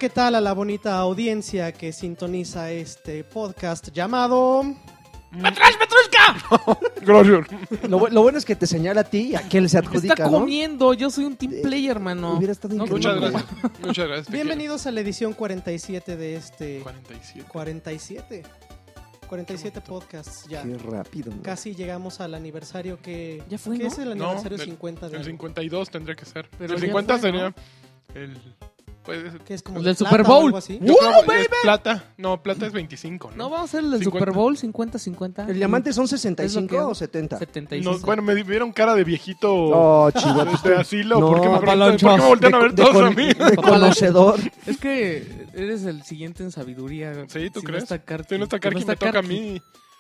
¿qué tal a la bonita audiencia que sintoniza este podcast llamado... ¡Atrás, Petrushka! Gracias. Lo bueno es que te señala a ti y a quién se adjudica, Está ¿no? comiendo, yo soy un team player, mano. Hubiera estado No, increíble. Muchas gracias. Muchas gracias. te Bienvenidos a la edición 47 de este... 47. 47 podcasts ya. Qué rápido, ¿no? Casi llegamos al aniversario que... Ya fue, ¿Qué ¿no? es el No, aniversario 50 de El algo? 52 tendría que ser. Pero El ya 50 fue, sería ¿no? el... Puede ser. Que es como El de del plata Super o Bowl. algo así. Yo creo que es plata. No, plata es 25, No, ¿no? vamos a hacer el del 50. Super Bowl 50-50. ¿El diamante son Es lo 65 que hago. o 70? 75. No, bueno, me vieron cara de viejito Oh, chido. de asilo. No, ¿Por qué me preguntan? papalonchos. ¿Por qué me voltean a ver todos a mí? De conocedor. Es que eres el siguiente en sabiduría. Sí, ¿tú Si crees? No está Karki. Si no está Si Karki, me toca a Karki, mí.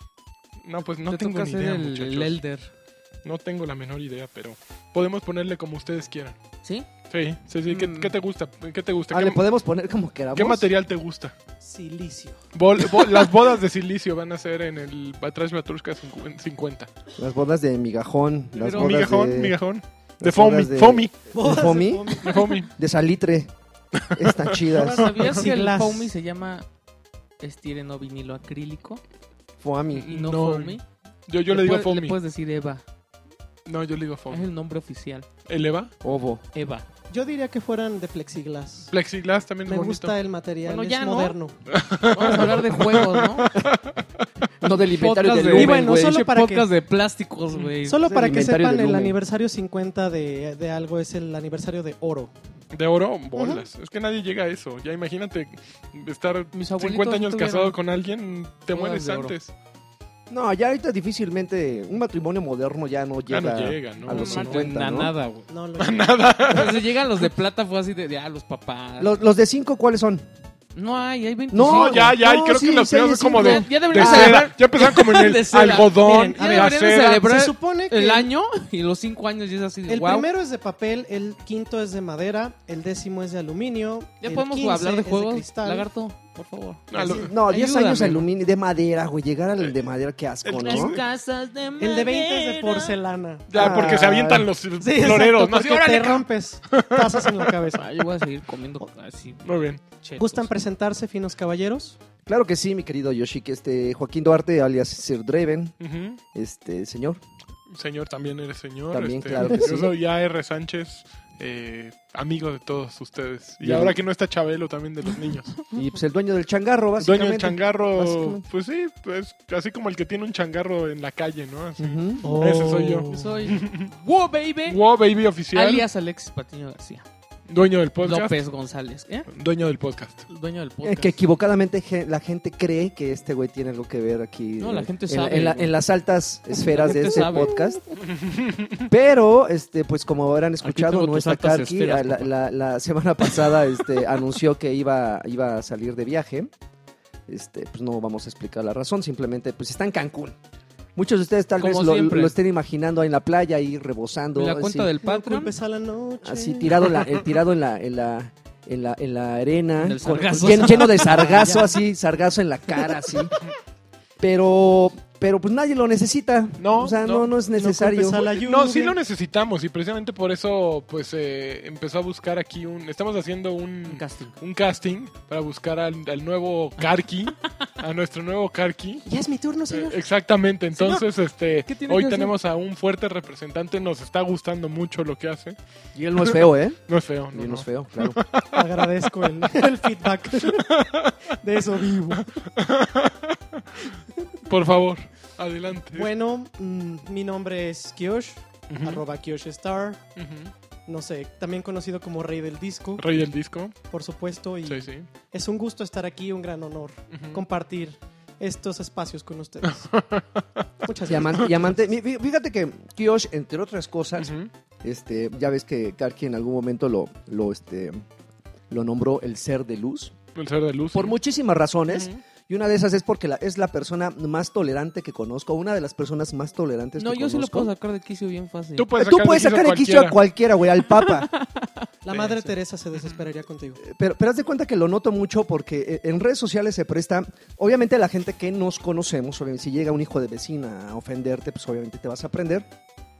No, pues no te tengo toca ni ser idea, el muchachos. elder. No tengo la menor idea, pero podemos ponerle como ustedes quieran. ¿Sí? Sí, sí, sí. ¿Qué te gusta? ¿Qué te gusta? Le podemos poner como queramos. ¿Qué material te gusta? Silicio. Las bodas de silicio van a ser en el Batrash Batrushka 50. Las bodas de migajón. Las Pero- bodas Migajón, de... migajón. De las foamy, bodas de- foamy, Bodas de foamy? foamy. de foamy. De salitre. Están chidas. ¿Sabías que el Siglas. foamy se llama estireno vinilo acrílico? Foamy. Y no, No. foamy. Yo le digo Le foamy. puedes decir Eva. No, yo le digo Es foamy. el nombre oficial. ¿Eleva? Ovo. Eva. Yo diría que fueran de plexiglas. Plexiglass también es Me bonito. gusta el material, Bueno, es ya, ¿no? moderno. Vamos a hablar de juegos, ¿no? No del inventario Podcast de de- Y Lumen, bueno, güey. solo Pinche para podcast que- de plásticos, güey. Solo Es el para que inventario sepan, de el Lumen. aniversario 50 de algo es el aniversario de oro. ¿De oro? Bolas. Es que nadie llega a eso. Ya imagínate estar Mis abuelitos 50 años tuvieron casado con alguien, te bodas mueres de oro. antes. No, ya ahorita difícilmente un matrimonio moderno ya no Ya llega, no llega, ¿no? a los No, 50, ¿no? Nada, güey. No, lo Cuando llegan los de plata fue así de los papás. Los de 5, ¿cuáles son? No hay 25. No, ya, y No, creo sí, que los sí, primeros sí, son como sí. de, Ya de deberían seda. celebrar. Ya empezaron como en De el seda. algodón, Miren, Ya a la deberían de seda. celebrar Se supone que el año y los 5 años ya es así de el wow. primero es de papel, el quinto es de madera, el décimo es de aluminio. Ya el podemos 15 hablar de es juegos, cristal. Lagarto, por favor. Ah, lo- No, 10 años Ayúdame. aluminio de madera, güey. Llegar al de madera, qué asco, El ¿no? casas de El de 20 es de porcelana. Ya, porque se avientan los floreros, ¿no? porque Así, órale, te rompes tazas en la cabeza. Yo voy a seguir comiendo así. Muy bien. chetos. ¿Gustan presentarse, finos caballeros? Claro que sí, mi querido Yoshi, que Joaquín Duarte, alias Sir Draven, Ujú. señor. Señor, también eres señor. También, claro que yo sí. soy A.R. Sánchez, amigo de todos ustedes. Y Bien. ahora que no está Chabelo, también de los niños. Y pues el dueño del changarro, Dueño básicamente. del changarro, Básicamente. pues sí, pues así como el que tiene un changarro en la calle, ¿no? Así. Ujú. Ese soy yo. Soy Wow Baby, Wow Baby oficial, alias Alexis Patiño García. dueño del podcast. López González. Dueño del podcast. Dueño del podcast. Que equivocadamente la gente cree que este güey tiene algo que ver aquí. No, la gente en, sabe, En, güey. en las altas esferas de gente este sabe. podcast. Pero, pues como habrán escuchado, tengo no tus está altas Karki. esferas, La, papá. la semana pasada anunció que iba a salir de viaje. Pues no vamos a explicar la razón, simplemente pues está en Cancún. Muchos de ustedes tal Como vez lo siempre. estén imaginando ahí en la playa, ahí rebosando. Y la así, cuenta del No Patreon. culpes a la noche. así tirado en la arena, En el con- sargazo. lleno de sargazo, así, sargazo en la cara, así. Pero pues nadie lo necesita. No, o sea, no. no es necesario. culpes a la No, sí lluvia. lo necesitamos y precisamente por eso pues empezó a buscar aquí estamos haciendo Un casting. un casting para buscar al nuevo Karki, a nuestro nuevo Karki. Ya es mi turno, señor. Exactamente, entonces ¿Qué tiene hoy que hacer? tenemos a un fuerte representante, nos está gustando mucho lo que hace. Y él no es feo, ¿eh? No es feo, Y no, él no no. es feo, claro. Agradezco el feedback. De eso vivo. Por favor, adelante. Bueno, mi nombre es Kiosh, Ujú, @KioshStar. ujú. No sé, también conocido como Rey del Disco, Rey del disco. por supuesto. Y Sí, sí. es un gusto estar aquí, un gran honor Ujú. compartir estos espacios con ustedes. Muchas gracias. Diamante. Fíjate que Kiosh, entre otras cosas, Ujú. ya ves que Karki en algún momento lo nombró el ser de luz. El ser de luz. Por sí. muchísimas razones. Ujú. Y una de esas es porque es la persona más tolerante que conozco, una de las personas más tolerantes No, que yo sí lo conozco. puedo sacar de quicio bien fácil. Tú puedes Tú puedes sacar de quicio a cualquiera, güey, al Papa. La Madre Teresa se desesperaría contigo. Pero haz de cuenta que lo noto mucho porque en redes sociales se presta, obviamente la gente que nos conocemos, obviamente, si llega un hijo de vecina a ofenderte, pues obviamente te vas a aprender.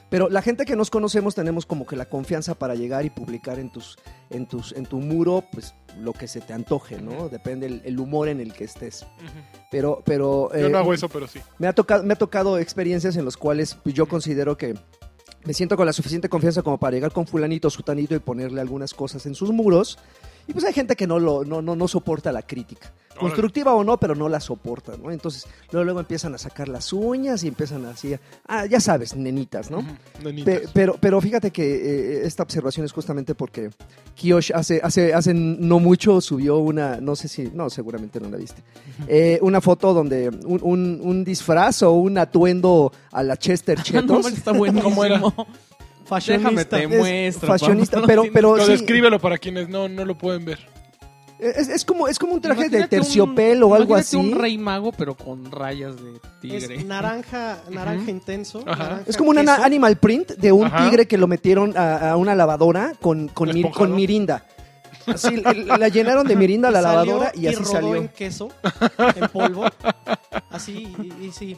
Pero la gente que nos conocemos tenemos como que la confianza para llegar y publicar en tu muro, pues lo que se te antoje, ¿no? Depende el humor en el que estés. Pero Yo no hago eso, pero sí. me ha tocado experiencias en las cuales pues, yo considero que me siento con la suficiente confianza como para llegar con fulanito, sutanito y ponerle algunas cosas en sus muros. Y pues hay gente que no soporta la crítica. Constructiva o no, pero no la soporta, ¿no? Entonces, luego empiezan a sacar las uñas y empiezan así, ya sabes, nenitas, ¿no? Nenitas. Pero fíjate que esta observación es justamente porque Kiyosh hace no mucho subió una, seguramente no la viste, una foto donde un disfraz o un atuendo a la Chester Chetos. Está buenísimo. ¿Cómo era? Déjame te muestro. Fashionista, papá. pero Lo sí, descríbelo para quienes no lo pueden ver. es como un traje de Imagínate terciopelo o algo imagínate así. un rey mago, pero con rayas de tigre. Es naranja intenso. Ajá. naranja Es como un queso. animal print de un Ajá. tigre que lo metieron a una lavadora con ¿Esponjado? mirinda. Así, la llenaron de mirinda a la Salió lavadora y así rodó salió. en queso, en polvo. Así, y sí.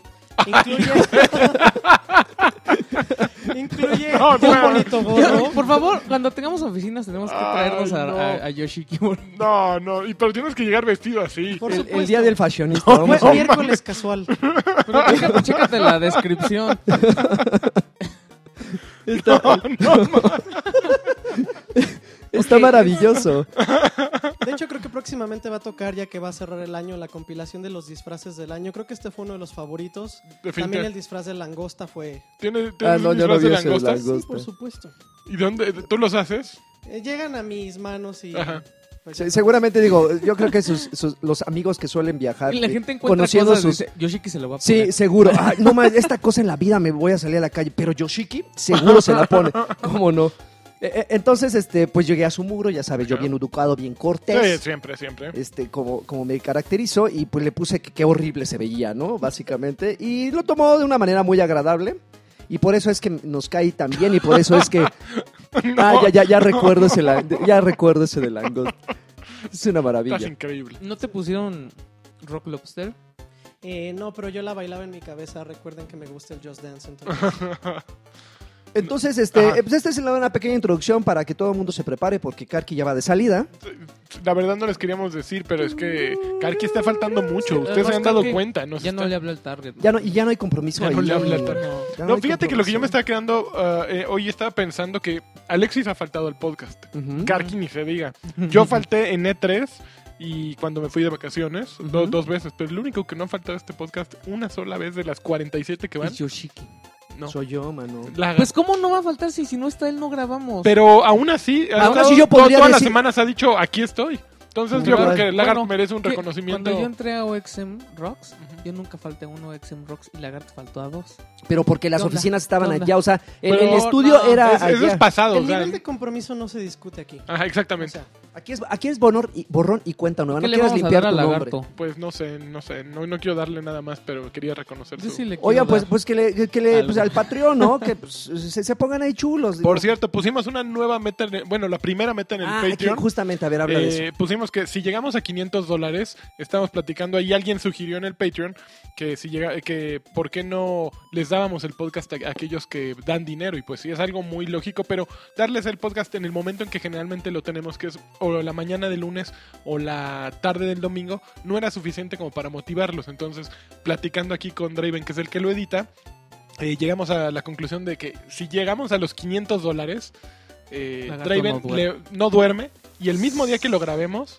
Incluye No, un no. bonito gorro. Por favor, cuando tengamos oficinas tenemos que traernos Ay, no. a Yoshiki. No, pero tienes que llegar vestido así. Por El supuesto. día del fashionista. Fue vamos a- miércoles casual. Pero chécate la descripción. Está maravilloso. De hecho, creo que próximamente va a tocar, ya que va a cerrar el año, la compilación de los disfraces del año. Creo que este fue uno de los favoritos. También el disfraz de langosta fue... ¿Tienes Ah, no, un yo no disfraz vi de ese de langostas? langosta. Sí, por supuesto. ¿Y dónde? ¿Tú los haces? Llegan a mis manos y... Ajá. pues, Seguramente digo, yo creo que los amigos que suelen viajar Y la gente encuentra conociendo cosas y sus... dice, Yoshiki se lo va a poner. Sí, seguro. Ay, no más, esta cosa en la vida me voy a salir a la calle, pero Yoshiki seguro se la pone. ¿Cómo no? Entonces, pues llegué a su muro, ya sabes, yo bien educado, bien Sí, cortés. siempre. Como me caracterizo, y pues le puse que qué horrible se veía, ¿no? Básicamente. Y lo tomó de una manera muy agradable. Y por eso es que nos cae tan bien, y por eso es que... Ya recuerdo ese de langosta. Es una maravilla. Estás increíble. ¿No te pusieron Rock Lobster? no, pero yo la bailaba en mi cabeza. Recuerden que me gusta el Just Dance. Entonces... Entonces, Ajá. pues esta es una pequeña introducción para que todo el mundo se prepare, porque Karki ya va de salida. La verdad no les queríamos decir, pero es que Karki está faltando mucho. Ustedes Además, se han dado Karki cuenta. Ya no le habla al target. Ya no hay compromiso Ya ahí. no le habla tanto. Ya No, hay fíjate que lo que yo me compromiso. estaba quedando, hoy estaba pensando que Alexis ha faltado al podcast. Ujú. Karki ni se diga. Yo falté en E3 y cuando me fui de vacaciones, Ujú. dos veces, pero el único que no ha faltado a este podcast una sola vez de las 47 que van, Es Yoshiki. no. Soy yo, mano. La- Pues ¿cómo no va a faltar si no está él no grabamos? pero aún así, ha Aún estado así yo podría todas las decir- semanas ha dicho, aquí estoy. Entonces yo Bueno, creo que Lagarto bueno, merece un que reconocimiento. Cuando yo entré a OXM Rocks, Ujú. yo nunca falté a uno OXM Rocks y Lagarto faltó a dos. Pero porque las ¿Qué onda? oficinas estaban ¿Qué onda? allá, o sea, el Pero estudio no, era Eso es allá. pasado. El o sea, nivel de compromiso no se discute aquí. Ajá, O exactamente. sea, Aquí es borrón y cuenta nueva. ¿Qué No le quieres vamos a limpiar dar a tu nombre. Lagarto? Pues no sé, no quiero darle nada más, pero quería reconocer Yo su... sí le quiero Oigan, dar. pues que le Algo. pues, al Patreon, ¿no? Que pues, se pongan ahí chulos. digo. Por cierto, pusimos una nueva meta, bueno, la primera meta en el Aquí, Patreon. justamente, a ver, habla de eso. Pusimos que si llegamos a $500, estábamos platicando ahí, alguien sugirió en el Patreon que que por qué no les dábamos el podcast a aquellos que dan dinero, y pues sí, es algo muy lógico, pero darles el podcast en el momento en que generalmente lo tenemos, que es o la mañana del lunes o la tarde del domingo, no era suficiente como para motivarlos. Entonces, platicando aquí con Draven, que es el que lo edita, llegamos a la conclusión de que si llegamos a los $500, Lagarto Draven no duerme. no duerme, y el mismo día que lo grabemos,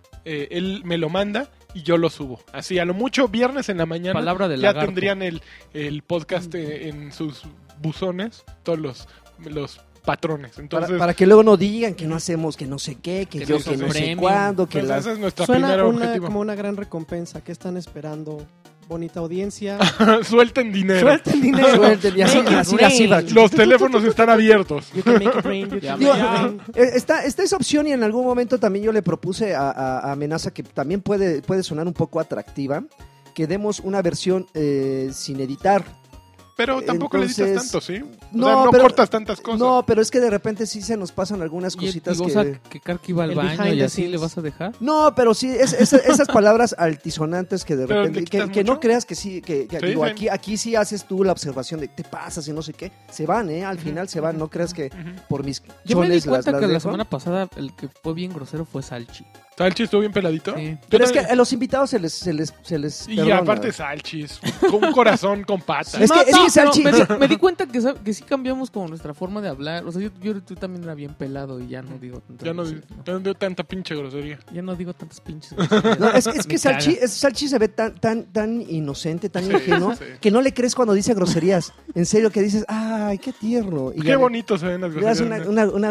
él me lo manda y yo lo subo. Así, a lo mucho viernes en la mañana Palabra del ya lagarto. tendrían el podcast en sus buzones, todos los patrones. Entonces, Para que luego no digan que no hacemos, que no sé qué, que Que yo no que no sé premium. cuándo, que pues las... esa es nuestra suena primera objetivo. como una gran recompensa. ¿Qué están esperando? Bonita audiencia. Suelten dinero. Suelten dinero. Suelten, y así, Make it así la rain. cifra. Los teléfonos están abiertos. You can make it rain, you Ya can me- Digo, make it rain. está esa opción, y en algún momento también yo le propuse a Amenaza, que también puede sonar un poco atractiva, que demos una versión sin editar. pero tampoco le Entonces, editas tanto, ¿sí? no, O sea, no pero- cortas tantas cosas. No, pero es que de repente sí se nos pasan algunas Y, cositas o que... sea, que Karki va al El baño behind y the así scenes. le vas a dejar. No, pero sí, esas palabras altisonantes que de Pero repente... le quitas Que no mucho. creas que sí, que Sí, digo, sí. aquí sí haces tú la observación de te pasas y no sé qué. Se van, Al final se van, no creas que por mis Yo me di chones cuenta las que la dejo. semana pasada el que fue bien grosero fue Salchi. ¿Salchi estuvo bien peladito? Sí. Pero es que también- a los invitados se les Y perdona. aparte Salchis, con un corazón con patas. Es que pero Salchi... me di cuenta que sí cambiamos como nuestra forma de hablar. O sea, yo también era bien pelado y ya no digo tantas Ya no groserías, dio tanta pinche grosería. Ya no digo tantas pinches groserías. No, es que Me Salchi se ve tan inocente, tan Sí, ingenuo, sí. que no le crees cuando dice groserías. En serio, que dices, ay, qué tierno. Y Qué ya bonito se ven las le das groserías.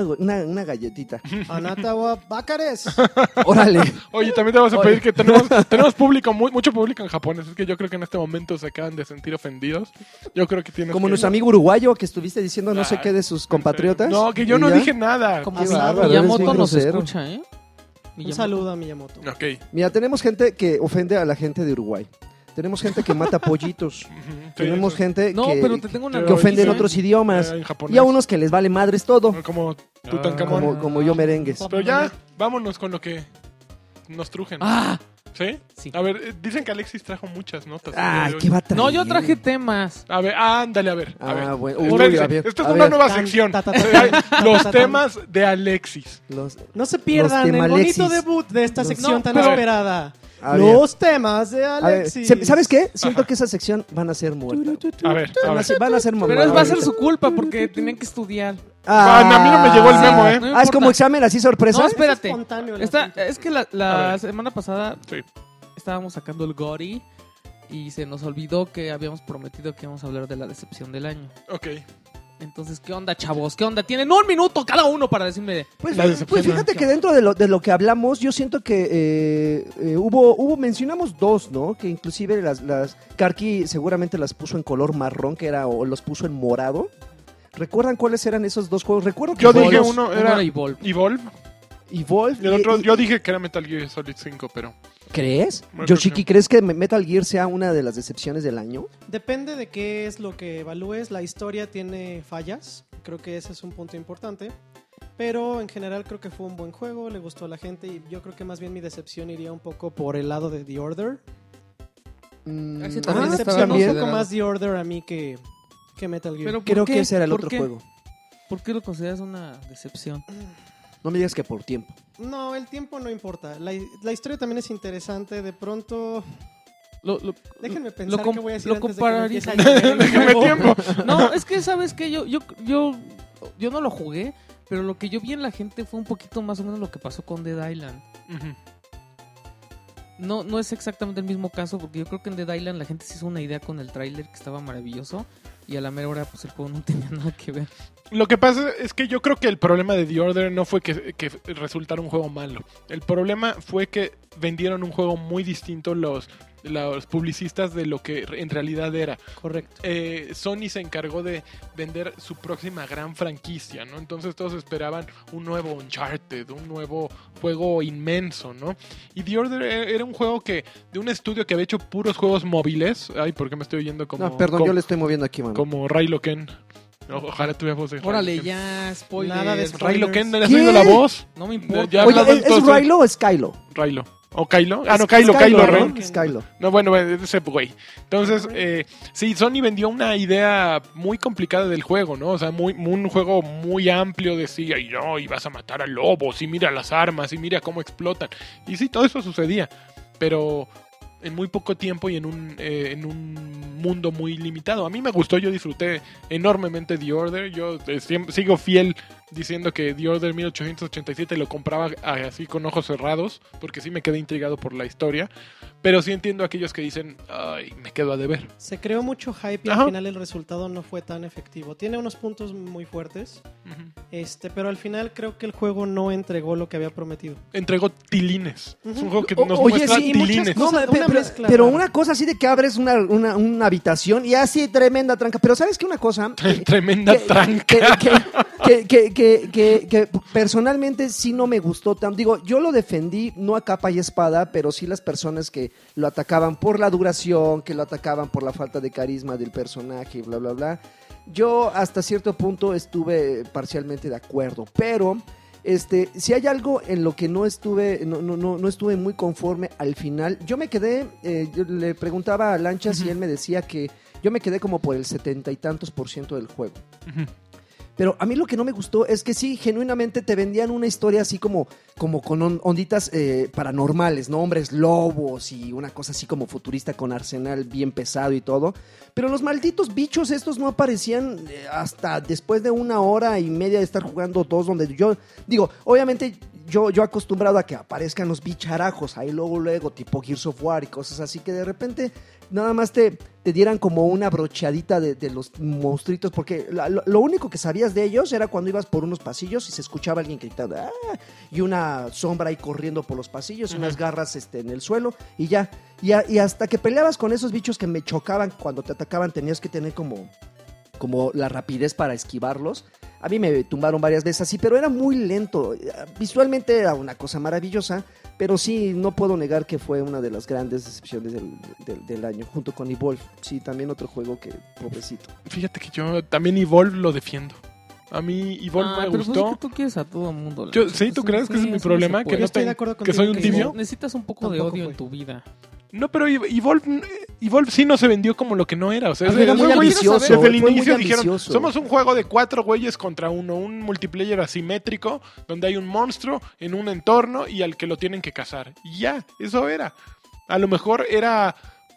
una galletita. Anatawa Bakares. Órale. Oye, también te vamos a pedir que tenemos público, mucho público en japonés. Es que yo creo que en este momento se acaban de sentir ofendidos. Yo creo que tienes Como que... nuestro amigo uruguayo que estuviste diciendo no sé Ah, qué de sus compatriotas. No, que yo ¿Y no ya? dije nada. Como Qué asado. bárbaro, eres Miyamoto bien nos grosero. escucha, ¿eh? Un Miyamoto. saludo a Miyamoto. Ok. Mira, tenemos gente que ofende a la gente de Uruguay. Tenemos gente que mata pollitos. Ujú, sí, Tenemos sí. gente No, que, pero te tengo una que ofende en noticia. otros idiomas. En japonés. Y a unos que les vale madres todo. Como Tutankamón. Como yo merengues. Pero ya, vámonos con lo que nos trujen. ¡Ah! ¿Sí? Sí. A ver, dicen que Alexis trajo muchas notas. Ay, qué va a traer? No, yo traje temas. A ver, ándale, a ver. A Ah, ver. bueno. Espérense, Uy, a ver, esta es a una ver. nueva Tan, sección. ta, ta, ta, ta, Los ta, ta, temas de Alexis. No se pierdan el temalexis. bonito debut de esta Los- sección No, tan pero- esperada. A ver. Los temas de A ver, Alexis. ¿sabes qué? Siento que esa sección van a ser muertas. A ver, a ver. Van a ser Pero mamadas. va a ser su culpa porque tenían que estudiar. Ah, a mí no me llegó el memo, ¿eh? No Ah, es importa. como examen así sorpresa. No, espérate. Es espontáneo el Esta, asunto. es que A la ver. semana pasada Sí. estábamos sacando el GOTY y se nos olvidó que habíamos prometido que íbamos a hablar de la decepción del año. Ok. Entonces, ¿qué onda, chavos? ¿Qué onda? Tienen 1 minuto cada uno para decirme. Pues, La decepción, pues fíjate que dentro de lo que hablamos, yo siento que mencionamos dos, ¿no? Que inclusive las Karki seguramente las puso en color marrón, que era, o los puso en morado. ¿Recuerdan cuáles eran esos dos juegos? Recuerdo que Yo dije Evolve uno era Evolve. Evolve y Wolf. y el otro, yo dije que era Metal Gear Solid 5, pero... ¿Crees? Bueno, Yoshiki, sí. ¿crees que Metal Gear sea una de las decepciones del año? Depende de qué es lo que evalúes. La historia tiene fallas. Creo que ese es un punto importante. Pero en general creo que fue un buen juego. Le gustó a la gente. Y yo creo que más bien mi decepción iría un poco por el lado de The Order. Ese Me también Ah, estaba decepcionó un también. poco más The Order a mí que Metal Gear. Pero ¿por Creo qué? que ese era el ¿Por otro qué? juego. ¿Por qué lo consideras una decepción? No me digas que por tiempo. No, el tiempo no importa. La historia también es interesante. De pronto... Déjenme pensar qué voy a decir lo antes de que me compararía- empiece a llover el Déjame juego. tiempo. No, es que sabes que yo no lo jugué, pero lo que yo vi en la gente fue un poquito más o menos lo que pasó con Dead Island. Ujú. No es exactamente el mismo caso, porque yo creo que en Dead Island la gente se hizo una idea con el tráiler que estaba maravilloso y a la mera hora pues el juego no tenía nada que ver. Lo que pasa es que yo creo que el problema de The Order no fue que resultara un juego malo. El problema fue que vendieron un juego muy distinto los publicistas de lo que en realidad era. Correcto. Sony se encargó de vender su próxima gran franquicia, ¿no? Entonces todos esperaban un nuevo Uncharted, un nuevo juego inmenso, ¿no? Y The Order era un juego de un estudio que había hecho puros juegos móviles. Ay, ¿por qué me estoy oyendo como... No, perdón, como, yo le estoy moviendo aquí, mano. como Ray Loken. Ojalá tuviera voz de Ray Órale, Loken. ya, spoiler. Nada de Ray Loken, ¿no has ¿Qué? oído la voz? No me importa. Ya Oye, hablado ¿es entonces. Raylo o es Kylo? Raylo. ¿O Kylo? Ah, no, Es Kylo ¿no? Ren. Es Kylo. No, bueno, ese güey. Entonces, sí, Sony vendió una idea muy complicada del juego, ¿no? O sea, un juego muy amplio de sí, y no, y vas a matar a lobos, y mira las armas, y mira cómo explotan. Y sí, todo eso sucedía, pero en muy poco tiempo y en un mundo muy limitado. A mí me gustó, yo disfruté enormemente The Order. Yo sigo fiel diciendo que The Order 1887 lo compraba así con ojos cerrados, porque sí me quedé intrigado por la historia. Pero sí entiendo a aquellos que dicen, ay, me quedo a deber. Se creó mucho hype y Ajá. al final el resultado no fue tan efectivo. Tiene unos puntos muy fuertes, pero al final creo que el juego no entregó lo que había prometido. Entregó tilines. Es un juego que O- nos oye, muestra sí, tilines. muchas cosas. Una pero, mezcla pero rara. una cosa así de que abres una habitación y así tremenda tranca. Pero ¿sabes qué? Una cosa... Tremenda que- tranca. que personalmente sí no me gustó tanto. Digo, yo lo defendí no a capa y espada, pero sí las personas que lo atacaban por la duración, que lo atacaban por la falta de carisma del personaje y bla, bla, bla. Yo hasta cierto punto estuve parcialmente de acuerdo, pero si hay algo en lo que no estuve muy conforme al final, yo me quedé, yo le preguntaba a Lanchas y él me decía que yo me quedé como por el 70 y tantos % del juego. Pero a mí lo que no me gustó es que sí, genuinamente te vendían una historia así como con onditas paranormales, ¿no? Hombres lobos y una cosa así como futurista con arsenal bien pesado y todo. Pero los malditos bichos estos no aparecían hasta después de 1 hora y media de estar jugando dos, donde yo digo, obviamente yo acostumbrado a que aparezcan los bicharajos ahí luego, tipo Gears of War y cosas así, que de repente nada más te dieran como una brocheadita de los monstruitos, porque lo único que sabías de ellos era cuando ibas por unos pasillos y se escuchaba alguien gritando ¡ah! Y una sombra ahí corriendo por los pasillos, unas garras en el suelo y ya. Y hasta que peleabas con esos bichos que me chocaban cuando te atacaban, tenías que tener como la rapidez para esquivarlos. A mí me tumbaron varias veces así, pero era muy lento. Visualmente era una cosa maravillosa, pero sí, no puedo negar que fue una de las grandes decepciones del año, junto con Evolve. Sí, también otro juego que, pobrecito. Fíjate que yo también Evolve lo defiendo. A mí Evolve me pero gustó. Pues es que tú quieres a todo el mundo. ¿Sí? ¿Tú crees que ese es mi problema? Que, Yo estoy de acuerdo que soy un contigo tibio. Necesitas un poco de Tampoco odio fue. en tu vida. No, pero Evolve sí no se vendió como lo que no era. O sea, Era muy ambicioso. Desde el Fue muy inicio dijeron, ambicioso. somos un juego de 4 güeyes contra uno, un multiplayer asimétrico, donde hay un monstruo en un entorno y al que lo tienen que cazar. Y ya, eso era. A lo mejor era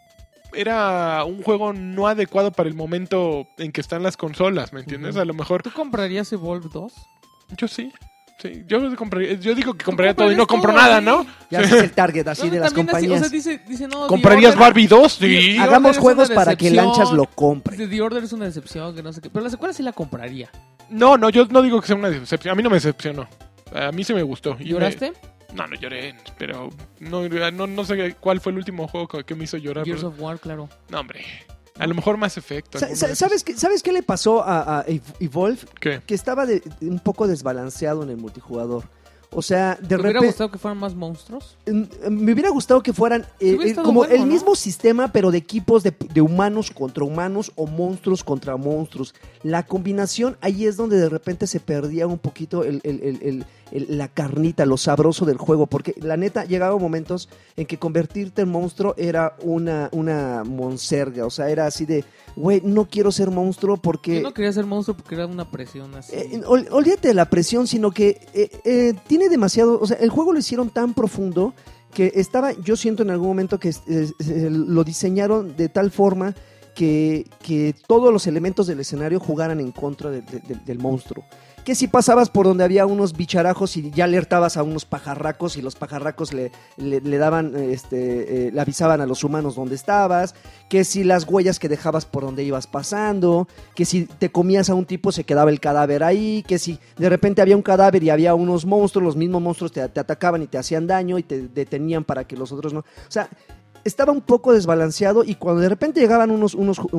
un juego no adecuado para el momento en que están las consolas, ¿me entiendes? A lo mejor, ¿Tú comprarías Evolve 2? yo sí. Sí, yo digo que compraría todo y no comprarías compro todo, nada, sí. ¿no? Ya ese es el target así de las también compañías. Así, o sea, dice no. ¿Comprarías The Order- Barbie 2? Sí. The Hagamos Order es juegos una para que decepción. Lanchas lo compre. Dice, The Order es una decepción, que no sé qué. Pero la secuela sí la compraría. No, yo no digo que sea una decepción. A mí no me decepcionó. A mí sí me gustó. Y ¿Lloraste? No lloré, pero no sé cuál fue el último juego que me hizo llorar. Gears pero- of War, claro. No, hombre. A lo mejor más efecto. ¿Sabes qué le pasó a Evolve? ¿Qué? Que estaba un poco desbalanceado en el multijugador. O sea, de ¿Te hubiera repente gustado que fueran más monstruos? me hubiera gustado que fueran hubiera estado como bueno, el ¿no? mismo sistema, pero de equipos de humanos contra humanos o monstruos contra monstruos. La combinación, ahí es donde de repente se perdía un poquito la carnita, lo sabroso del juego, porque la neta llegaba momentos en que convertirte en monstruo era una monserga, o sea, era así de, güey, no quiero ser monstruo porque... Yo no quería ser monstruo porque era una presión así. Olvídate de la presión, sino que tiene demasiado, o sea, el juego lo hicieron tan profundo que yo siento en algún momento que lo diseñaron de tal forma que todos los elementos del escenario jugaran en contra del monstruo. Que si pasabas por donde había unos bicharajos y ya alertabas a unos pajarracos y los pajarracos le daban, le avisaban a los humanos dónde estabas, que si las huellas que dejabas por donde ibas pasando, que si te comías a un tipo se quedaba el cadáver ahí, que si de repente había un cadáver y había unos monstruos, los mismos monstruos te atacaban y te hacían daño y te detenían para que los otros no... O sea, estaba un poco desbalanceado y cuando de repente llegaban unos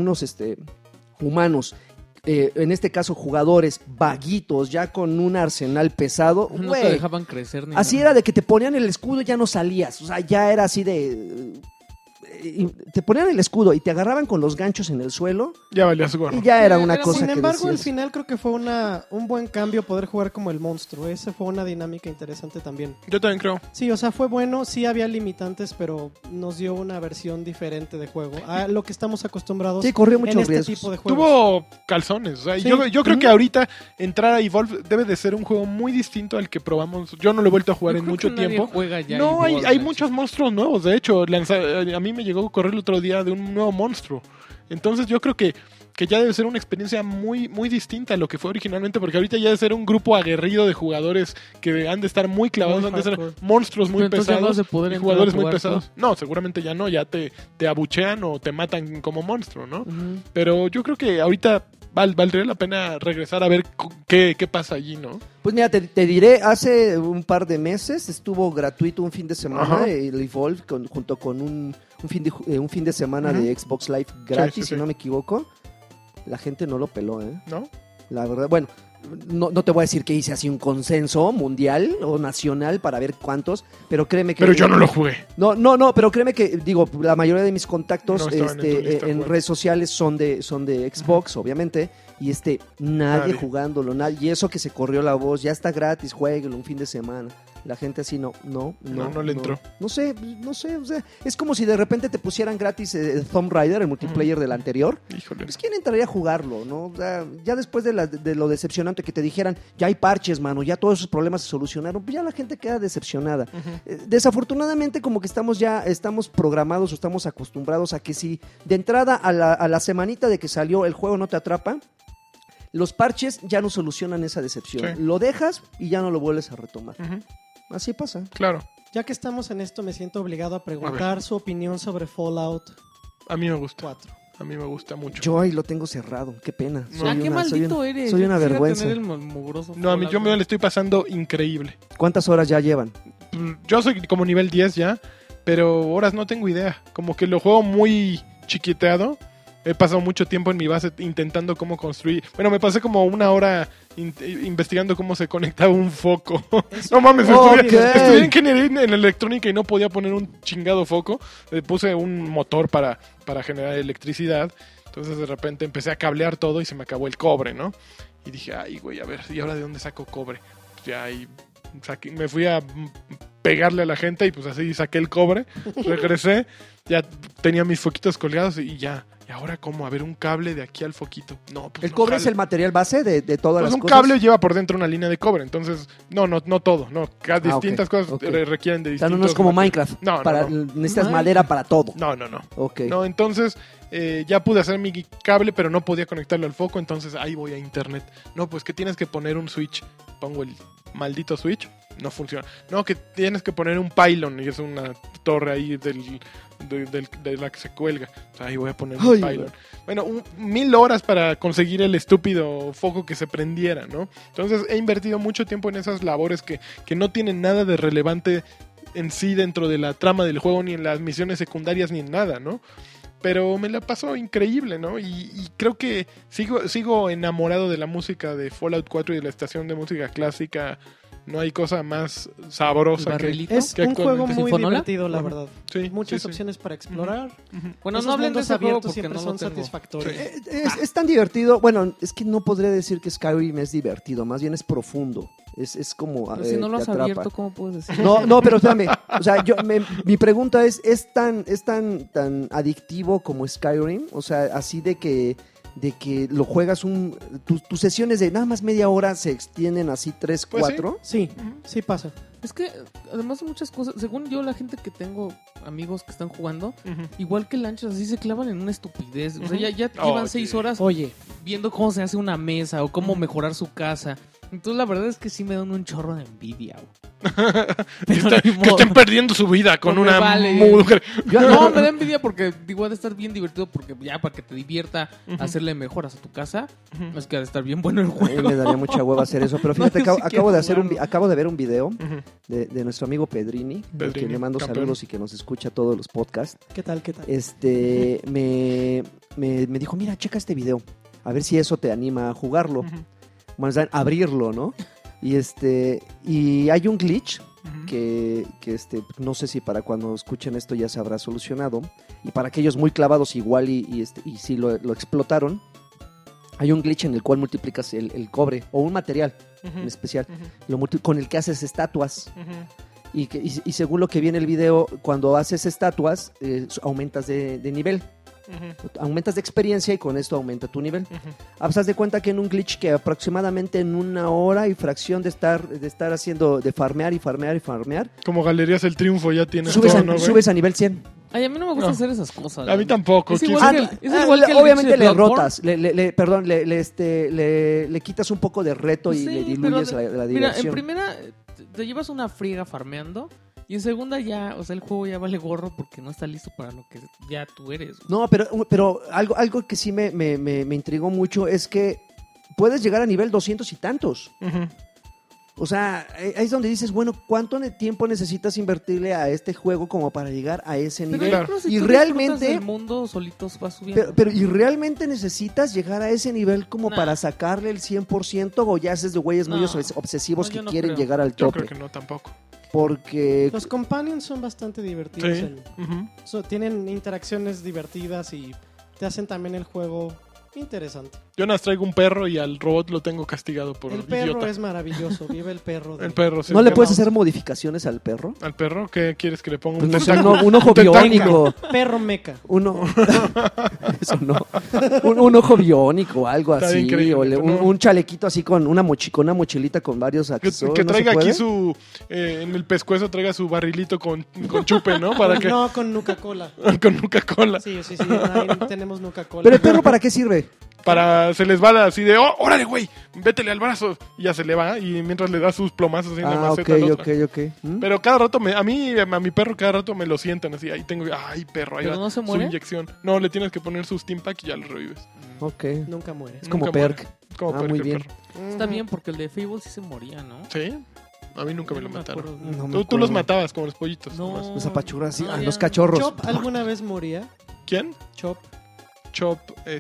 humanos, en este caso jugadores vaguitos, ya con un arsenal pesado, No te güey, dejaban crecer ni así nada. era de que te ponían el escudo y ya no salías, o sea, ya era así de... y te ponían el escudo y te agarraban con los ganchos en el suelo Ya valía su gorro. y ya era Sí, una era cosa Sin que embargo, al decías. final creo que fue un buen cambio poder jugar como el monstruo. Ese fue una dinámica interesante también. Yo también creo. Sí, o sea, fue bueno, sí había limitantes, pero nos dio una versión diferente de juego. A lo que estamos acostumbrados Sí, corrió en muchos este riesgos. tipo de juegos. Tuvo calzones. O sea, Sí. yo creo que ahorita entrar a Evolve debe de ser un juego muy distinto al que probamos. Yo no lo he vuelto a jugar Yo en creo mucho que nadie tiempo. juega ya No, Evolve, hay Lanchas. muchos monstruos nuevos. De hecho, a mí me llegó a correr el otro día de un nuevo monstruo. Entonces yo creo que ya debe ser una experiencia muy, muy distinta a lo que fue originalmente, porque ahorita ya debe ser un grupo aguerrido de jugadores que han de estar muy clavados, Muy han de ser hardcore. monstruos muy Pero entonces ya no pesados vas a poder y entrar jugadores a muy jugar pesados. No, seguramente ya no, ya te abuchean o te matan como monstruo, ¿no? Ujú. Pero yo creo que ahorita valdría la pena regresar a ver qué pasa allí, ¿no? Pues mira, te diré, hace un par de meses estuvo gratuito un fin de semana Ajá. el Evolve junto con un fin de semana Ujú. de Xbox Live gratis, Sí, sí, si sí. no me equivoco. La gente no lo peló, ¿eh? ¿No? La verdad, bueno, no te voy a decir que hice así un consenso mundial o nacional para ver cuántos, pero créeme que... Pero yo no lo jugué. No, pero créeme que, digo, la mayoría de mis contactos No estaban en tu lista, en güey. redes sociales son de Xbox, nadie Nadie. jugándolo, y eso que se corrió la voz, ya está gratis, jueguelo un fin de semana. La gente así no le entró. No sé, o sea, es como si de repente te pusieran gratis Tomb Raider, el multiplayer del anterior. Híjole. Pues quién entraría a jugarlo, ¿no? O sea, ya después de lo decepcionante que te dijeran, ya hay parches, mano, ya todos esos problemas se solucionaron, pues ya la gente queda decepcionada. Desafortunadamente, como que estamos programados o estamos acostumbrados a que si de entrada a la semanita de que salió el juego no te atrapa, los parches ya no solucionan esa decepción. Sí. Lo dejas y ya no lo vuelves a retomar. Ujú. Así pasa. Claro, Ya que estamos en esto, me siento obligado a preguntar su opinión sobre Fallout a mí me gusta. 4. A mí me gusta mucho. Yo ahí lo tengo cerrado, qué pena. No. Qué maldito eres. soy Yo una quisiera vergüenza. tener el mugroso No, a mí yo me Fallout. le estoy pasando increíble. ¿Cuántas horas ya llevan? Yo soy como nivel 10 ya, pero horas no tengo idea. Como que lo juego muy chiquiteado. He pasado mucho tiempo en mi base intentando cómo construir. Bueno, me pasé como una hora investigando cómo se conectaba un foco. No mames, Ok. estudié ingeniería en electrónica y no podía poner un chingado foco. Puse un motor para generar electricidad. Entonces de repente empecé a cablear todo y se me acabó el cobre, ¿no? Y dije, ay, güey, a ver, ¿y ahora de dónde saco cobre? Pues ya ahí me fui a pegarle a la gente y pues así saqué el cobre. Regresé, ya tenía mis foquitos colgados y ya. ¿Y ahora cómo? A ver, un cable de aquí al foquito. No, pues ¿El no cobre jala. es el material base de todas Pues las un cosas? cable lleva por dentro una línea de cobre, entonces no todo, no, distintas ok, cosas ok. requieren de O sea, distintos. no es como materiales. Minecraft. No, no, para, no. necesitas Minecraft. madera para todo. No. Ok. No, entonces ya pude hacer mi cable, pero no podía conectarlo al foco, entonces ahí voy a internet. No, pues que tienes que poner un switch. Pongo el maldito switch, no funciona. No, que tienes que poner un pylon y es una torre ahí de la que se cuelga. O sea, ahí voy a poner un Ay, pylon. Bueno, 1000 horas para conseguir el estúpido foco que se prendiera, ¿no? Entonces he invertido mucho tiempo en esas labores que no tienen nada de relevante en sí dentro de la trama del juego, ni en las misiones secundarias, ni en nada, ¿no? Pero me la pasó increíble, ¿no? Y creo que sigo enamorado de la música de Fallout 4 y de la estación de música clásica. No hay cosa más sabrosa que... Barrilito. Es que un juego actualmente- muy ¿Sinfonola? divertido, la Ujú. verdad. Sí, Muchas sí, sí. opciones para explorar. Ujú. Bueno, Esos no hablen de mundos ese juego abiertos porque siempre no son lo tengo. satisfactorios. Sí. Es tan divertido. Bueno, es que no podría decir que Skyrim es divertido. Más bien es profundo. Es como. Pero si no lo te has atrapa. abierto, ¿cómo puedes decir? No, pero espérame. O sea, mi pregunta es tan tan adictivo como Skyrim? O sea, así de que lo juegas tus sesiones de nada más media hora se extienden así 3, Pues sí. 4. Sí, Ujú. sí pasa. Es que además de muchas cosas, según yo, la gente que tengo amigos que están jugando, Ujú. igual que Lanchas, así se clavan en una estupidez. O sea, Ujú. ya Oh, llevan sí. 6 horas Oye, viendo cómo se hace una mesa o cómo mejorar su casa. Entonces la verdad es que sí me dan un chorro de envidia. Pero Que ni modo. estén perdiendo su vida con No me una vale. mujer. No, me da envidia porque digo, ha de estar bien divertido porque ya para que te divierta Ujú. hacerle mejoras a tu casa, Ujú. es que ha de estar bien bueno el A mí juego. me daría mucha hueva hacer eso. Pero fíjate, No, yo sí acabo quiero de ver un video Ujú. de nuestro amigo Pedrini, al que le mando campeón. saludos y que nos escucha todos los podcasts. ¿qué tal? Me dijo, mira, checa este video, a ver si eso te anima a jugarlo, Ujú. más bien abrirlo, ¿no? Y hay un glitch Ujú. que no sé si para cuando escuchen esto ya se habrá solucionado, y para aquellos muy clavados igual y si lo explotaron, hay un glitch en el cual multiplicas el cobre o un material Ujú. en especial Ujú. con el que haces estatuas. Ujú. Y según lo que vi en el video, cuando haces estatuas, aumentas de nivel, Ujú. aumentas de experiencia y con esto aumenta tu nivel. Ujú. Haz de cuenta que en un glitch que aproximadamente en una hora y fracción de estar haciendo, de farmear y farmear y farmear, Como Galerías El Triunfo ya tienes subes, todo, a, ¿no, güey? subes a nivel 100. Ay, a mí no me gusta No. hacer esas cosas. A mí tampoco. Es ¿quién igual sabe? que- es igual que el obviamente glitch de le Bloodborne. rotas, le quitas un poco de reto y Sí, le pero diluyes la Mira, en diversión. primera te llevas una friega farmeando y en segunda ya, o sea, el juego ya vale gorro porque no está listo para lo que ya tú eres. güey. No, pero algo que sí me intrigó mucho es que puedes llegar a nivel 200 y tantos. Ujú. O sea, ahí es donde dices, bueno, ¿cuánto tiempo necesitas invertirle a este juego como para llegar a ese nivel? Claro. Pero si Y tú realmente- disfrutas del mundo solitos va subiendo. ¿Y realmente necesitas llegar a ese nivel como Nah. para sacarle el 100% o ya haces de güeyes muy No. obsesivos No, que yo no quieren creo. llegar al Yo tope? creo que no tampoco. Porque Los companions son bastante divertidos. Sí. Ujú. Tienen interacciones divertidas y te hacen también el juego interesante. Yo nada más traigo un perro y al robot lo tengo castigado por El perro idiota. es maravilloso. Vive el perro. El perro, sí. ¿no le puedes Vamos. hacer modificaciones al perro? ¿Al perro? ¿Qué quieres que le ponga? Pues Un no sé, tentáculo. un ojo tentáculo. biónico. Perro meca. Uno. Eso no. Un ojo biónico o algo Está así. increíble, O ¿no? un chalequito así con una mochilita con varios Que accesorios. ¿no traiga se aquí puede? su... en el pescuezo traiga su barrilito con chupe, ¿no? Para que... No, con Nuca-Cola. con Nuca-Cola. Sí, ahí tenemos Nuca-Cola. Pero el perro, ¿para qué sirve? Para... Se les va así de... ¡Oh, órale, güey! Vétele al brazo. Y ya se le va. Y mientras le da sus plomazos en la Ah, ok, maceta al otro. ok. ¿Mm? Pero cada rato, a mi perro cada rato me lo sientan así. Ahí tengo... ¡Ay, perro! Ahí ¿Pero va no se su muere? inyección. No, le tienes que poner su Steam Pack y ya lo revives. Ok. Nunca muere. Es como Nunca muere. perk. Como Ah, perk muy el bien. perro. Está bien porque el de Fable sí se moría, ¿no? ¿Sí? A mí nunca me Yo lo no mataron. acuerdo. No me Tú acuerdo. los matabas como los pollitos. No. nomás. Los apachurras, sí. No, Ah, ya los no. cachorros. ¿Chop alguna vez moría? ¿Quién? Chop. Chop,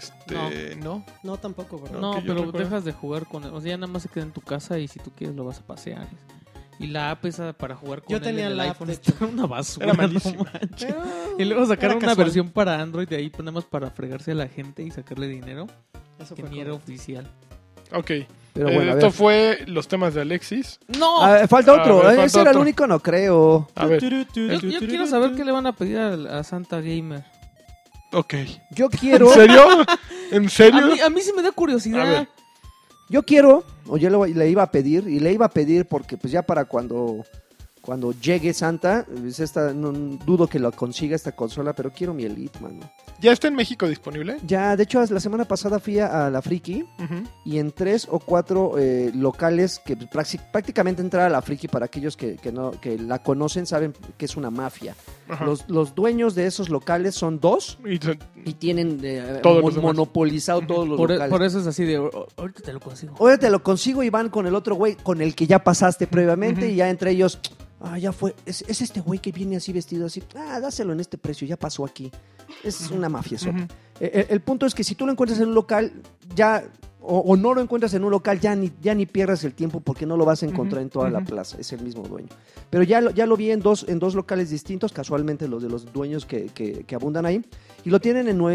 no. No, tampoco, ¿verdad? No, que yo pero recuerde. dejas de jugar con él. O sea, ya nada más se queda en tu casa y si tú quieres lo vas a pasear. Y la app esa para jugar con Yo él tenía en el la app, iPhone de está hecho. una basura. Era no malísima. manches. Pero Y luego sacaron era una casual. versión para Android de ahí, pues nada más para fregarse a la gente y sacarle dinero. Eso Que fue ni era correcto. oficial. Ok. Pero bueno, a Esto ver. fue los temas de Alexis. ¡No! Falta otro. A ver, falta Ese era el otro. único, no creo. A ver, Yo quiero saber qué le van a pedir a Santa Gamer. ok. Yo quiero, ¿En serio? ¿En serio? A mí sí me da A curiosidad. ver. yo quiero, o yo le iba a pedir, y le iba a pedir porque pues ya para cuando llegue Santa, pues no dudo que lo consiga esta consola, pero quiero mi Elite, mano. ¿Ya está en México disponible? Ya, de hecho, la semana pasada fui a la Friki Ujú. y en 3 o 4 locales que prácticamente entrar a la Friki para aquellos que la conocen saben que es una mafia. Ajá. Los dueños de esos locales son 2 Y y tienen Todos los demás. monopolizado todos los locales. Por eso es así de, ahorita te lo consigo. Oye, te lo consigo y van con el otro güey con el que ya pasaste previamente Ujú. y ya entre ellos, ya fue, es este güey que viene así vestido así, dáselo en este precio, ya pasó aquí. Es una mafia eso. Ujú. El punto es que si tú lo encuentras en un local, ya, o no lo encuentras en un local, ya ni pierdas el tiempo porque no lo vas a encontrar en toda la Ujú. plaza, es el mismo dueño. Pero ya lo vi en dos locales distintos, casualmente los de los dueños que abundan ahí, y lo tienen en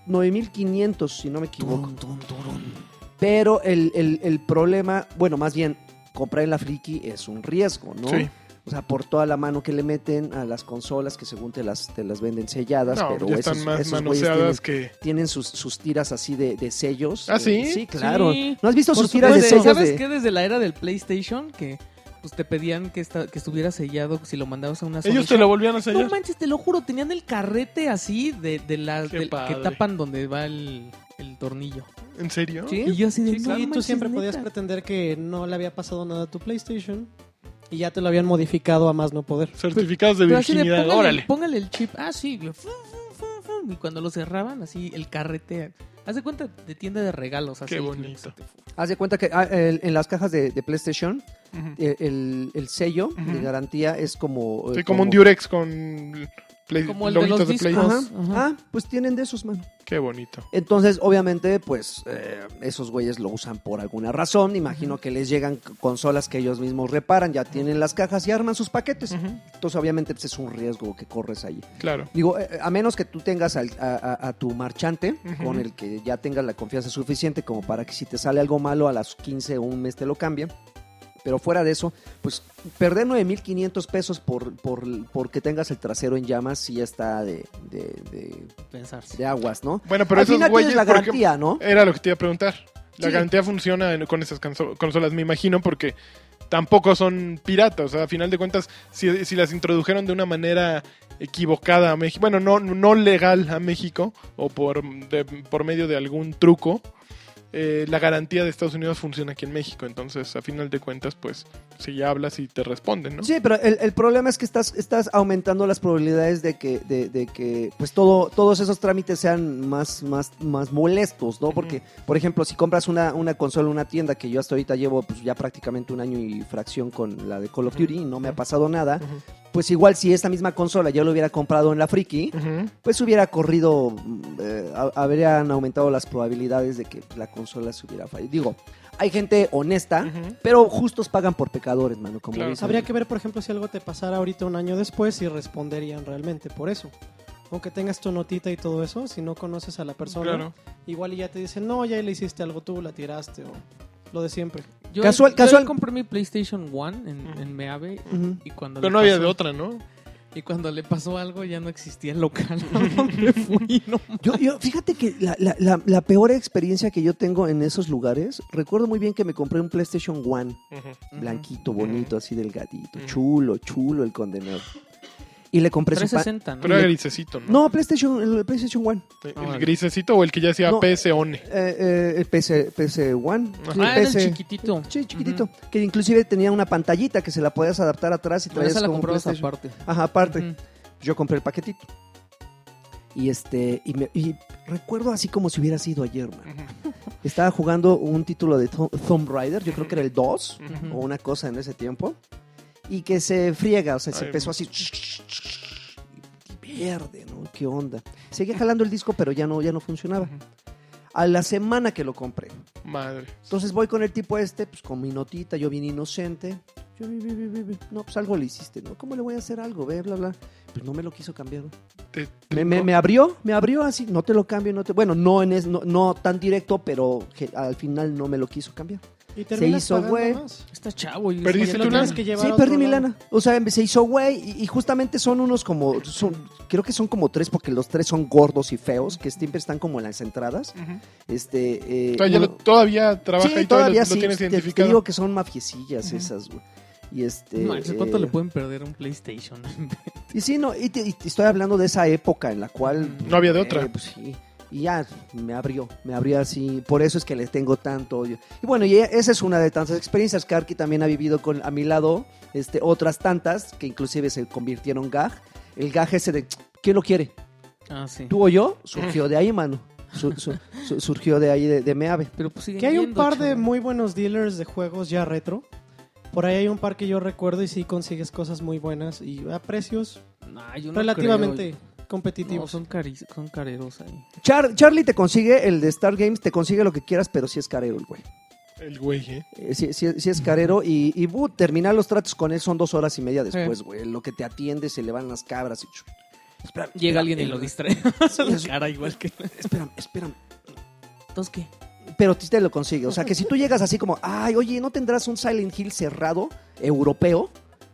9,500, si no me equivoco. Pero el problema, bueno, más bien, comprar en la Friki es un riesgo, ¿no? Sí. O sea, por toda la mano que le meten a las consolas que según te las venden selladas, No, pero ya están esos más güeyes manoseadas que... tienen sus tiras así de sellos. ¿Ah, sí? Sí, claro. Sí. ¿No has visto Por sus tiras de supuesto. sellos ¿Sabes de...? qué? Desde la era del PlayStation, que pues te pedían que estuviera sellado si lo mandabas a una Ellos Sony te lo Shop. volvían a No sellar. manches, te lo juro, tenían el carrete así Qué que padre. tapan donde va el tornillo. ¿En serio? ¿Sí? Y yo así de, Sí, no tú manches, siempre neta. podías pretender que no le había pasado nada a tu PlayStation y ya te lo habían modificado a más no poder. Certificados de Pero así de, virginidad. Órale. póngale el chip. Ah, sí. Y cuando lo cerraban, así el carrete. Haz de cuenta de tienda de regalos. Así, Qué bonito. Haz de cuenta que en las cajas de PlayStation, Ujú. el sello Ujú. de garantía es como... Sí, como un Durex con Como el de loguitos los de Play. discos. Ajá. Ajá. Pues tienen de esos, mano. Qué bonito. Entonces, obviamente, pues esos güeyes lo usan por alguna razón. Imagino que les llegan consolas que ellos mismos reparan, ya tienen las cajas y arman sus paquetes. Ujú. Entonces, obviamente, pues es un riesgo que corres ahí. Claro. Digo, a menos que tú tengas a tu marchante Ujú. con el que ya tengas la confianza suficiente como para que si te sale algo malo a las 15 o un mes te lo cambie. Pero fuera de eso, pues perder 9,500 pesos porque tengas el trasero en llamas sí está de Pensarse. aguas, ¿no? Bueno, pero Al esos final güeyes... tienes la por ejemplo, garantía, ¿no? Era lo que te iba a preguntar. La Sí. garantía funciona con esas consolas, me imagino, porque tampoco son piratas. O sea, a final de cuentas, si las introdujeron de una manera equivocada a México, bueno, no legal a México, o por medio de algún truco, la garantía de Estados Unidos funciona aquí en México. Entonces, a final de cuentas, pues, si hablas y te responden, ¿no? Sí, pero el problema es que estás aumentando las probabilidades de que pues todos esos trámites sean más molestos, ¿no? Porque, por ejemplo, si compras una consola en una tienda, que yo hasta ahorita llevo pues ya prácticamente 1 año y fracción con la de Call of Duty y no me ha pasado nada, pues igual si esta misma consola yo lo hubiera comprado en la Friki, pues hubiera corrido, habrían aumentado las probabilidades de que la consola se hubiera fallado. Digo, hay gente honesta, pero justos pagan por pecadores, mano, como Claro. dicen. Habría que ver, por ejemplo, si algo te pasara ahorita 1 año después y responderían realmente por eso. Aunque tengas tu notita y todo eso, si no conoces a la persona, Claro. igual y ya te dicen, no, ya le hiciste algo tú, la tiraste o lo de siempre. Yo Casual. compré mi PlayStation 1 en Meave Ujú. y cuando Pero le no había pasó- de otra, ¿no? Y cuando le pasó algo ya no existía el local a donde fui, no. Yo fíjate que la peor experiencia que yo tengo en esos lugares, recuerdo muy bien que me compré un PlayStation 1, blanquito, bonito, así delgadito, chulo el condenado. Y le compré su 360, ¿no? Pero era grisecito, ¿no? No, PlayStation 1. ¿El grisecito o el que ya decía No. PS One? El PS1. Ah, era el chiquitito. Sí, chiquitito. Que inclusive tenía una pantallita que se la podías adaptar atrás y Pero traías esa la como comprabas PlayStation. aparte. Ajá, aparte. Ujú. Yo compré el paquetito. Y recuerdo así como si hubiera sido ayer, man. Estaba jugando un título de Tomb Raider, yo creo que era el 2 Ujú. o una cosa en ese tiempo, y que se friega, o sea, se Ay, empezó así y pierde, ¿no? ¿Qué onda? Seguía jalando el disco, pero ya no funcionaba. A la semana que lo compré. Madre. Entonces voy con el tipo pues con mi notita, yo bien inocente. No, pues algo le hiciste, ¿no? ¿Cómo le voy a hacer algo? Ve, bla, bla. Pues no me lo quiso cambiar, ¿no? Me abrió así, no te lo cambio, bueno, no tan directo, pero que al final no me lo quiso cambiar. Y terminas hizo, pagando güey. más. Está chavo. Y ¿Perdiste Porque tu lo tienes lana? que llevar Sí, a otro perdí mi lado. lana. O sea, se hizo güey y justamente son unos creo que son como 3 porque los 3 son gordos y feos, que siempre están como en las entradas. Todavía trabaja Sí, y todavía lo sí, tienes te identificado. digo que son mafiecillas esas, güey. Y Manches, ¿cuánto le pueden perder a un PlayStation? Y sí, no, y te estoy hablando de esa época en la cual... No había de otra. Pues sí, y ya me abrió así, por eso es que le tengo tanto odio. Y bueno, y esa es una de tantas experiencias. Karki también ha vivido a mi lado otras tantas, que inclusive se convirtieron en gag. El gag ese de, ¿quién lo quiere? Ah, sí. ¿Tú o yo? Surgió de ahí, mano. Surgió de ahí, de Meave. Pero pues siguen Que hay un yendo, par de chavo. muy buenos dealers de juegos ya retro. Por ahí hay un par que yo recuerdo y sí consigues cosas muy buenas y a precios Nah, yo no relativamente creo. No, competitivos. son careros ahí. Charlie te consigue, el de Star Games, te consigue lo que quieras, pero sí es carero el güey. El güey, ¿eh? Sí es carero y terminar los tratos con él son 2 horas y media después, güey. Lo que te atiende, se le van las cabras y... Llega alguien y lo distrae. Sí, La cara igual que... Espérame. ¿Entonces qué? Pero sí te lo consigue. O sea, que si tú llegas así como, ay, oye, ¿no tendrás un Silent Hill cerrado, europeo?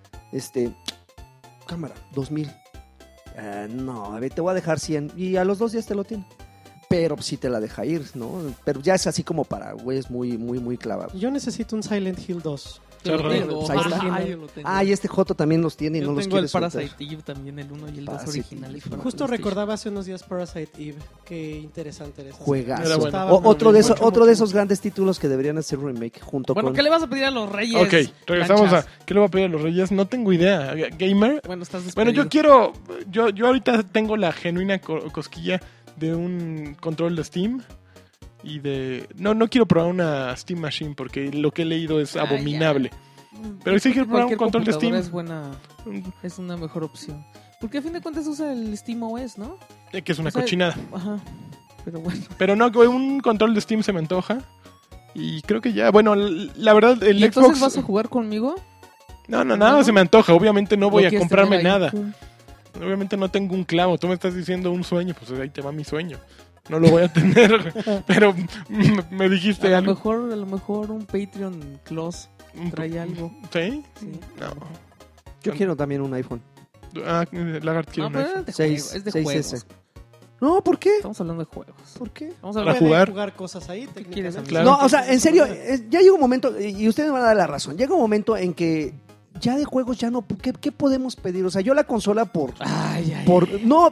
Cámara, 2000. No, a ver, te voy a dejar 100. Y a los 2 días te lo tiene. Pero sí te la deja ir, ¿no? Pero ya es así como para güeyes muy, muy, muy clavados. Yo necesito un Silent Hill 2. Yo lo Cerrado. tengo. Pues ahí está. Ajá, yo lo tengo. Ah, y este Joto también los tiene y Yo no los tengo el quiere soltar. Parasite Eve también, el 1 y el 2 Parasite originales. Eve. para Justo PlayStation. recordaba hace unos días Parasite Eve. Qué interesante era esa. Juegazo. Era bueno. Gustaba Otro de esos, mucho, otro de mucho. esos grandes títulos que deberían hacer remake junto Bueno, con... ¿qué le vas a pedir a los reyes? Ok, regresamos Lanchas? a... ¿Qué le voy a pedir a los reyes? No tengo idea. ¿Gamer? Bueno, estás Bueno, despedido. yo quiero... Yo ahorita tengo la genuina cosquilla de un control de Steam y de... No quiero probar una Steam Machine porque lo que he leído es Ah, abominable. Pero Yo sí creo quiero probar un cualquier control de computadora Steam. es una mejor opción. Porque a fin de cuentas usa el Steam OS, ¿no? Que es una O sea, cochinada. Ajá. Pero bueno. Pero no, un control de Steam se me antoja. Y creo que ya... Bueno, la verdad, el ¿Y entonces Xbox... vas a jugar conmigo? No, nada se me antoja. Obviamente no voy ¿Lo a quieres comprarme tener ahí? nada. Obviamente no tengo un clavo. Tú me estás diciendo un sueño, pues ahí te va mi sueño. No lo voy a tener. Pero me dijiste A algo. lo mejor un Patreon Close trae algo. ¿Sí? Sí. No. Yo quiero también un iPhone. Lagarde quiere No, un pero iPhone. es de juegos. S. No, ¿por qué? Estamos hablando de juegos. ¿Por qué? Estamos Para hablando Puede jugar. cosas ahí, quieres, técnicamente. amigo? Claro. No, o sea, en serio, ya llega un momento, y ustedes me van a dar la razón, llega un momento en que ya de juegos ya no, ¿qué podemos pedir? O sea, yo la consola por Ay, no,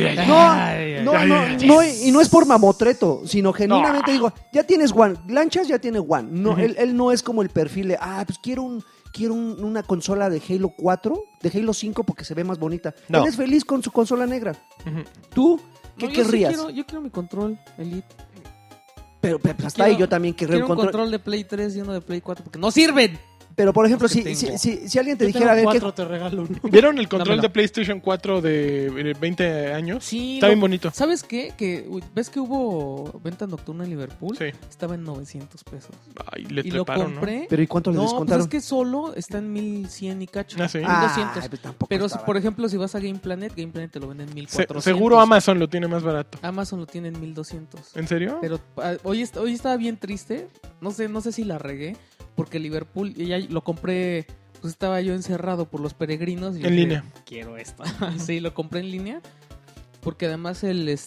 ay, y no es por mamotreto, sino genuinamente digo, ya tienes One, Lanchas ya tiene One. No, él no es como el perfil de, pues quiero una consola de Halo 4, de Halo 5 porque se ve más bonita. No. Él es feliz con su consola negra. ¿Tú qué No, querrías? Yo quiero mi control Elite. Pero hasta ahí yo también querría Quiero un un control. control de Play 3 y uno de Play 4 porque no sirven. Pero por ejemplo, Los que si tengo. alguien te Yo dijera, a ver, tengo ¿qué 4, te regalo uno. ¿Vieron el control Dámelo. de PlayStation 4 de 20 años? Sí. Está bien bonito. ¿Sabes qué? ¿Ves que hubo venta nocturna en Liverpool? Sí. Estaba en 900 pesos. Ay, le Y lo treparon, ¿no? compré. Pero ¿y cuánto le No, descontaron? pues es que solo está en 1100 y cacho. Ah, sí. 1200. pues tampoco Pero estaba. por ejemplo, si vas a Game Planet te lo venden en 1400. Seguro Amazon lo tiene más barato. Amazon lo tiene en 1200. ¿En serio? Pero hoy estaba bien triste. No sé si la regué. Porque Liverpool, ya lo compré. Pues estaba yo encerrado por los peregrinos. Y En dije, línea. Quiero esto. Sí, lo compré en línea. Porque además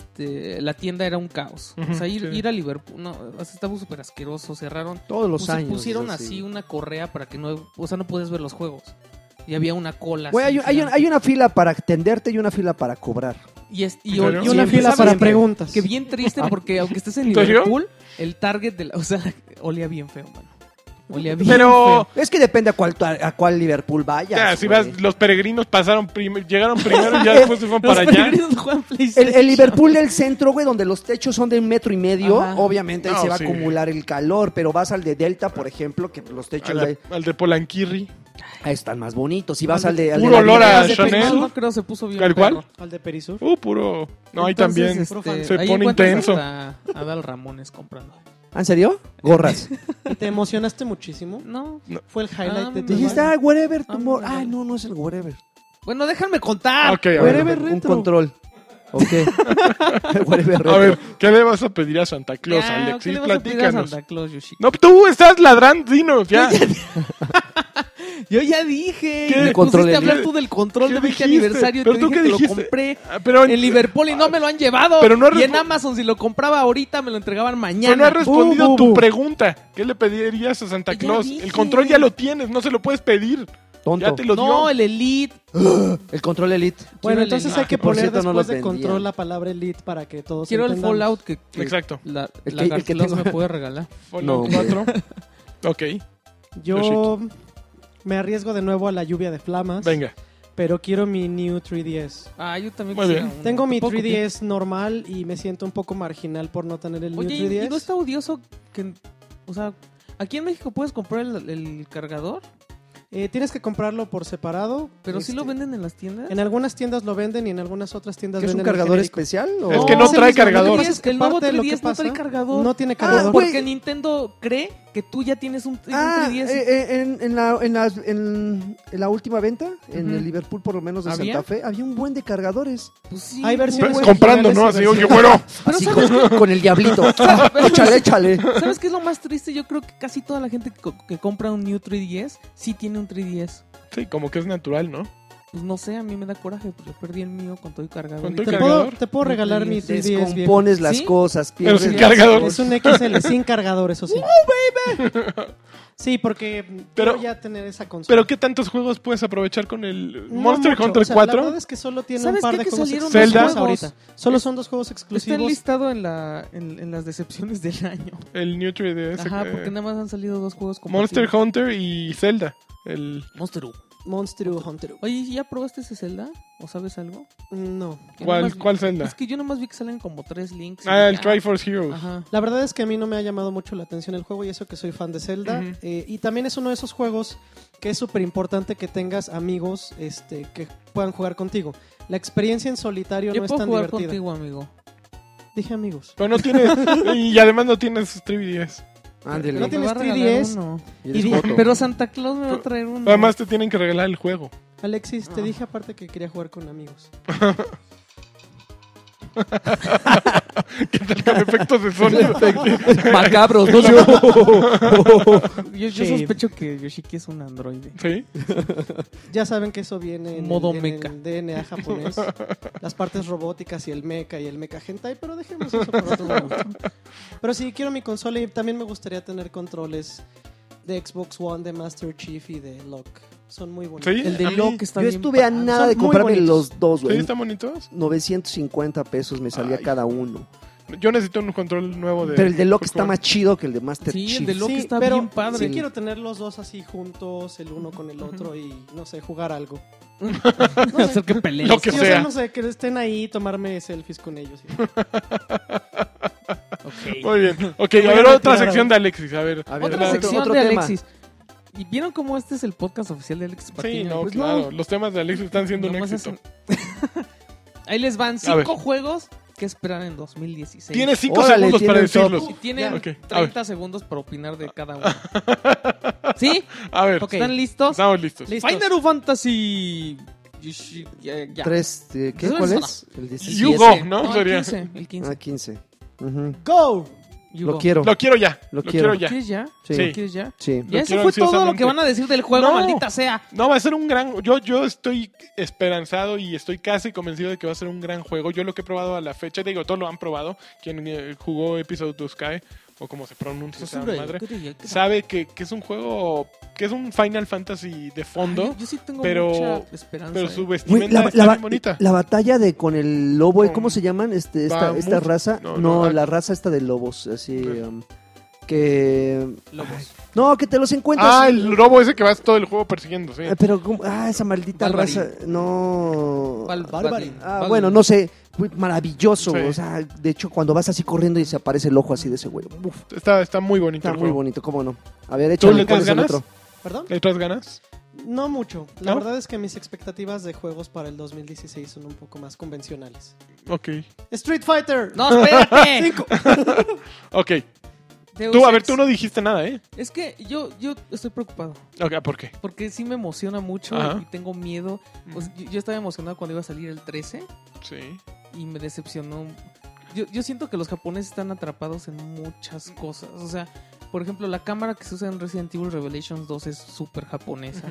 la tienda era un caos. Ujú, O sea, ir sí. a Liverpool, no, estaba súper asqueroso. Cerraron. Todos los años. Pusieron es así una correa para que no puedes ver los juegos. Y había una cola. Güey, así hay una fila para atenderte y una fila para cobrar. Y ¿En serio? Y una fila ¿sabes para qué? preguntas. Que bien triste porque aunque estés en ¿En serio? Liverpool, el target o sea, olía bien feo, mano. Olía bien Pero feo. Es que depende a cuál Liverpool vayas. ya, si güey. vas, los peregrinos llegaron primero y ya después se fueron Los para allá. peregrinos juegan PlayStation. El Liverpool del centro, güey, donde los techos son de 1,5 metros, Ajá. obviamente ahí No, se va sí. a acumular el calor, pero vas al de Delta, por ejemplo, que los techos ahí Al de Polanquirri. están más bonitos. Si vas al de Puro olor la- a de Chanel. Perisur. No creo, se puso bien ¿Cuál, cuál? perro. Al de Perisur. Puro. No, ahí Entonces, también. Se ahí pone encuentras intenso. hasta a Dal Ramones comprando. ¿Ah, ¿en serio? Gorras. ¿Y te emocionaste muchísimo? No. Fue el highlight de me tu Dijiste, live. wherever Ah, tomorrow. mira. No es el wherever. Bueno, déjame contar. Ok, a ver. Wherever Un retro. control. Ok. Wherever retro. A ver, ¿qué le vas a pedir a Santa Claus, Ya, Alex? ¿qué Sí, le vas a pedir a platícanos. Santa Claus, Yoshi? No, tú estás ladrando, dinos, ya. Yo ya dije. ¿Qué? Y me Control pusiste a hablar Elite. tú del control ¿Qué de 20 dijiste? aniversario. ¿Pero Te tú dije qué que dijiste? lo compré Pero en Liverpool y no me lo han llevado. Pero no has y en respo- Amazon, si lo compraba ahorita, me lo entregaban Pero mañana. no has respondido tu bu. pregunta. ¿Qué le pedirías a Santa Ya Claus? dije. El control ya lo tienes, no se lo puedes pedir. Tonto. Ya te lo No, dio. el Elite. El control Elite. Bueno, Quiero el entonces Elite. hay que Que por poner cierto no después los de vendían. control la palabra Elite para que todos Quiero el entendamos. Fallout que Exacto. la El que Garclos tengo. me puede regalar. Fallout No. 4. Ok, Yo me arriesgo de nuevo a la lluvia de flamas. venga. Pero quiero mi New 3DS. Ah, yo también Muy quisiera bien. uno. Tengo mi ¿Tampoco 3DS normal y me siento un poco marginal por no tener el Oye, New ¿y 3DS. no está odioso que... O sea, aquí en México puedes comprar el cargador, Tienes que comprarlo por separado. pero sí lo venden en las tiendas. En algunas tiendas lo venden y en algunas otras tiendas ¿Que es un venden el cargador genérico. especial? o- Es que no es el trae mismo. cargador. Lo que pasa es que El nuevo parte de lo 3DS que no pasa, trae cargador. No tiene cargador. güey. Porque Nintendo cree que tú ya tienes un 3DS. En la última venta, en Ujú. el Liverpool por lo menos de ¿Había? Santa Fe, había un buen de cargadores. Pues sí. Hay versiones Pues, Pues, comprando, ¿no? originales Así, y oye, versiones- bueno. Pero Así ¿sabes, con el diablito. échale. ¿sabes qué es lo más triste? Yo creo que casi toda la gente que compra un New 3DS sí tiene un 3DS. Sí, como que es natural, ¿no? Pues no sé, a mí me da coraje, porque yo perdí el mío con todo y cargador. Con todo y ¿Te cargador. puedo, te puedo regalar mi 3DS viejo. Descompones las ¿Sí? cosas, Pero pierdes sin las cargador. cosas. Es un XL sin cargador, eso sí. Sí, porque Pero- quiero ya tener esa consola. Pero ¿qué tantos juegos puedes aprovechar con el No Monster mucho, Hunter o sea, 4? La verdad es que solo tiene un ¿Sabes par qué? de Que juegos salieron dos exclusivos juegos. ahorita. Solo son 2 juegos Está exclusivos. enlistado en las decepciones del año. El New 3DS. Ajá, porque nada más han salido 2 juegos Monster compatibles. Hunter y Zelda. El... Monster U. Monster Hunter. Oye, ¿ya probaste ese Zelda? ¿O sabes algo? No. Yo ¿Cuál, nomás vi- ¿Cuál Zelda? Es que yo nomás vi que salen como 3 links. y Ah, el dije, Triforce Heroes. Ajá. La verdad es que a mí no me ha llamado mucho la atención el juego y eso que soy fan de Zelda. Ujú. Y también es uno de esos juegos que es súper importante que tengas amigos que puedan jugar contigo. La experiencia en solitario Yo no es puedo tan jugar divertida. contigo, amigo. Dije amigos. Pero no tienes... y además no tienes 3DS. Ándele. No Me tienes va a regalar 3DS. uno. Y eres y- joto. Pero Santa Claus me va a traer uno. Además te tienen que regalar el juego. Alexis, te dije aparte que quería jugar con amigos. ¿Qué tal con efectos de sonido? Macabros, ¿no? Yo Shave. sospecho que Yoshiki es un androide. Sí. Ya saben que eso viene en, Modo el, en mecha. el DNA japonés. Las partes robóticas y el mecha hentai, pero dejemos eso por otro momento. Pero sí, quiero mi consola y también me gustaría tener controles de Xbox One de Master Chief y de Locke. Son muy bonitos. Sí, El de a mí- Locke está Yo bien estuve a padre. nada Son de muy comprarme bonitos. los dos, ¿Sí güey. están bonitos? 950 pesos me salía Ay. cada uno. Yo necesito un control nuevo de... Pero el de Locke Xbox está One. más chido que el de Master Sí, Chief. el de Locke Sí, está pero bien padre. sí quiero tener los dos así juntos, el uno con el otro y, no sé, jugar algo. Hacer que peleen. Lo que Sí, sea. no sé, que estén ahí, tomarme selfies con ellos. Ok. Muy bien. Ok, voy a a ver otra retirar sección ahora. de Alexis. A ver. A ver, Otra otro- sección otro de tema. Alexis. ¿Y vieron cómo este es el podcast oficial de Alexis Sí, Patiño? no, Pues claro. Los temas de Alexis están siendo un nomás éxito. hacen- Ahí les van A ver. 5 juegos que esperar en 2016. Tienes 5 Órale, segundos para tienen top. decirlos. Y tienen Ok, a ver. 30 segundos para opinar de cada uno. ¿Sí? A ver, Ok. ¿Están listos? estamos listos. Listos. Final Fantasy... Ya. 3, ¿qué? Eso ¿Cuál es es? El 17. You go, ¿no? el Sería. 15. El 15. Ah, 15. Ujú. ¡Go! You Lo go. quiero. Lo quiero ya. Lo Lo quiero. quiero ya. ¿Quieres ya? Sí. Sí. ¿Quieres ya? Sí. Ya Lo eso quiero fue todo lo ansiosamente. que van a decir del juego, No. maldita sea. No, va a ser un gran... Yo estoy esperanzado y estoy casi convencido de que va a ser un gran juego. Yo lo que he probado a la fecha, digo, todos lo han probado. Quien jugó Episode to Sky, o como se pronuncia esa madre, sabe que es un juego... Que es un Final Fantasy de fondo, Yo sí tengo pero- mucha esperanza. pero su Güey, vestimenta está bien bonita. la batalla de con el lobo, Con ¿cómo se llaman? Esta Bahamut. raza. No, No, no, la raza esta de lobos, así Ok. que Lobos. no, que te los encuentras. Ah, el robo ese que vas todo el juego persiguiendo, sí. Pero esa maldita Valkyrie. raza, no. Bárbaro. Bueno, no sé, maravilloso. Sí. O sea, de hecho, cuando vas así corriendo y se aparece el ojo así de ese güey. Uf, Está muy bonito está el muy juego. bonito, cómo no. A ver, ¿Tú échale, le ¿cuál das es el ganas? otro? ¿Perdón? ¿Le traes ganas? No mucho. La ¿No? verdad es que mis expectativas de juegos para el 2016 son un poco más convencionales. Ok. Street Fighter. No, espérate. 5. Ok. Deus Tú, a ver, Ex. tú no dijiste nada, ¿eh? Es que yo estoy preocupado. Ok, ¿por qué? Porque sí me emociona mucho Ajá. y tengo miedo. Pues, yo estaba emocionado cuando iba a salir el 13 Sí. y me decepcionó. Yo siento que los japoneses están atrapados en muchas cosas. O sea, por ejemplo, la cámara que se usa en Resident Evil Revelations 2 es súper japonesa.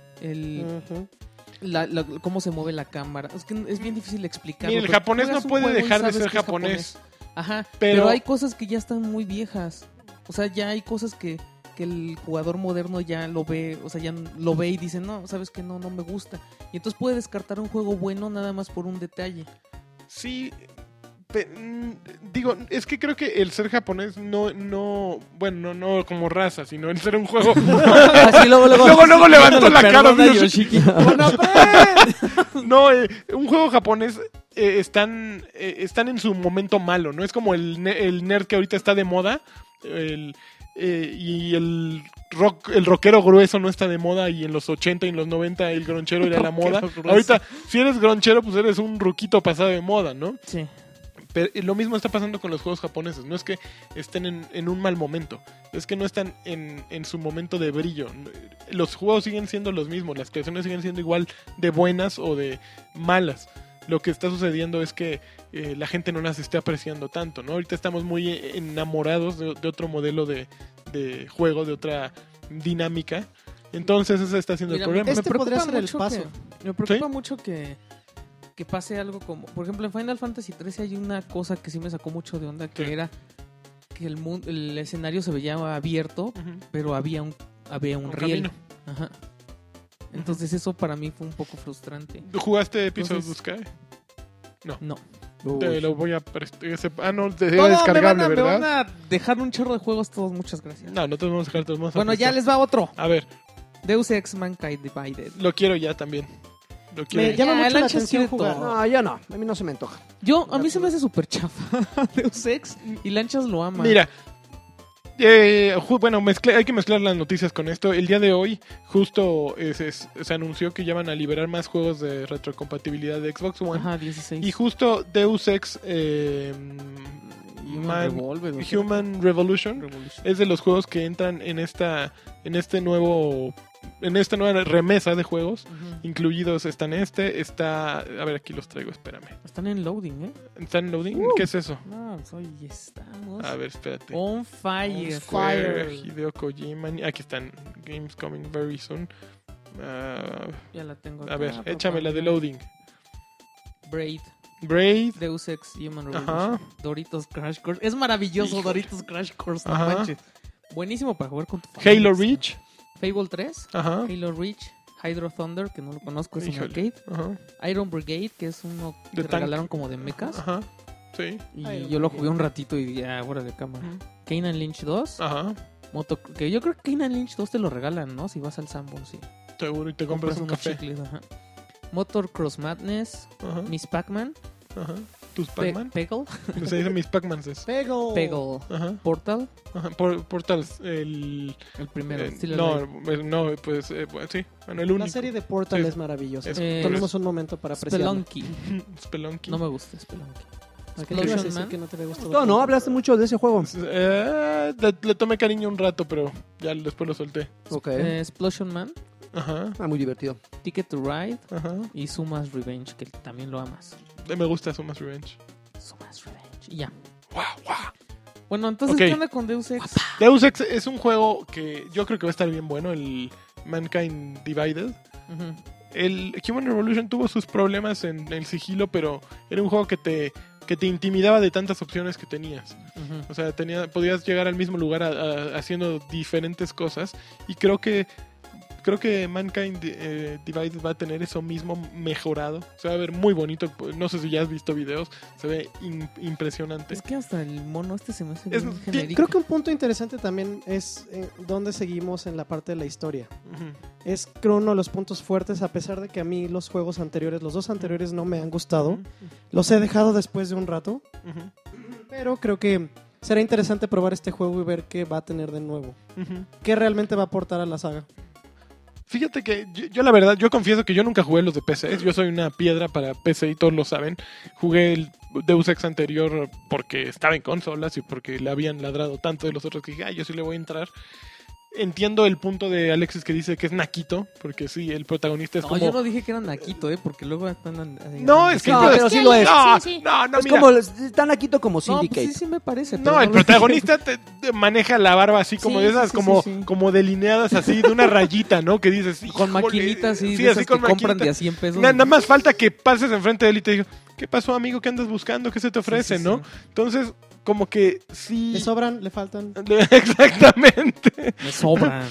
Ujú. Cómo se mueve la cámara. Es que es bien difícil explicarlo. Mira, el porque japonés juegas no un puede juego y dejar de sabes ser que es japonés. Ajá, Pero- pero hay cosas que ya están muy viejas. O sea, ya hay cosas que el jugador moderno ya lo ve, o sea, ya lo ve y dice, no, sabes que no me gusta. Y entonces puede descartar un juego bueno nada más por un detalle. Sí. Digo, es que creo que el ser japonés no como raza, sino el ser un juego. Así luego Luego levantó la cara, Perdona, Dios. Yoshiki. No, un juego japonés están en su momento malo, ¿no? Es como el nerd que ahorita está de moda. Y el rockero grueso no está de moda, y en los 80 y en los 90 el gronchero era la moda. grueso. Ahorita, si eres gronchero, pues eres un ruquito pasado de moda, ¿no? Sí. Pero lo mismo está pasando con los juegos japoneses. No es que estén en un mal momento, es que no están en su momento de brillo. Los juegos siguen siendo los mismos, las creaciones siguen siendo igual de buenas o de malas. Lo que está sucediendo es que la gente no las esté apreciando tanto, ¿no? Ahorita estamos muy enamorados de otro modelo de juego, de otra dinámica. Entonces ese está siendo Mira, el problema. Este podría ser el mucho paso. Me preocupa ¿Sí? mucho que pase algo como... Por ejemplo, en Final Fantasy XIII hay una cosa que sí me sacó mucho de onda, que ¿Qué? era que el escenario se veía abierto, Ujú. pero había un Un riel. camino. Ajá. Entonces eso para mí fue un poco frustrante. ¿Tú jugaste Episode Entonces- Sky? No. Te lo voy a prestar. No, te Todo, es descargable, me ¿verdad? van a dejar un chorro de juegos todos, muchas gracias. No, no te vamos a dejar todos más. Bueno, ya les va otro. A ver, Deus Ex Mankind Divided. lo quiero ya también. Lo quiero. Me llama Ya, mucho el la Lanchas atención quiere jugar. todo. No, ya no, a mí no se me antoja. A mí se me hace súper chafa Deus Ex y Lanchas lo ama. Mira, bueno, hay que mezclar las noticias con esto. El día de hoy justo se anunció que ya van a liberar más juegos de retrocompatibilidad de Xbox One. Ajá, 16. Y justo Deus Ex Human Revolution es de los juegos que entran en esta nueva remesa de juegos. Ujú. Incluidos están está... A ver, aquí los traigo, espérame. Están en loading, ¿eh? ¿Están en loading? ¿Qué es eso? No, hoy estamos A ver, espérate. on fire. Square, Hideo Kojima. Aquí están. Games coming very soon. Ya la tengo. A acá, ver, papá. échame la de loading. Braid, Braid. Deus Ex Human Revolution, Ajá. Doritos Crash Course. Es maravilloso Doritos Crash Course, no Ajá. manches. Buenísimo para jugar con tu familia. Halo Reach. Fable 3. Ajá. Halo Reach. Hydro Thunder, que no lo conozco, es un Híjole. arcade. Ajá. Iron Brigade, que es uno que De tanque. regalaron como de mechas. Ajá. Sí. Y Iron yo lo Brigade. jugué un ratito y ya, fuera de cámara. Ujú. Kane and Lynch 2. Ajá. Que yo creo que Kane and Lynch 2 te lo regalan, ¿no? Si vas al Sanborns, sí. Seguro, y te compras un unos café. chicles, ajá. Motor Cross Madness. Ajá. Miss Pac-Man. Ajá. ¿Tus Pac-Man? Peggle. Se dice mis Pac-Mans. Pego. Peggle. Ajá. Portal. Ajá. Portals, el... El primero. Still no, Alive. no, pues bueno, sí. Bueno, el único. La serie de Portal Sí. es maravillosa. Es- Tomemos un momento para apreciarla. Spelunky. Spelunky. No me gusta Spelunky. ¿A qué le ibas a Explosion decir Man. que no te había gustado? No, no, hablaste mucho de ese juego. Le tomé cariño un rato, pero ya después lo solté. Ok. Explosion Man. Ajá. Ah, muy divertido. Ticket to Ride. Ajá. Y Suma's Revenge, que también lo amas. Me gusta Suma's Revenge. Suma's Revenge. Y ya. Wow, wow. Bueno, entonces, Ok. ¿qué onda con Deus Ex? Deus Ex es un juego que yo creo que va a estar bien bueno, el Mankind Divided. Ujú. El Human Revolution tuvo sus problemas en el sigilo, pero era un juego que te intimidaba de tantas opciones que tenías. Ujú. O sea, podías llegar al mismo lugar haciendo diferentes cosas. Y creo que Mankind Divided va a tener eso mismo mejorado. Se va a ver muy bonito. No sé si ya has visto videos. Se ve impresionante. Es que hasta el mono este se me hace Es- bien ti- genérico. Creo que un punto interesante también es dónde seguimos en la parte de la historia. Ujú. Es creo uno de los puntos fuertes, a pesar de que a mí los juegos anteriores, los dos anteriores no me han gustado. Los he dejado después de un rato, Ujú. pero creo que será interesante probar este juego y ver qué va a tener de nuevo. Ujú. ¿Qué realmente va a aportar a la saga? Fíjate que yo la verdad, yo confieso que yo nunca jugué los de PC. Yo soy una piedra para PC y todos lo saben. Jugué el Deus Ex anterior porque estaba en consolas y porque le habían ladrado tanto de los otros que dije, yo sí le voy a entrar. Entiendo el punto de Alexis que dice que es naquito, porque sí, el protagonista es No, como... yo no dije que era naquito, porque luego están... No, es que... No, pero sí lo es. No, Sí, sí. no, Es mira. como tan Aquito como No, Syndicate. pues sí me parece. No, pero el lo dije. protagonista te maneja la barba así como Sí, de esas, sí, sí, como, sí, sí. como delineadas así, de una rayita, ¿no? Que dices... Con "Híjole". maquinitas, sí, Sí, de así esas con que compran maquinita. de a 100 pesos. Nada más falta que pases enfrente de él y te diga, ¿qué pasó, amigo? ¿Qué andas buscando? ¿Qué se te ofrece, sí, no? sí. Entonces, como que sí... ¿Le sobran? ¿Le faltan? Exactamente. Me sobran.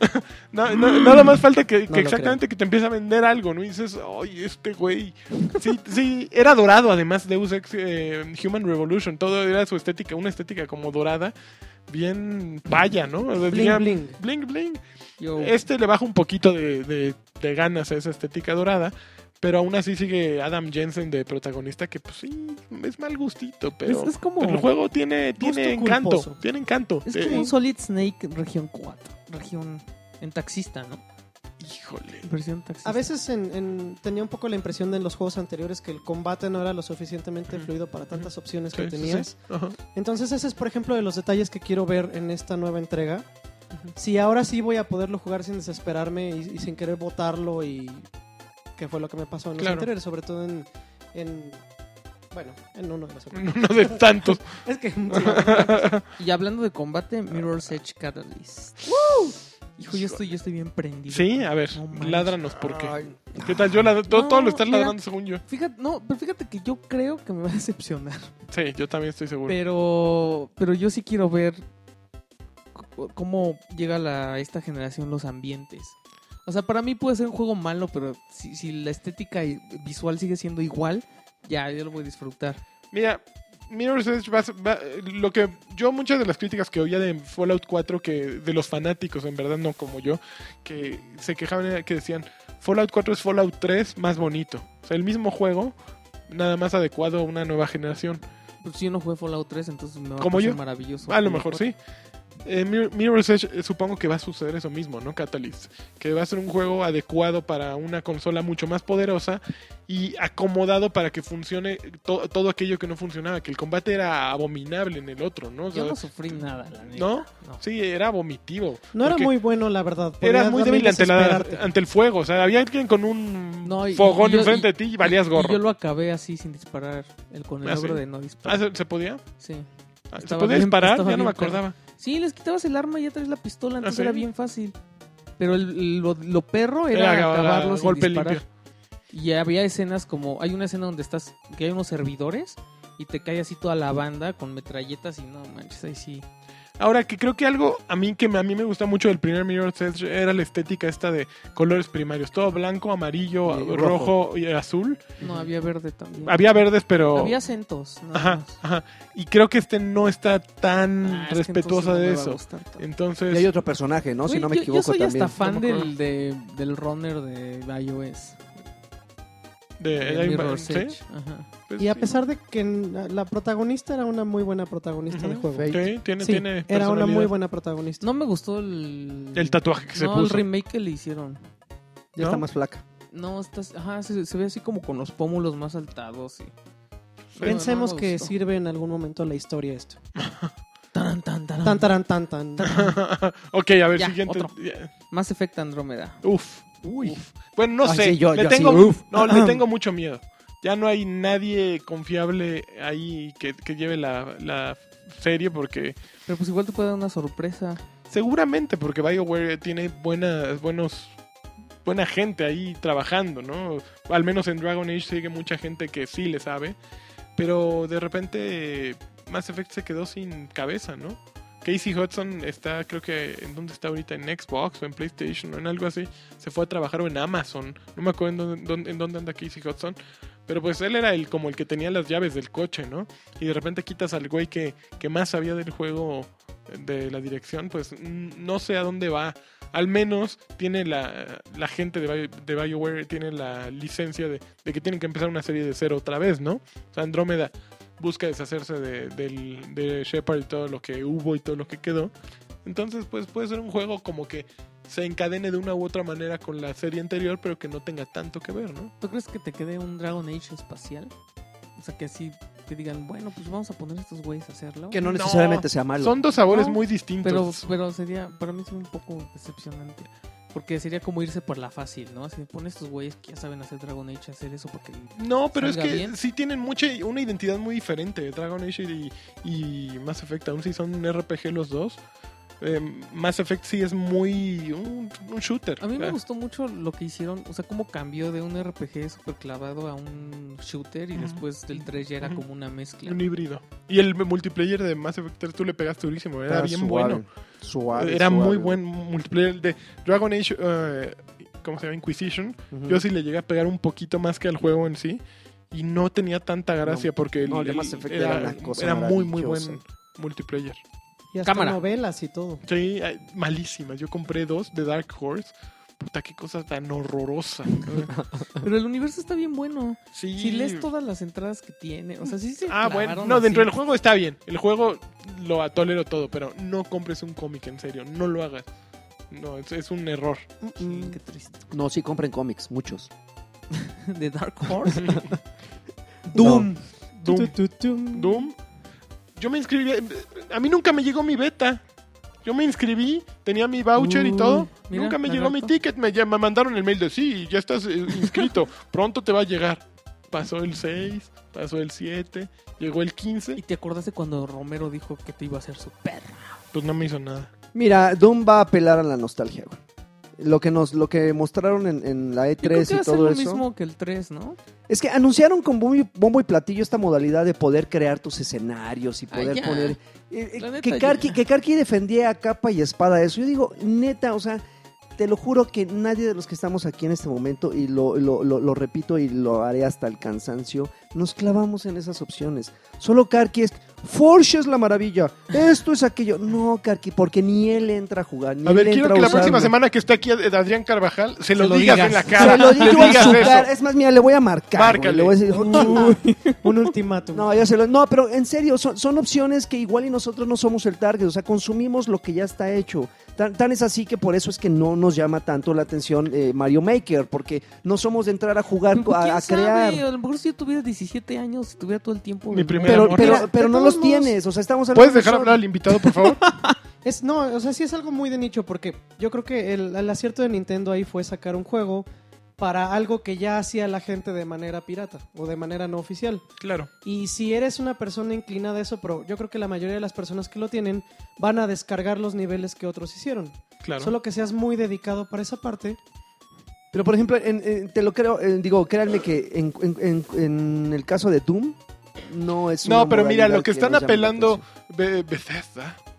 Nada más falta que No lo exactamente que te empiece a vender algo, ¿no? Y dices, oye, este güey. Sí, sí, era dorado además Deus Ex Human Revolution. Todo era su estética, una estética como dorada, bien vaya, ¿no? O sea, Bling, bling. Bling, bling. Yo, Este le baja un poquito de ganas a esa estética dorada. Pero aún así sigue Adam Jensen de protagonista, que pues sí, es mal gustito, pero Es como- el juego tiene Gusto encanto, culposo. tiene encanto. es como un Solid Snake región 4. Región en taxista, ¿no? Híjole. Versión taxista. A veces tenía un poco la impresión de en los juegos anteriores que el combate no era lo suficientemente Ujú. fluido para tantas opciones Sí, que sí, tenías. sí. Ajá. Entonces ese es, por ejemplo, de los detalles que quiero ver en esta nueva entrega. Si ahora sí voy a poderlo jugar sin desesperarme y sin querer botarlo y que fue lo que me pasó en los Claro. anteriores, sobre todo en uno de los anteriores. Uno de tantos. Es que Y hablando de combate, Mirror's Edge Catalyst. Hijo, yo estoy bien prendido. Sí, a ver, No manches. ládranos, ¿por qué? Ay, ¿Qué tal? Todo lo estás mira. ladrando según yo. Fíjate que yo creo que me va a decepcionar. Sí, yo también estoy seguro. Pero yo sí quiero ver cómo llega esta generación los ambientes. O sea, para mí puede ser un juego malo, pero si la estética visual sigue siendo igual, ya yo lo voy a disfrutar. Mira, Mirror's Edge lo que yo, muchas de las críticas que oía de Fallout 4, que de los fanáticos, en verdad no como yo, que se quejaban, era que decían, Fallout 4 es Fallout 3 más bonito. O sea, el mismo juego, nada más adecuado a una nueva generación. Pues si yo no jugué Fallout 3, entonces me va ¿Como a parecer yo? maravilloso. A lo Fallout mejor 4. sí. Mirror's Edge, supongo que va a suceder eso mismo, ¿no? Catalyst. Que va a ser un juego adecuado para una consola mucho más poderosa y acomodado para que funcione todo aquello que no funcionaba. Que el combate era abominable en el otro, ¿no? O sea, Yo no sufrí nada, la neta. ¿no? No. Sí, era vomitivo. no era Porque muy bueno, la verdad. Eras Podías muy también débil desesperarte. ante el fuego. O sea, había alguien con un No, fogón yo- enfrente de ti y valías gorro. Y yo lo acabé así sin disparar, con el ¿Ah, logro sí? de no disparar. ¿Se podía? Sí. ¿Se Estaba podía bien- disparar? estaba Ya no me bien perro. acordaba. Sí, les quitabas el arma y ya traes la pistola, entonces ¿sí? era bien fácil. Pero lo perro era Era acabarlo sin golpe disparar. limpio. Y había escenas como... Hay una escena donde que hay unos servidores y te cae así toda la banda con metralletas y no manches, ahí sí. Ahora que creo que algo a mí me gusta mucho del primer Mirror's Edge era la estética esta de colores primarios. Todo blanco, amarillo, Y rojo y azul. No, había verde también. Había verdes, pero... Había acentos. nada Ajá, más. ajá. Y creo que no está tan Ah, es que respetuosa entonces no de me va a eso. gustar tanto. Entonces... Y hay otro personaje, ¿no? Si Güey, no me yo equivoco soy también. hasta fan No me acuerdo. del runner de iOS. de de Mirror's ¿sí? Edge. Ajá. Pues Y a sí. pesar de que la protagonista era una muy buena protagonista de Ujú. juego. Fate. Sí, tiene Sí, tiene era una muy personalidad. buena protagonista. No me gustó el tatuaje que se no, el puso. remake que le hicieron. Ya ¿no? está más flaca. No, se ve así como con los pómulos más saltados. Pensemos no me que gustó. sirve en algún momento a la historia esto. Tan, tan, tan. Tan, taran, tan, tan. Ok, a ver, Ya, siguiente. otro. Mass Effect Andrómeda. Uf. Uy. Bueno, no Ay, sé. sí, yo le así, tengo, uf. no, le tengo mucho miedo. Ya no hay nadie confiable ahí que lleve la serie porque Pero pues igual te puede dar una sorpresa. seguramente porque BioWare tiene buena gente ahí trabajando, ¿no? Al menos en Dragon Age sigue mucha gente que sí le sabe, pero de repente Mass Effect se quedó sin cabeza, ¿no? Casey Hudson está, creo que, ¿en dónde está ahorita? ¿En Xbox o en PlayStation o en algo así? Se fue a trabajar o en Amazon. No me acuerdo en dónde anda Casey Hudson. Pero pues él era como el que tenía las llaves del coche, ¿no? Y de repente quitas al güey que más sabía del juego, de la dirección, pues no sé a dónde va. Al menos tiene la gente de BioWare tiene la licencia de que tienen que empezar una serie de cero otra vez, ¿no? O sea, Andrómeda busca deshacerse de Shepard y todo lo que hubo y todo lo que quedó. Entonces, pues puede ser un juego como que se encadene de una u otra manera con la serie anterior, pero que no tenga tanto que ver, ¿no? ¿Tú crees que te quede un Dragon Age espacial? O sea, que así te digan, bueno, pues vamos a poner a estos güeyes a hacerlo. Que no necesariamente sea malo. Son dos sabores No, muy distintos. Pero sería, para mí es un poco decepcionante. Porque sería como irse por la fácil, ¿no? Así pone estos güeyes que ya saben hacer Dragon Age, hacer eso porque... No, pero es salga que bien. sí tienen una identidad muy diferente. Dragon Age y Mass Effect, aún si son un RPG los dos. Mass Effect sí es muy un shooter. A mí me gustó mucho lo que hicieron, o sea, cómo cambió de un RPG super clavado a un shooter y Ujú. después del 3 ya era Ujú. como una mezcla. Un híbrido. Y el multiplayer de Mass Effect 3 tú le pegaste durísimo. Era bien suave, bueno. Suave. Era suave. muy buen multiplayer. De Dragon Age, ¿cómo se llama? Inquisition. Ujú. Yo sí le llegué a pegar un poquito más que al juego en sí. Y no tenía tanta gracia porque el de Mass Effect era una cosa muy buen maravillosa. multiplayer. Y hasta Cámara. novelas y todo. Sí, malísimas. Yo compré 2 de Dark Horse. Puta, qué cosa tan horrorosa. Pero el universo está bien bueno. Sí. Si lees todas las entradas que tiene, o sea, sí se Bueno. clavaron No, dentro así. del juego está bien. El juego lo tolero todo, pero no compres un cómic en serio. No lo hagas. No, es un error. Sí, qué triste. No, sí compren cómics, muchos. De Dark Horse. Doom. Doom. Doom. Doom. Yo me inscribí. A mí nunca me llegó mi beta. Yo me inscribí, tenía mi voucher y Uy, todo. mira, Nunca me llegó mi lagarto. ticket. Me mandaron el mail de sí, ya estás inscrito. Pronto te va a llegar. Pasó el 6, pasó el 7, llegó el 15. ¿Y te acordaste cuando Romero dijo que te iba a hacer su perra? Pues no me hizo nada. Mira, Doom va a apelar a la nostalgia, güey. Lo que mostraron en la Yo creo E3 que va y a ser todo lo eso. mismo que el 3, ¿no? Es que anunciaron con bombo y platillo esta modalidad de poder crear tus escenarios y poder ya. poner... La neta, que ya. Karki defendía a capa y espada eso. Yo digo, neta, o sea, te lo juro que nadie de los que estamos aquí en este momento, y lo repito y lo haré hasta el cansancio, nos clavamos en esas opciones. Solo Karki es... Forge es la maravilla, esto es aquello. No, Karki, porque ni él entra a jugar. Ni A ver, él quiero entra que a la usarlo. próxima semana que esté aquí Adrián Carvajal, se lo lo digas digas. en la cara. Se lo digo Le en digas su eso. cara. Es más, mira, le voy a marcar. Márcale. Güey, le voy a decir, Un ultimátum. no, no, pero en serio, son opciones que igual y nosotros no somos el target, o sea, consumimos lo que ya está hecho. Tan es así que por eso es que no nos llama tanto la atención Mario Maker, porque no somos de entrar a jugar, Pues, ¿quién a sabe? crear. A lo mejor si yo tuviera 17 años, si tuviera todo el tiempo... Mi del primer mundo. amor. Pero de no todos los modos, tienes, o sea, estamos hablando ¿Puedes de dejar eso. hablar al invitado, por favor? No, o sea, sí es algo muy de nicho porque yo creo que el acierto de Nintendo ahí fue sacar un juego para algo que ya hacía la gente de manera pirata o de manera no oficial. Claro. Y si eres una persona inclinada a eso, pero yo creo que la mayoría de las personas que lo tienen van a descargar los niveles que otros hicieron. Claro. Solo que seas muy dedicado para esa parte. Pero por ejemplo, te lo creo, créanme que en el caso de Doom no es una No, pero mira, modalidad lo que están nos llame la apelando atención. Bethesda,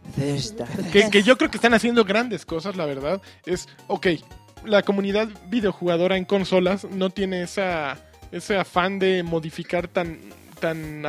Bethesda. que yo creo que están haciendo grandes cosas, la verdad. Es, ok, la comunidad videojugadora en consolas no tiene ese afán de modificar tan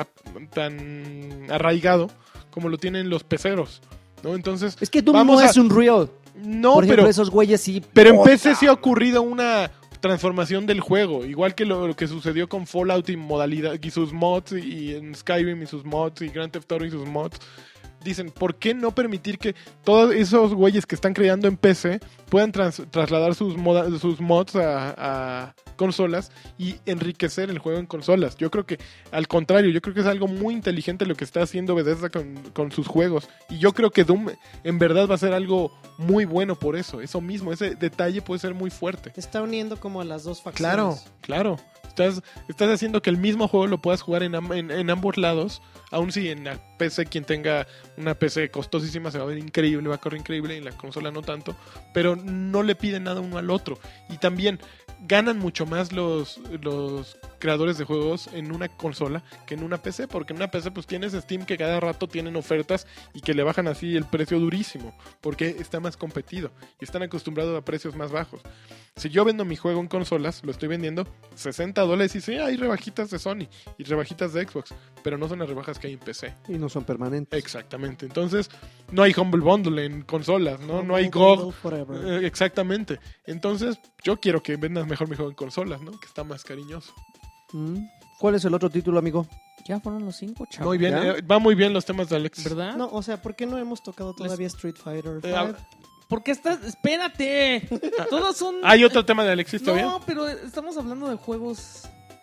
arraigado como lo tienen los peceros, ¿no? Entonces, Es que Doom vamos no a- es un real. no, Por ejemplo, pero esos güeyes sí. Pero en ¡puta! PC sí ha ocurrido una transformación del juego, igual que lo que sucedió con Fallout y modalidad y sus mods y en Skyrim y sus mods y Grand Theft Auto y sus mods. Dicen, ¿por qué no permitir que todos esos güeyes que están creando en PC puedan trasladar sus mods a consolas y enriquecer el juego en consolas? Yo creo que, al contrario, yo creo que es algo muy inteligente lo que está haciendo Bethesda con sus juegos. Y yo creo que Doom en verdad va a ser algo muy bueno por eso. Eso mismo, ese detalle puede ser muy fuerte. Está uniendo como a las dos Claro, facciones. claro. Estás haciendo que el mismo juego lo puedas jugar en ambos lados. Aun si en la PC, quien tenga una PC costosísima se va a ver increíble, va a correr increíble, y en la consola no tanto. Pero no le piden nada uno al otro. Y también ganan mucho más los creadores de juegos en una consola que en una PC. Porque en una PC pues tienes Steam, que cada rato tienen ofertas y que le bajan así el precio durísimo. Porque está más competido y están acostumbrados a precios más bajos. Si yo vendo mi juego en consolas, lo estoy vendiendo $60 y sí, hay rebajitas de Sony y rebajitas de Xbox, pero no son las rebajas que hay en PC. Y no son permanentes. Exactamente. Entonces, no hay Humble Bundle en consolas, no hay Bundle GOG. forever. Exactamente. Entonces, yo quiero que vendas mejor mi juego en consolas, ¿no? Que está más cariñoso. ¿Cuál es el otro título, amigo? Ya fueron los 5, chavos. Muy bien, ¿Ya? va muy bien los temas de Alex. ¿Verdad? No, o sea, ¿por qué no hemos tocado todavía Street Fighter 5? Porque estás... ¡Espérate! Todos son... ¿Hay otro tema de Alexis todavía? No, pero estamos hablando de juegos...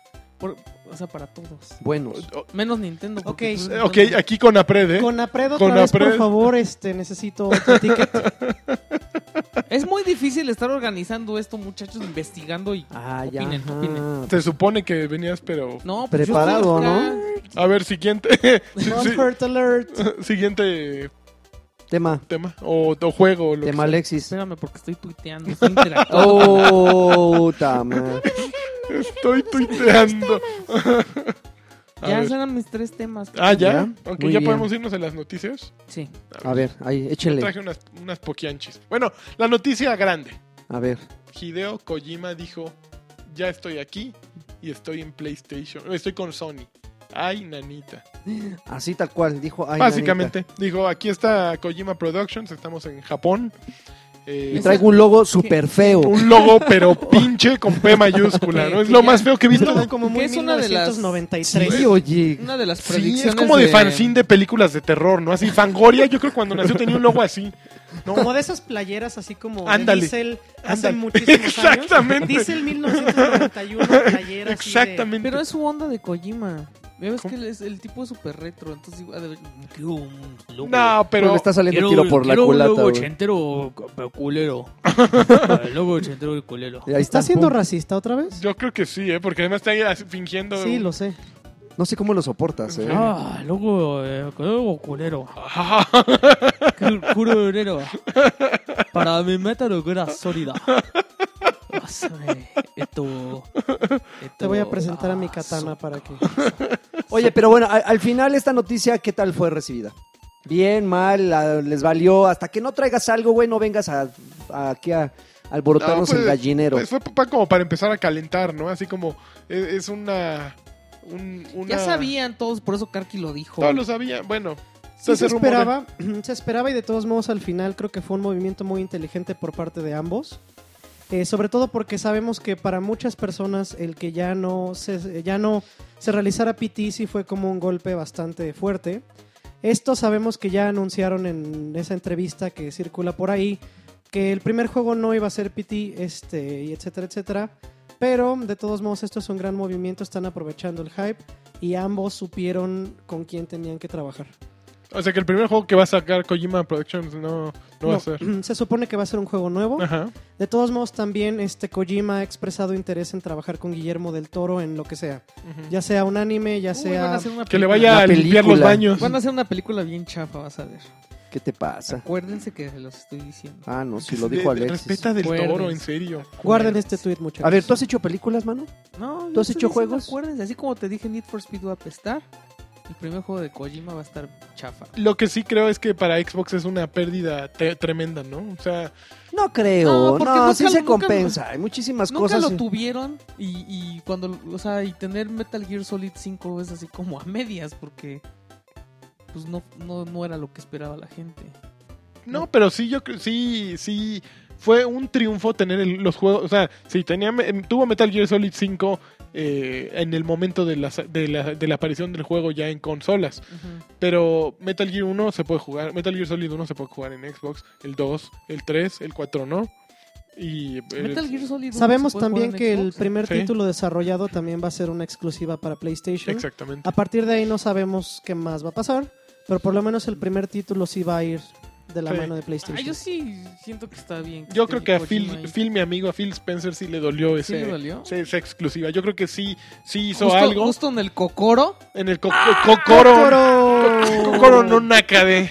O sea, para todos. Buenos. Menos Nintendo. porque, Ok. pues, Ok, Nintendo- aquí con Apred, ¿eh? Con Apred otra Con vez, Apred. por favor, necesito otro ticket. Es muy difícil estar organizando esto, muchachos, investigando y... Ah, ya. opinen, ajá. opinen. Se supone que venías, pero... No, pues Preparado, yo estoy acá. A ver, siguiente. Not Hurt Alert. Siguiente Tema. tema. O juego. O lo Tema que sea. Alexis. Espérame, porque estoy tuiteando, estoy interactuando. Oh, tama. Estoy tuiteando. A Ya ver. serán mis 3 temas. Ah, ¿ya? Ya, Ok, muy ¿ya bien. podemos irnos a las noticias? Sí. A ver, ahí, Yo échele. traje unas poquianchis. Bueno, la noticia grande. A ver. Hideo Kojima dijo, ya estoy aquí y estoy en PlayStation. Estoy con Sony. Ay, nanita. Así tal cual, dijo. Ay, Básicamente, dijo, aquí está Kojima Productions, estamos en Japón. nanita. Y traigo un logo súper feo. Un logo, pero pinche con P mayúscula, ¿no? Es lo más feo que he visto. Todo como muy ¿Qué es una de las- 1993. Sí, oye. Una de las Sí, predicciones es como de fanzine de películas de terror, ¿no? Así, Fangoria, yo creo que cuando nació tenía un logo así. ¿no? Como de esas playeras así como Ándale, de Diesel hace ándale. muchísimos Exactamente. años. Diesel 1991, playeras Exactamente. Pero es su onda de Kojima. Ya ves ¿Cómo? que el tipo es súper retro, entonces igual de... Quiero un logo. No, Pero pero le está saliendo tiro por la culata, un logo güey. ochentero, pero culero. El logo ochentero y culero. Y ahí ¿Está está. siendo pum. racista otra vez? yo creo que sí, ¿eh? Porque además está ahí así fingiendo... Sí, lo sé. No sé cómo lo soportas, ¿eh? Ah, logo culero. Culero. Para mi meta lo que era sólida. Esto... Te voy a presentar a mi katana para que... Oye, pero bueno, al final esta noticia, ¿qué tal fue recibida? Bien, mal, les valió. Hasta que no traigas algo, güey, no vengas aquí a alborotarnos No, pues, el gallinero. Pues fue como para empezar a calentar, ¿no? Así como es una... Ya sabían todos, por eso Karki lo dijo. Todos lo sabían, bueno. Sí se ese rumor esperaba y de todos modos al final creo que fue un movimiento muy inteligente por parte de ambos. Sobre todo porque sabemos que para muchas personas el que ya no se realizara PT sí fue como un golpe bastante fuerte. Esto sabemos que ya anunciaron en esa entrevista que circula por ahí que el primer juego no iba a ser PT, y etcétera, etcétera. Pero de todos modos esto es un gran movimiento, están aprovechando el hype y ambos supieron con quién tenían que trabajar. O sea que el primer juego que va a sacar Kojima Productions no va a ser. Se supone que va a ser un juego nuevo. Ajá. De todos modos, también Kojima ha expresado interés en trabajar con Guillermo del Toro en lo que sea. Ujú. Ya sea un anime, ya Van sea... a hacer una Que le película. vaya a Una limpiar los película. baños. Van a hacer una película bien chafa, vas a ver. ¿Qué te pasa? Acuérdense que se los estoy diciendo. Ah, no, si lo dijo Alexis. Respeta del Acuérdense. Toro, en serio. Guarden este tweet, muchachos. A ver, ¿tú has hecho películas, mano? No, ¿Tú has yo estoy hecho diciendo, juegos? Acuérdense, así como te dije, Need for Speed va a apestar. El primer juego de Kojima va a estar chafa. Lo que sí creo es que para Xbox es una pérdida tremenda, ¿no? O sea, No creo, No, porque no, nunca- sí se nunca- compensa. Hay muchísimas Nunca cosas. lo tuvieron y cuando, o sea, y tener Metal Gear Solid 5 es así como a medias porque pues no era lo que esperaba la gente. no, pero sí, yo creo, sí, fue un triunfo tener los juegos, o sea, sí, tuvo Metal Gear Solid 5 en el momento de la aparición del juego ya en consolas, pero Metal Gear 1 se puede jugar, Metal Gear Solid 1 se puede jugar en Xbox, el 2, el 3, el 4 no, y Metal Gear Solid 1 Sabemos se puede también jugar que en el Xbox. primer Sí. título desarrollado también va a ser una exclusiva para PlayStation. exactamente. A partir de ahí no sabemos qué más va a pasar, pero por lo menos el primer título sí va a ir de la Sí. mano de PlayStation. Yo sí siento que está bien. Yo creo que a Kojima ahí. Phil, mi amigo, a Phil Spencer sí le dolió ¿Sí le dolió? esa exclusiva. Yo creo que sí hizo algo Justo en el Kokoro. en el ¡Ah, Kokoro no Nakade.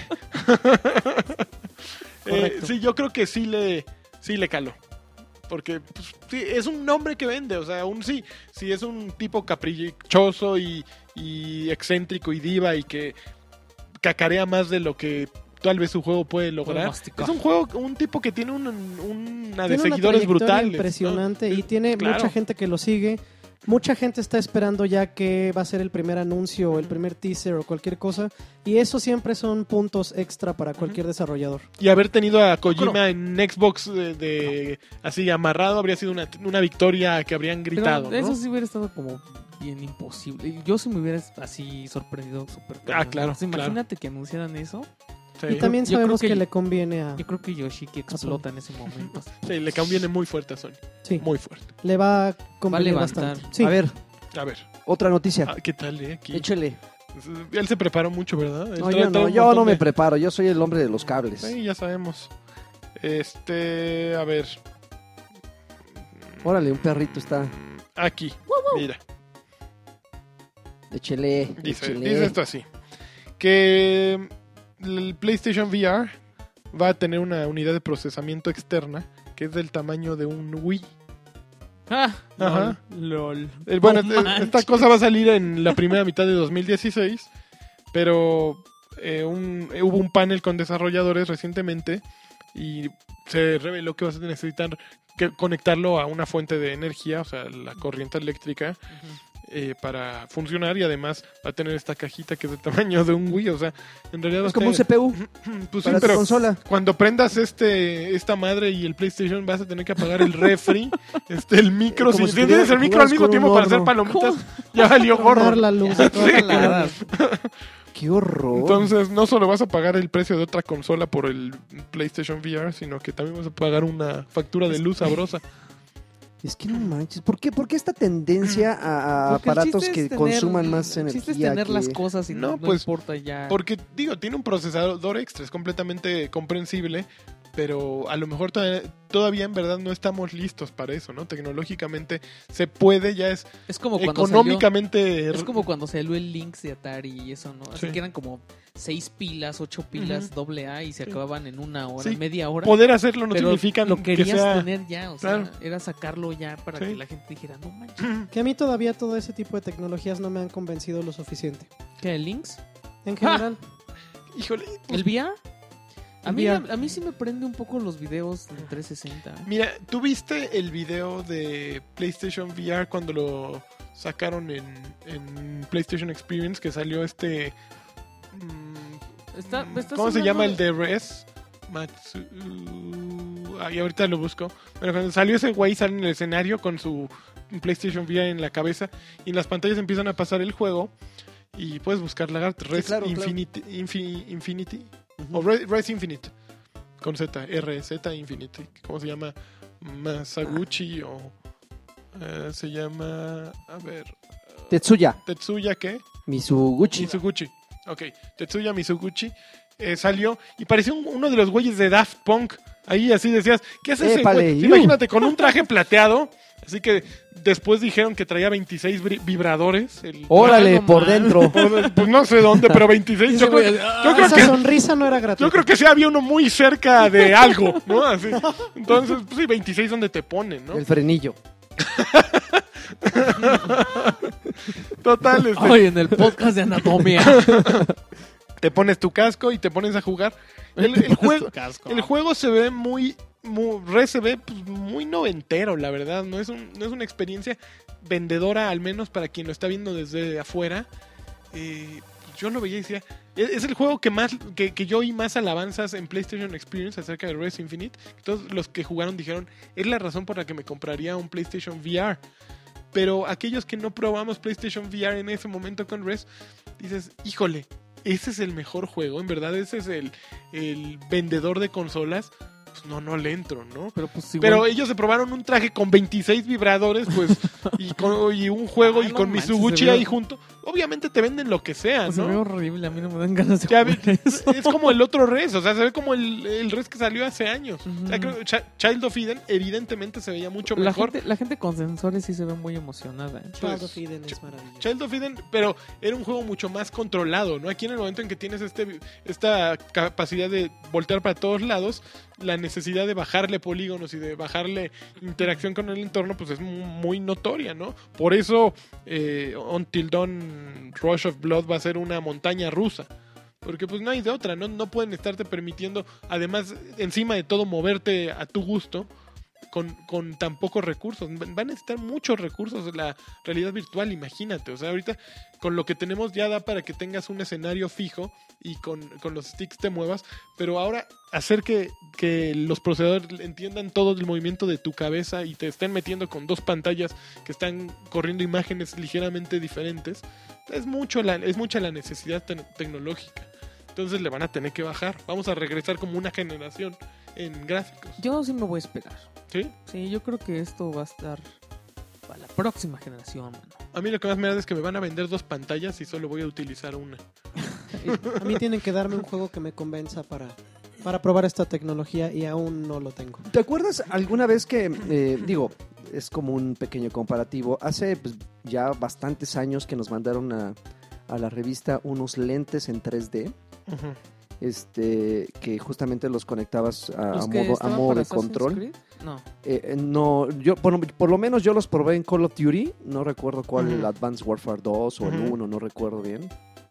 Correcto. Sí, yo creo que sí le caló. Porque pues, sí, es un nombre que vende, o sea, sí es un tipo caprichoso y excéntrico y diva y que cacarea más de lo que tal vez su juego puede lograr. masticar. Es un juego, un tipo que tiene una Tiene de una seguidores trayectoria brutales. impresionante ¿no? y tiene Claro. mucha gente que lo sigue. Mucha gente está esperando ya que va a ser el primer anuncio o el primer teaser o cualquier cosa. Y eso siempre son puntos extra para cualquier desarrollador. Y haber tenido a Kojima en Xbox así amarrado habría sido una victoria que habrían gritado, Pero ¿no? eso sí hubiera estado como bien imposible. Yo sí me hubiera así sorprendido súper. cañón. claro, O sea, imagínate que anunciaran eso. Sí. Y también Yo sabemos creo que que- le conviene a... Yo creo que Yoshiki explota en ese momento. Sí, le conviene muy fuerte a Sony. Sí, Muy fuerte. le va a Va a convenir levantar. bastante. Sí. A ver, A ver, otra noticia. ¿qué tal, Aquí. Échele. Él se preparó mucho, ¿verdad? Él No, trae- yo trae no, un yo montón no me de- preparo. Yo soy el hombre de los cables. Sí, ya sabemos. A ver. Órale, un perrito está. Aquí, mira. Échele. Dice échele. esto así. Que el PlayStation VR va a tener una unidad de procesamiento externa que es del tamaño de un Wii. Ah, Ajá. LOL. Bueno, No esta manches. cosa va a salir en la primera mitad de 2016, pero hubo un panel con desarrolladores recientemente y se reveló que vas a necesitar conectarlo a una fuente de energía, o sea, la corriente eléctrica, para funcionar, y además va a tener esta cajita que es del tamaño de un Wii, o sea, en realidad va Es a como un tener- CPU pues sí, para tu pero consola. cuando prendas esta madre y el PlayStation vas a tener que apagar el refri, el micro, Como si si tienes el micro al jugaras mismo con tiempo un para hacer horno. palomitas, ya valió gorro. Dar la luz a toda la Nada. Qué horror. Entonces, no solo vas a pagar el precio de otra consola por el PlayStation VR, sino que también vas a pagar una factura de luz sabrosa. Es que no manches. ¿Por qué esta tendencia a Porque el aparatos chiste que es tener- consuman más El chiste es energía? tener las que- cosas y No, no, pues, importa ya. Porque, digo, tiene un procesador extra, es completamente comprensible, pero a lo mejor todavía en verdad no estamos listos para eso, ¿no? Tecnológicamente se puede, ya es Es como cuando económicamente... Es como cuando salió el Lynx de Atari y eso, ¿no? Así Sí. que eran como 6 pilas, 8 pilas AA y se acababan en una hora, Sí. media hora. Poder hacerlo no pero significa lo que querías sea... tener ya, o sea, Claro. era sacarlo ya para Sí. que la gente dijera, no manches. Que a mí todavía todo ese tipo de tecnologías no me han convencido lo suficiente. ¿Qué, el Lynx? En general, Híjole, ¿El VR? A mí, VR. a mí sí me prende un poco los videos en 360. mira, ¿tú viste el video de PlayStation VR cuando lo sacaron en PlayStation Experience, que salió ¿Estás ¿cómo se hablando llama el de Res? Y ahorita lo busco. Bueno, cuando salió ese güey, sale en el escenario con su PlayStation VR en la cabeza y en las pantallas empiezan a pasar el juego y puedes buscar lagarto. Res claro, claro. Infinity Ujú. o Res Infinite con Z, RZ Infinity. ¿Cómo se llama? Masaguchi o se llama, a ver, Tetsuya Tetsuya ¿qué? Mizuguchi. Mizuguchi. Ok, Tetsuya Mizuguchi salió y parecía uno de los güeyes de Daft Punk. Ahí así decías, ¿qué es ese Épale, güey? Sí, imagínate, con un traje plateado. Así que después dijeron que traía 26 vibradores. Órale, no por mames. dentro. Pues no sé dónde, pero 26. Yo creo, yo creo esa que sonrisa no era gratuita. yo creo que sí había uno muy cerca de algo, ¿no? Así. Entonces, pues sí, 26 donde te ponen, ¿no? El frenillo. Total, Hoy en el podcast de anatomía. te pones tu casco y te pones a jugar. El juego se ve se ve pues, muy noventero, la verdad. No es una experiencia vendedora, al menos para quien lo está viendo desde afuera. Yo lo veía y decía, es el juego que yo oí más alabanzas en PlayStation Experience acerca de Res Infinite. Todos los que jugaron dijeron, es la razón por la que me compraría un PlayStation VR. Pero aquellos que no probamos PlayStation VR en ese momento con Res, dices, híjole, ese es el mejor juego, en verdad ese es el vendedor de consolas. Pues no le entro, ¿no? Pero ellos se probaron un traje con 26 vibradores, pues, y un juego y con Mizuguchi ahí junto. Obviamente te venden lo que sea, ¿no? Se ve horrible, a mí no me dan ganas de jugar eso. Es como el otro Res, o sea, se ve como el Res que salió hace años. O sea, creo que Child of Eden evidentemente se veía mucho mejor. La gente con sensores sí se ve muy emocionada. Child of Eden es maravilloso. Child of Eden, pero era un juego mucho más controlado, ¿no? Aquí en el momento en que tienes esta capacidad de voltear para todos lados, la necesidad de bajarle polígonos y de bajarle interacción con el entorno, pues es muy notoria, ¿no? Por eso Until Dawn Rush of Blood va a ser una montaña rusa. Porque pues no hay de otra, no pueden estarte permitiendo, además, encima de todo, moverte a tu gusto con tan pocos recursos. Van a necesitar muchos recursos la realidad virtual, imagínate. O sea, ahorita con lo que tenemos ya da para que tengas un escenario fijo y con los sticks te muevas, pero ahora hacer que los procesadores entiendan todo el movimiento de tu cabeza y te estén metiendo con dos pantallas que están corriendo imágenes ligeramente diferentes, es mucha la necesidad tecnológica. Entonces le van a tener que bajar. Vamos a regresar como una generación en gráficos. Yo sí me voy a esperar. ¿Sí? Sí, yo creo que esto va a estar para la próxima generación, mano. A mí lo que más me da es que me van a vender dos pantallas y solo voy a utilizar una. A mí tienen que darme un juego que me convenza para probar esta tecnología y aún no lo tengo. ¿Te acuerdas alguna vez que, es como un pequeño comparativo, hace pues, ya bastantes años que nos mandaron a la revista unos lentes en 3D? Uh-huh. Que justamente los conectabas a ¿Los modo de control. Creed? No. No, yo por lo menos yo los probé en Call of Duty, no recuerdo cuál, Uh-huh. el Advanced Warfare 2 o el 1, no recuerdo bien.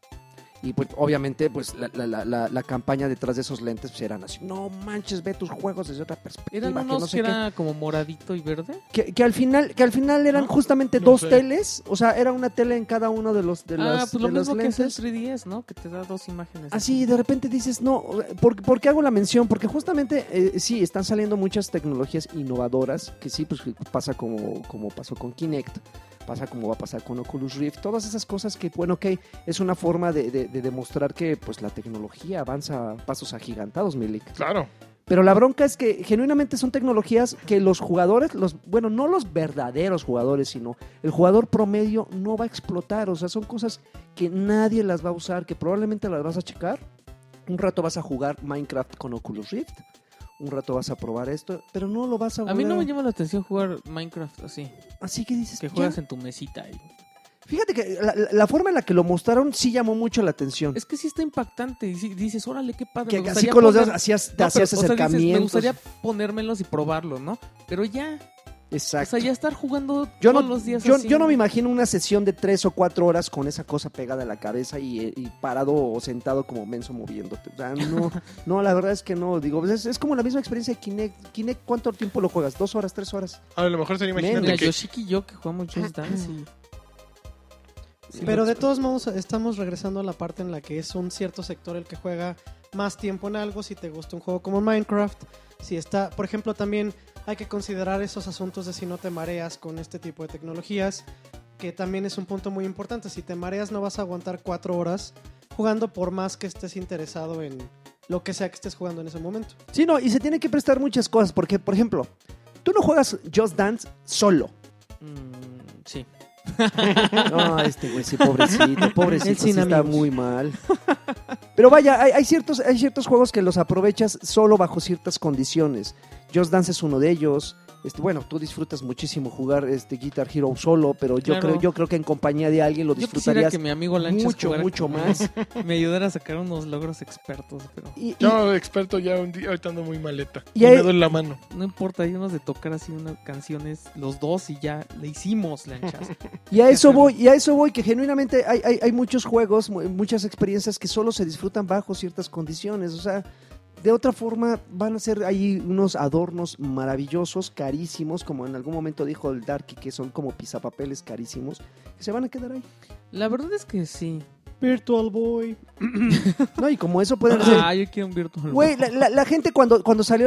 Y pues obviamente pues la campaña detrás de esos lentes pues, eran así, no manches, ve tus juegos desde otra perspectiva. ¿Eran unos no sé que era como moradito y verde? que al final eran ¿No? justamente No dos sé. teles, o sea, era una tele en cada uno de los pues de lo los mismo que es el lentes. 3DS, ¿no? Que te da dos imágenes. Así, de repente dices, no, ¿por qué hago la mención? Porque justamente, sí, están saliendo muchas tecnologías innovadoras, que sí, pues pasa como pasó con Kinect, pasa como va a pasar con Oculus Rift, todas esas cosas que, bueno, ok, es una forma de demostrar que pues la tecnología avanza a pasos agigantados, Milik. Claro. Pero la bronca es que genuinamente son tecnologías que los jugadores, no los verdaderos jugadores, sino el jugador promedio no va a explotar. O sea, son cosas que nadie las va a usar, que probablemente las vas a checar. Un rato vas a jugar Minecraft con Oculus Rift, un rato vas a probar esto, pero no lo vas a A mí no volver me llama la atención jugar Minecraft así. Así que dices, Que ya. juegas en tu mesita. Fíjate que la forma en la que lo mostraron sí llamó mucho la atención. Es que sí está impactante. Y dices, órale, qué padre. Que me así gustaría con los dedos poner- hacías No, pero, hacías o sea, dices, acercamientos. me gustaría ponérmelos y probarlos, ¿no? Pero ya, Exacto. o sea, ya estar jugando Yo todos no, los días yo, así. yo no me imagino una sesión de 3 o 4 horas con esa cosa pegada a la cabeza y parado o sentado como menso moviéndote. O sea, no, la verdad es que no. Digo, es como la misma experiencia de Kinect. Kinect, ¿cuánto tiempo lo juegas? ¿2 horas, 3 horas? A lo mejor sería, Mira, imagínate Mira, que Yoshiki y yo que jugamos Just Dance y... Sí, Pero de lo- todos modos estamos regresando a la parte en la que es un cierto sector el que juega más tiempo en algo. Si te gusta un juego como Minecraft, si está, por ejemplo, también hay que considerar esos asuntos de si no te mareas con este tipo de tecnologías, que también es un punto muy importante. Si te mareas no vas a aguantar 4 horas jugando por más que estés interesado en lo que sea que estés jugando en ese momento. Sí, no, y se tiene que prestar muchas cosas. Porque, por ejemplo, tú no juegas Just Dance solo. sí. No, güey, sí, pobrecito, Él sí sin está amigos. muy mal. Pero vaya, hay ciertos juegos que los aprovechas solo bajo ciertas condiciones. Just Dance es uno de ellos. Bueno, tú disfrutas muchísimo jugar Guitar Hero solo, pero Claro. yo creo que en compañía de alguien lo Yo quisiera disfrutarías que mi amigo Lanchas mucho, jugara mucho conmigo. más. Me ayudara a sacar unos logros expertos, pero Y, Yo, experto, ya un día, ahorita ando muy maleta. Y Y hay- me duele la mano. no importa, hay unos de tocar así unas canciones, los dos, y ya le hicimos Lanchas. y a eso voy, que genuinamente hay muchos juegos, muchas experiencias que solo se disfrutan bajo ciertas condiciones. O sea, de otra forma van a ser ahí unos adornos maravillosos, carísimos, como en algún momento dijo el Darky, que son como pisapapeles carísimos, que se van a quedar ahí. La verdad es que sí. Virtual Boy. No, y como eso pueden ser... Yo quiero un Virtual Boy. Güey, la gente cuando salió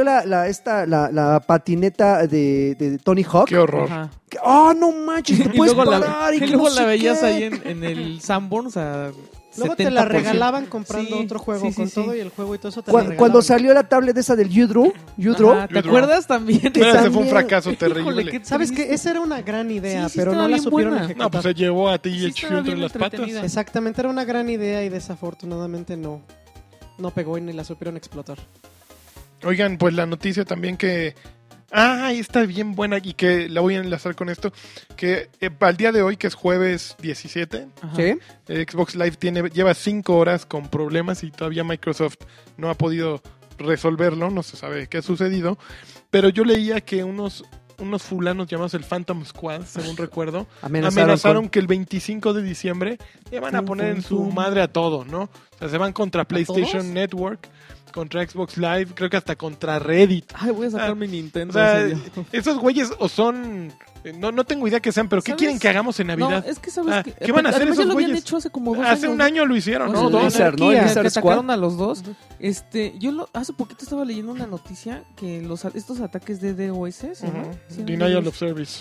la patineta de Tony Hawk, Qué horror. Ajá. ¡oh, no manches! Te Y puedes luego parar y que luego no la sé veías qué. ahí en el Sanborns a Luego te la 70%. regalaban comprando Sí, otro juego sí, sí, con sí. todo y el juego y todo eso te lo Cuando regalaban. salió la tablet esa del Udro, Ajá, ¿te Udro. acuerdas también? Que Pero ese fue un también- fracaso Híjole, terrible. qué ¿Sabes qué? triste. Esa era una gran idea, Sí, sí pero estaba no la bien supieron buena. ejecutar. No, pues se llevó a ti y Sí, el estaba entre bien las patas. entretenida. Exactamente, era una gran idea y desafortunadamente no pegó y ni la supieron explotar. Oigan, pues la noticia también que... está bien buena y que la voy a enlazar con esto. Que al día de hoy, que es jueves 17, Ajá. ¿Sí? Xbox Live lleva 5 horas con problemas y todavía Microsoft no ha podido resolverlo, no se sabe qué ha sucedido. Pero yo leía que unos fulanos llamados el Phantom Squad, según recuerdo, amenazaron con- que el 25 de diciembre le van a Tum, poner tum, en su tum. madre a todo, ¿no? O sea, se van contra PlayStation todos? Network, contra Xbox Live, creo que hasta contra Reddit. Ay, voy a sacar Ah, mi Nintendo. O sea, en serio. esos güeyes o son... No tengo idea qué sean, pero ¿qué ¿Sabes? quieren que hagamos en Navidad? No, es que sabes que... ¿qué van a hacer además esos ya lo habían güeyes? hecho hace como 2 años. Hace un año lo hicieron, O ¿no? sea, el Dos. Blizzard, ¿no? El que Blizzard atacaron Squad. a los dos. Hace poquito estaba leyendo una noticia que estos ataques de DOS, ¿se llama? Ujú. ¿Sí, Denial DOS? of Service.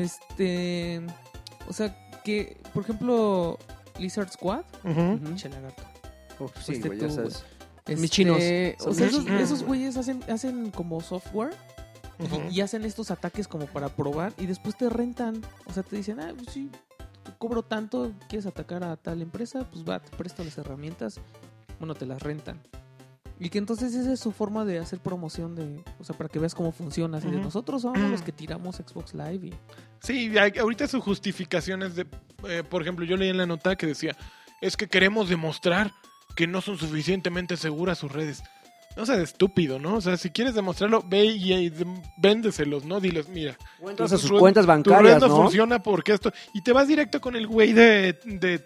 Ujú. O sea, que, por ejemplo, Lizard Squad, Ujú. che lagarto. Uf, sí, Fuiste güey, ya tú, sabes. Este, chinos. O sea, Son mis- esos güeyes hacen como software Ujú. y hacen estos ataques como para probar y después te rentan. O sea, te dicen, pues sí, te cobro tanto, quieres atacar a tal empresa, pues va, te presto las herramientas, bueno, te las rentan. Y que entonces esa es su forma de hacer promoción o sea, para que veas cómo funciona. Así de Ujú. nosotros somos los que tiramos Xbox Live y... Sí, ahorita su justificación es de... por ejemplo, yo leí en la nota que decía, es que queremos demostrar que no son suficientemente seguras sus redes. No seas estúpido, ¿no? O sea, si quieres demostrarlo, ve y véndeselos, ¿no? Diles, mira, Cuentas a sus red- cuentas tu red bancarias, no ¿no? funciona porque esto... Y te vas directo con el güey de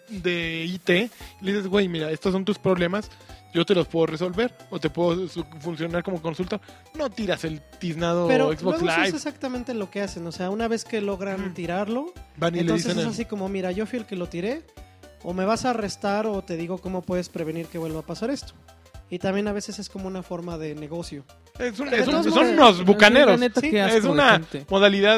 IT y le dices, güey, mira, estos son tus problemas, yo te los puedo resolver o te puedo funcionar como consultor. No tiras el tiznado Pero Xbox luego eso es Live. exactamente lo que hacen. O sea, una vez que logran tirarlo, Van y le entonces dicen es el- así como, mira, yo fui el que lo tiré, o me vas a arrestar o te digo cómo puedes prevenir que vuelva a pasar esto. Y también a veces es como una forma de negocio. son todos son modos, unos bucaneros. La neta, Sí, qué asco Es de una gente. modalidad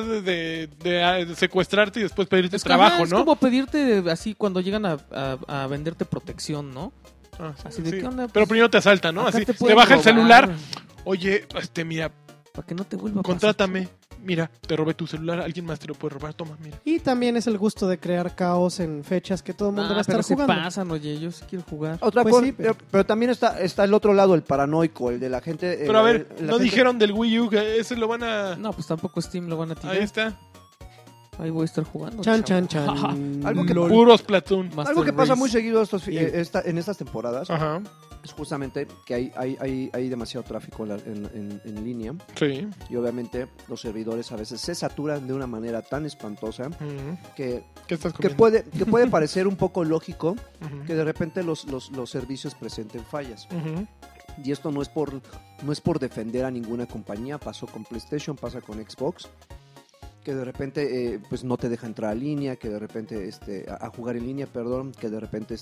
de secuestrarte y después pedirte Es que, trabajo, ajá, es ¿no? como pedirte así cuando llegan a venderte protección, ¿no? Ah, sí, así de, sí. ¿qué onda? Pero Pues, primero te asaltan, ¿no? acá Así, te pueden baja el robar, celular. Oye, mira, para que no te vuelva a pasar. contrátame. Mira, te robé tu celular, alguien más te lo puede robar, toma, mira. Y también es el gusto de crear caos en fechas que todo el mundo va a estar pero se jugando. pasan, oye, yo sí quiero jugar. Otra Pues cosa, sí, pero también está el otro lado, el paranoico, el de la gente. Pero a ver, la no gente- dijeron del Wii U, que ese lo van a... No, pues tampoco Steam lo van a tirar. Ahí está, Ahí voy a estar jugando. Chan, chavo. chan, chan. Algo que- puros Platoon. Master Algo que pasa Race. muy seguido Bien. en estas temporadas Ajá, es justamente que hay demasiado tráfico en línea sí. y obviamente los servidores a veces se saturan de una manera tan espantosa Ujú. que, ¿Qué estás que, comiendo? puede parecer un poco lógico Ujú. que de repente los servicios presenten fallas. Ujú. Y esto no es por defender a ninguna compañía, pasó con PlayStation, pasa con Xbox, que de repente pues no te deja entrar a línea, que de repente a jugar en línea, perdón, que de repente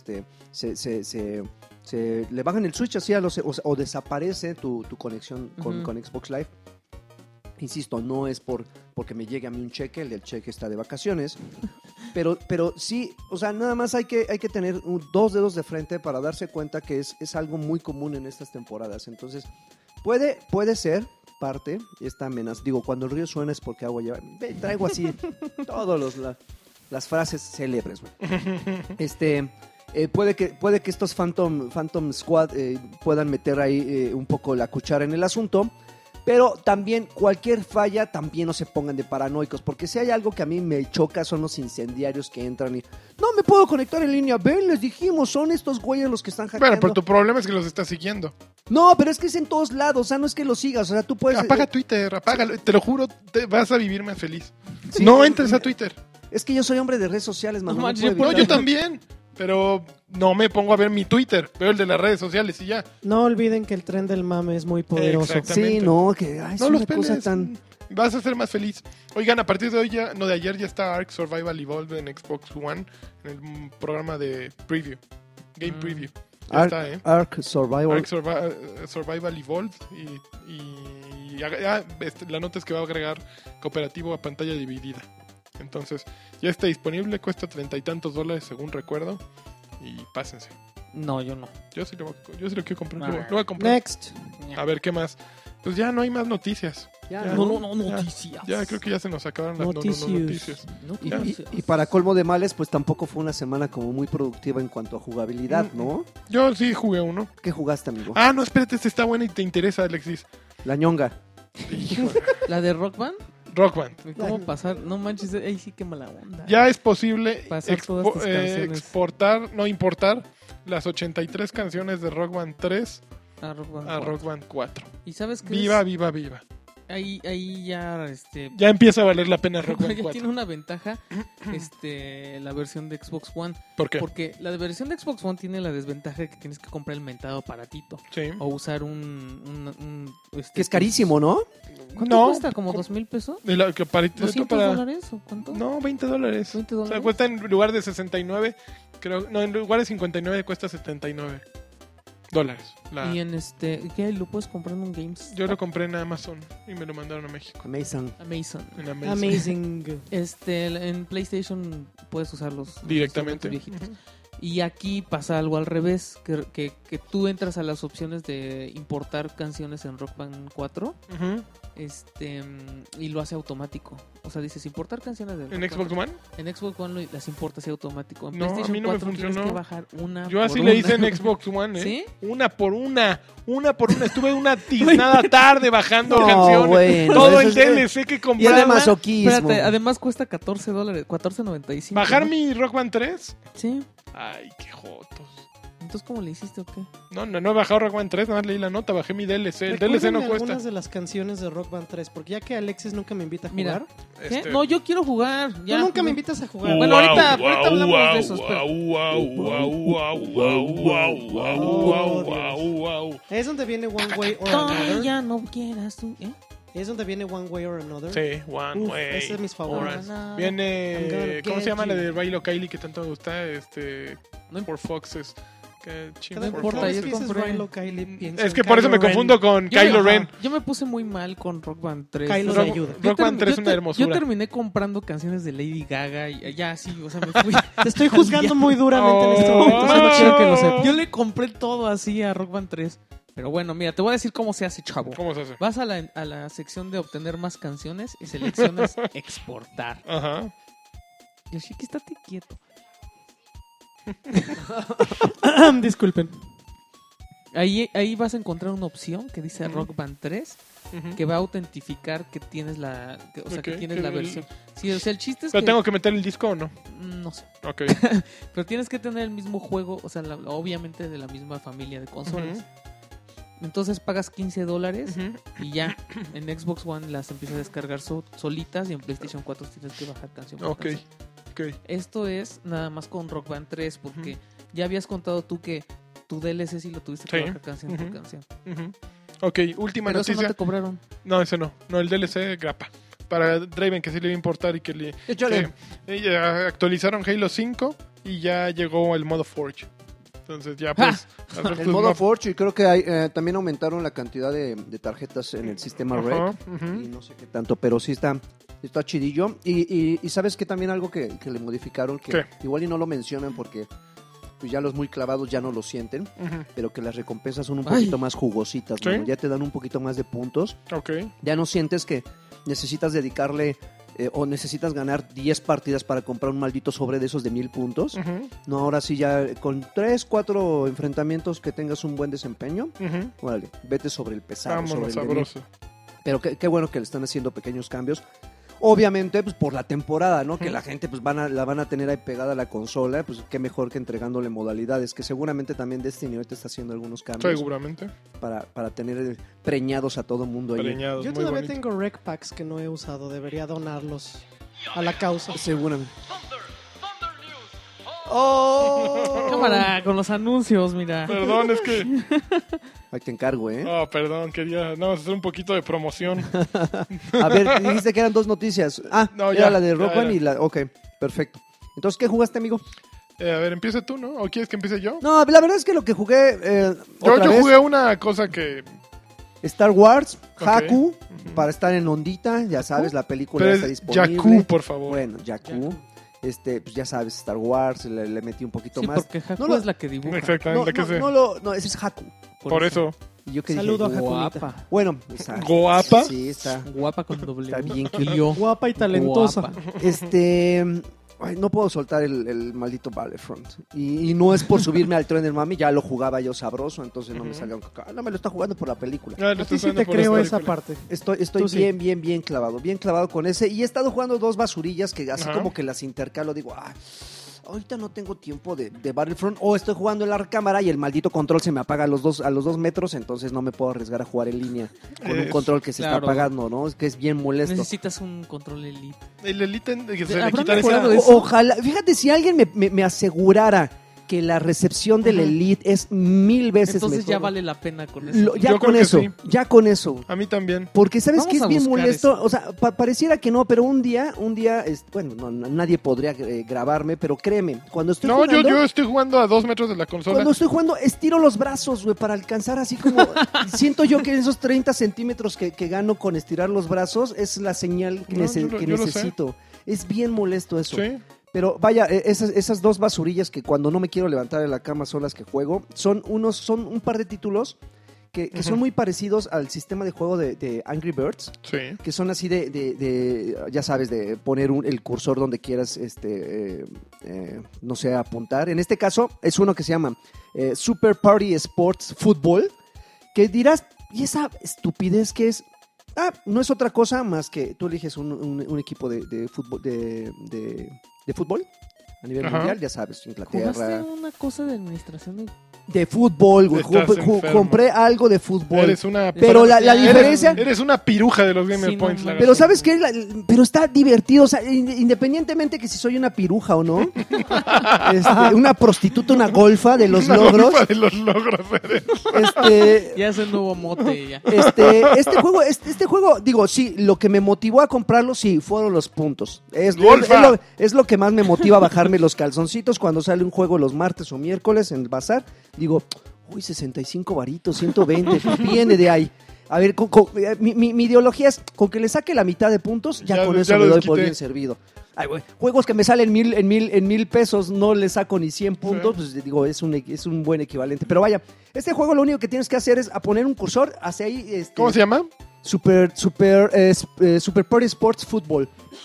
se le bajan el switch así o desaparece tu conexión Ujú. con Xbox Live. Insisto, no es porque me llegue a mí un cheque, el del cheque está de vacaciones, pero sí, o sea, nada más hay que tener dos dedos de frente para darse cuenta que es algo muy común en estas temporadas. Entonces, puede ser parte esta amenaza. Digo, cuando el río suena es porque agua lleva. Traigo así todas las frases célebres, güey. Puede que estos Phantom Squad puedan meter ahí un poco la cuchara en el asunto. Pero también cualquier falla, también no se pongan de paranoicos, porque si hay algo que a mí me choca son los incendiarios que entran y no me puedo conectar en línea. Ven, les dijimos, son estos güeyes los que están hackeando. Bueno, pero tu problema es que los estás siguiendo. No, pero es que es en todos lados, o sea, no es que los sigas, o sea, tú puedes... Apaga Twitter, apágalo. Te lo juro, te vas a vivir más feliz. Sí, No entres a Twitter. Es que yo soy hombre de redes sociales, mano. No No, manches, puedo yo puedo- No, evitarlo. yo también. Pero no me pongo a ver mi Twitter. Veo el de las redes sociales y ya. No olviden que el tren del mame es muy poderoso. Exacto. Sí, no, que es No los una cosa peles. tan... Vas a ser más feliz. Oigan, a partir de hoy ya, no, de ayer ya está Ark Survival Evolved en Xbox One en el programa de preview. Game preview. Ya está, Ark Survival. Ark Survival Evolved la nota es que va a agregar cooperativo a pantalla dividida. Entonces, ya está disponible, cuesta $30 y tantos según recuerdo. Y pásense. No, yo no. Yo sí lo quiero comprar. Ah. Lo voy a comprar. Next. A ver, ¿qué más? Pues ya no hay más noticias. Ya, No, no, no, noticias. Ya creo que ya se nos acabaron las Noticias. noticias. Y para colmo de males, pues tampoco fue una semana como muy productiva en cuanto a jugabilidad, ¿no? Yo sí jugué uno. ¿Qué jugaste, amigo? Ah, no, espérate, este está bueno y te interesa, Alexis. La ñonga. La de Rock Band, Rock Band. ¿cómo pasar? No manches, ahí sí que mala onda. Ya es posible Pasar todas tus canciones. importar las 83 canciones de Rock Band 3 A Rock Band a 4. Rock Band 4. ¿Y sabes qué? Viva, viva, viva. Ahí ya, Ya empieza a valer la pena Rock Band ya 4. tiene una ventaja la versión de Xbox One. ¿Por qué? Porque la versión de Xbox One tiene la desventaja de que tienes que comprar el mentado aparatito. Sí. O usar Que es carísimo, ¿no? ¿Cuánto No, cuesta? ¿Como 2,000 pesos? De la- que para, esto ¿$200 para- dólares o cuánto? No, $20. ¿$20? O sea, cuesta en lugar de 69, creo, no, en lugar de 59 cuesta $79. Y en ¿qué? ¿Lo puedes comprar en un Games? Yo lo compré en Amazon y me lo mandaron a México. Amazing. Amazon. En Amazon. Amazing. En PlayStation puedes usarlos Directamente. viejitos. Ujú. Y aquí pasa algo al revés, que tú entras a las opciones de importar canciones en Rock Band 4, Ujú. y lo hace automático. O sea, dices importar canciones de ¿En Rock Xbox Band. One? En Xbox One las importas así automático. En No, a PlayStation mí no me 4 tienes funcionó. que bajar una Yo por así una. le hice en Xbox One, ¿eh? ¿Sí? Una por una. Estuve una tiznada tarde bajando No, canciones. bueno, Todo eso el es- DLC que Y es de compraba. masoquismo. Espérate, además cuesta $14, $14.95. ¿Bajar ¿no? mi Rock Band 3? Sí. Ay, qué jotos. Entonces, ¿cómo le hiciste o qué? No he bajado Rock Band 3, nada más leí la nota, bajé mi DLC. El DLC no Recuérdenme cuesta. algunas de las canciones de Rock Band 3, porque ya que Alexis nunca me invita a Mira, jugar. ¿Qué? No, yo quiero jugar. Ya. Tú nunca me invitas a jugar. Bueno, ahorita hablamos de eso, espera. Es donde viene One Way or Another. Ya no quieras tú, ¿eh? Es donde viene One Way or Another. Sí, One Uf, Way. ese es mis favoritos. Ahora, Viene. I'm gonna ¿Cómo se get llama la you. de Rilo Kylie que tanto me gusta? No Por Foxes. Que Cada No for importa, vez Foxes. yo que dices compré. Rilo Kiley, pienso Es que en por eso me Kylo Ren. confundo con Yo Kylo me- Ren. Yo me puse muy mal con Rock Band 3. Kylo O sea, te ayuda. Rock Band 3 es una Yo hermosura. terminé comprando canciones de Lady Gaga y ya sí, o sea, me fui. Te estoy juzgando muy duramente en este Oh. momento. Solo quiero que lo sepas. Yo le compré todo así a Rock Band 3. Pero bueno, mira, te voy a decir cómo se hace, chavo. ¿Cómo se hace? Vas a la sección de obtener más canciones y seleccionas exportar. Ajá. Yoshiki, estate quieto. Disculpen. Ahí vas a encontrar una opción que dice Ujú. Rock Band 3 Ujú. que va a autentificar que tienes que Ok, tienes que la el- versión. Sí, o sea, el chiste es ¿Pero que tengo que meter el disco o no? no sé, Ok. pero tienes que tener el mismo juego, o sea, obviamente de la misma familia de consolas. Ujú. Entonces pagas $15 Ujú. y ya en Xbox One las empiezas a descargar solitas y en PlayStation 4 tienes que bajar canción por Ok. canción. Ok. Esto es nada más con Rock Band 3 porque ya habías contado tú que tu DLC sí lo tuviste que Sí. bajar canción por Ujú. canción. Ujú. Ok, última Pero eso noticia. no te cobraron. No, ese no. No, el DLC grapa. Para Draven, que sí le iba a importar y que le... Échale. ya actualizaron Halo 5 y ya llegó el modo Forge. Entonces ya pues... hacer El tus modo map- Forge, y creo que hay, también aumentaron la cantidad de tarjetas en el sistema Ajá, REC. ujú. Y no sé qué tanto, pero sí está chidillo. Y sabes que también algo que le modificaron, que ¿Qué? igual y no lo mencionan porque pues ya los muy clavados ya no lo sienten, Ujú. pero que las recompensas son un Ay. poquito más jugositas, ¿Sí? mano. Ya te dan un poquito más de puntos. Ok. Ya no sientes que necesitas dedicarle o necesitas ganar 10 partidas para comprar un maldito sobre de esos de 1000 puntos. Ujú. No, ahora sí ya con 3, 4 enfrentamientos que tengas un buen desempeño, Ujú. órale, vete sobre el pesado, Vámonos, sobre el de 1000. sabroso. Pero qué bueno que le están haciendo pequeños cambios. Obviamente, pues por la temporada, ¿no? Que la gente pues la van a tener ahí pegada a la consola, pues qué mejor que entregándole modalidades, que seguramente también Destiny ahorita está haciendo algunos cambios Seguramente. para tener preñados a todo mundo ahí. Preñados, Yo muy todavía bonito. tengo rec packs que no he usado, debería donarlos a la causa. Seguramente. ¡Oh! Cámara, con los anuncios, mira. Perdón, es que... Ahí te encargo, ¿eh? Oh, perdón, quería nada más hacer un poquito de promoción. A ver, dijiste que eran 2 noticias. Ah, No, era ya, la de ya Rock One era. y la... Ok, perfecto. Entonces, ¿qué jugaste, amigo? A ver, empieza tú, ¿no? ¿O quieres que empiece yo? No, la verdad es que lo que jugué... Yo otra vez, jugué una cosa que... Star Wars, Ok. Haku, para estar en ondita, ya sabes, la película Pero está es disponible. Jakku, por favor. Bueno, Jakku. Pues ya sabes, Star Wars, le metí un poquito Sí, más. porque Haku No lo- es la que dibuja. Exactamente, ¿qué sé? No, ese es Haku. Por eso. Y yo que Saludo dije, a Hakunita. Guapa. bueno, está, ¿Guapa? sí, está Guapa con doble. Está bien Y yo. Guapa y talentosa. Guapa. Ay, no puedo soltar el maldito Battlefront. Y no es por subirme al tren del mami, ya lo jugaba yo sabroso, entonces no me salga un caca. No me lo está jugando por la película. Ah, lo A ti estoy sí usando te por creo esta esa película. parte. Estoy Tú sí. bien clavado con ese. Y he estado jugando 2 basurillas que así Ajá. como que las intercalo, digo, ahorita no tengo tiempo de Battlefront, o estoy jugando en la cámara y el maldito control se me apaga a los 2 metros, entonces no me puedo arriesgar a jugar en línea con un control que se está Claro. apagando, ¿no? Es que es bien molesto. Necesitas un control elite. El Elite que se le ¿Habrán quita mejorado esa... eso? Ojalá, fíjate, si alguien me asegurara que la recepción del Ajá. Elite es 1000 veces Entonces mejor. ya vale la pena con eso. Ya Yo con creo que eso, sí. ya con eso. A mí también. Porque sabes Vamos que es a bien buscar molesto, eso. o sea, pareciera que no, pero un día, bueno, nadie podría grabarme, pero créeme, cuando estoy No, jugando, yo estoy jugando a 2 metros de la consola. cuando estoy jugando, estiro los brazos, güey, para alcanzar así como, siento yo que esos 30 centímetros que gano con estirar los brazos es la señal que, No, que yo lo sé. necesito. Es bien molesto eso. Sí. Pero vaya, esas 2 basurillas que cuando no me quiero levantar de la cama son las que juego, son un par de títulos que son muy parecidos al sistema de juego de Angry Birds, Sí. que son así ya sabes, de poner el cursor donde quieras, no sé, apuntar. En este caso es uno que se llama Super Party Sports Football, que dirás, ¿y esa estupidez que es? No es otra cosa más que tú eliges un equipo de fútbol, de fútbol a nivel Ajá. mundial, ya sabes, Inglaterra. ¿Jugaste una cosa de administración? De fútbol, güey. Estás enfermo. Compré algo de fútbol. Eres una... Pero la Ya, diferencia... Eres una piruja de los Gamer Sí, no Points. mames. Pero ¿sabes qué? Pero está divertido, o sea, independientemente que si soy una piruja o no, una prostituta, una golfa de los Una logros, golfa de los logros eres. Ya es el nuevo mote. Ya. este juego, digo, sí, lo que me motivó a comprarlo, sí, fueron los puntos. ¡Golfa! Es lo que más me motiva a bajarme los calzoncitos cuando sale un juego los martes o miércoles en el bazar. Digo, uy, 65 varitos, 120, viene de ahí. A ver, mi ideología es, con que le saque la mitad de puntos, ya con eso ya me lo doy por desquité. bien servido. Ay, güey, juegos que me salen en mil pesos, no le saco ni 100 puntos, pues digo, es un buen equivalente. Pero vaya, este juego lo único que tienes que hacer es a poner un cursor hacia ahí. ¿Cómo se llama? Super Party Sports Football.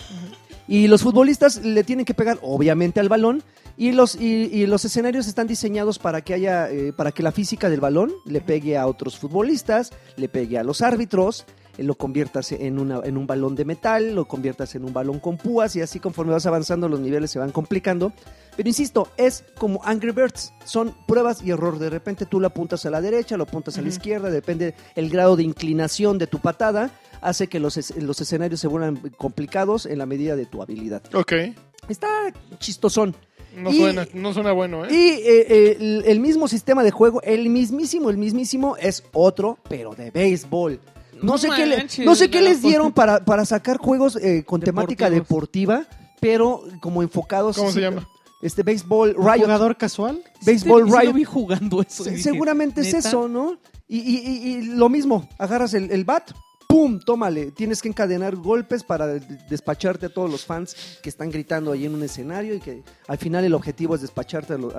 Y los futbolistas le tienen que pegar, obviamente, al balón. Y los escenarios están diseñados para que haya, para que la física del balón le pegue a otros futbolistas, le pegue a los árbitros, lo conviertas en un balón de metal, lo conviertas en un balón con púas, y así conforme vas avanzando los niveles se van complicando. Pero insisto, es como Angry Birds, son pruebas y error. De repente tú lo apuntas a la derecha, lo apuntas a la izquierda, depende el grado de inclinación de tu patada, hace que los escenarios se vuelvan complicados en la medida de tu habilidad. Ok. Está chistosón. No Y- suena bueno, ¿eh? Y el mismo sistema de juego, el mismísimo es otro, pero de béisbol. No sé qué les dieron para sacar juegos con temática deportiva, pero como enfocados. ¿Cómo se llama? Béisbol Riot. ¿Jugador casual? Béisbol Sí, lo Riot. vi jugando eso. y dije, Seguramente es ¿neta? eso, ¿no? Y lo mismo, agarras el bat, ¡pum! Tómale. Tienes que encadenar golpes para despacharte a todos los fans que están gritando ahí en un escenario, y que al final el objetivo es despacharte a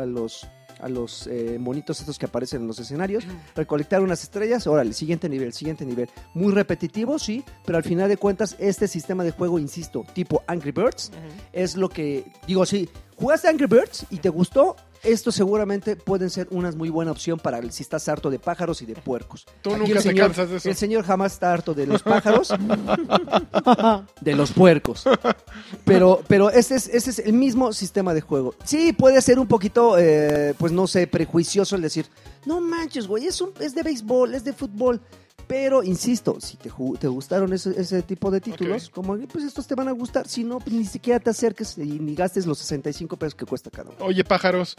los monitos estos que aparecen en los escenarios, recolectar unas estrellas, órale, siguiente nivel. Muy repetitivo, sí, pero al final de cuentas este sistema de juego, insisto, tipo Angry Birds, es lo que, digo, sí, jugaste Angry Birds y te gustó, estos seguramente pueden ser una muy buena opción para si estás harto de pájaros y de puercos. Tú Aquí nunca el te señor- cansas de eso. El señor jamás está harto de los pájaros, de los puercos. Pero ese es el mismo sistema de juego. Sí, puede ser un poquito, pues no sé, prejuicioso el decir, no manches, güey, es de béisbol, es de fútbol. Pero, insisto, si te gustaron ese tipo de títulos, Ok. como pues estos te van a gustar. Si no, pues, ni siquiera te acerques y ni gastes los 65 pesos que cuesta cada uno. Oye, pájaros,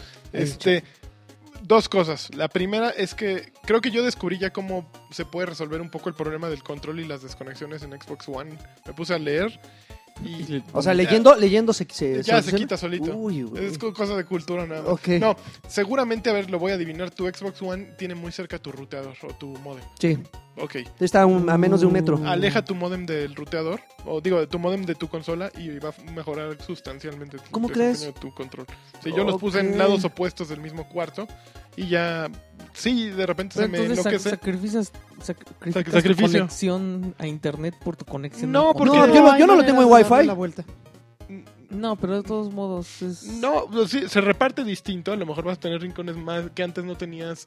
dos cosas. La primera es que creo que yo descubrí ya cómo se puede resolver un poco el problema del control y las desconexiones en Xbox One. Me puse a leer y... O sea, ya- leyendo se Ya se quita solito. Uy, güey. Es cosa de cultura nada más. Ok. No, seguramente, a ver, lo voy a adivinar. Tu Xbox One tiene muy cerca tu ruteador o tu modem. Sí, Ok. está a menos de un metro. Aleja tu modem del ruteador, o digo, tu modem de tu consola y va a mejorar sustancialmente tu ¿Cómo desempeño crees? de tu control. Sí, yo los puse en Ok. lados opuestos del mismo cuarto y ya, sí, de repente Pero se me entonces enloquece. sacrificas tu Sacrificio. conexión a internet por tu conexión. No, a porque- No, control. yo no lo hay tengo en maneras de darle Wi-Fi. la vuelta. No, pero de todos modos es... No, pues sí, se reparte distinto. A lo mejor vas a tener rincones más que antes no tenías.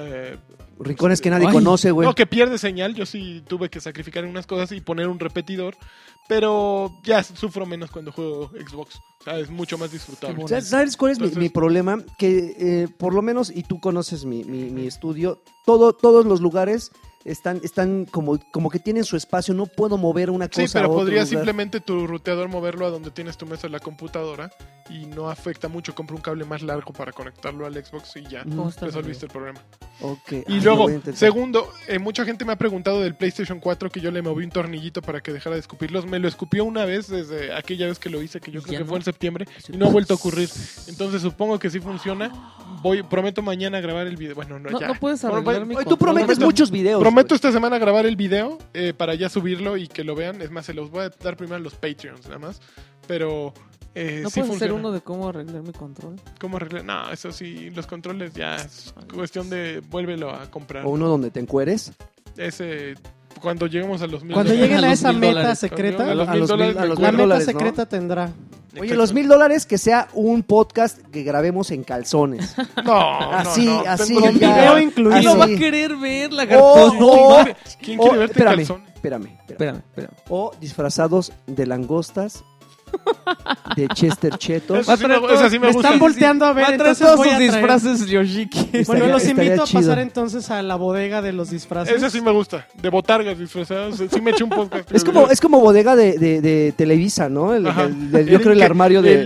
Rincones que nadie Ay. conoce, güey. No, que pierde señal. Yo sí tuve que sacrificar unas cosas y poner un repetidor. Pero ya sufro menos cuando juego Xbox. O sea, es mucho más disfrutable. Qué ¿Sabes cuál es Entonces- mi problema? Que por lo menos, y tú conoces mi estudio, todos los lugares están como que tienen su espacio. No puedo mover una cosa Sí, pero a otro podrías lugar. simplemente tu ruteador moverlo a donde tienes tu mesa de la computadora y no afecta mucho. Compra un cable más largo para conectarlo al Xbox y ya ¿Cómo está? resolviste el problema. Ok. Y Ay, lo luego, voy a intentar. segundo, mucha gente me ha preguntado del PlayStation 4 que yo le moví un tornillito para que dejara de escupirlos. Me lo escupió una vez desde aquella vez que lo hice, que yo ¿Y creo ya que no? fue en septiembre, y no ha vuelto a ocurrir. Entonces supongo que sí funciona. Prometo mañana grabar el video. Bueno, no, No, ya. no puedes arreglar mi Oye, tú control. prometes muchos videos. Prometo güey. esta semana grabar el video para ya subirlo y que lo vean. Es más, se los voy a dar primero a los Patreons nada más. Pero ¿No sí puedes hacer funciona. uno de cómo arreglar mi control? ¿Cómo arreglar? No, eso sí, los controles ya es cuestión de vuélvelo a comprar. O uno donde te encueres. Ese, cuando lleguemos a los 1000 Cuando Lleguen lleguen a a los esa meta $1000. secreta, A los a los 1000 dólares mil- a los me la $1000, meta ¿no? secreta tendrá. Oye, Exacto. los $1000 que sea un podcast que grabemos en calzones. No, Así, no, no. así, Tengo Con ya. video incluido. ¿Quién lo Así. va a querer ver, lagarto? Oh, ¿Quién quiere verte en espérame, calzón? espérame. Espérame. O disfrazados de langostas, de Chester Chetos. Esa sí me, traer esa sí me Me gusta. están volteando a ver, Va a traer entonces todos voy sus a traer. disfraces Yoshiki. Bueno, Estaría- los invito estaría a pasar chido. entonces a la bodega de los disfraces. Ese sí me gusta. De botargas disfrazadas. Sí me eché un podcast. Es como bodega de Televisa, ¿no? Ajá. Yo creo el armario de...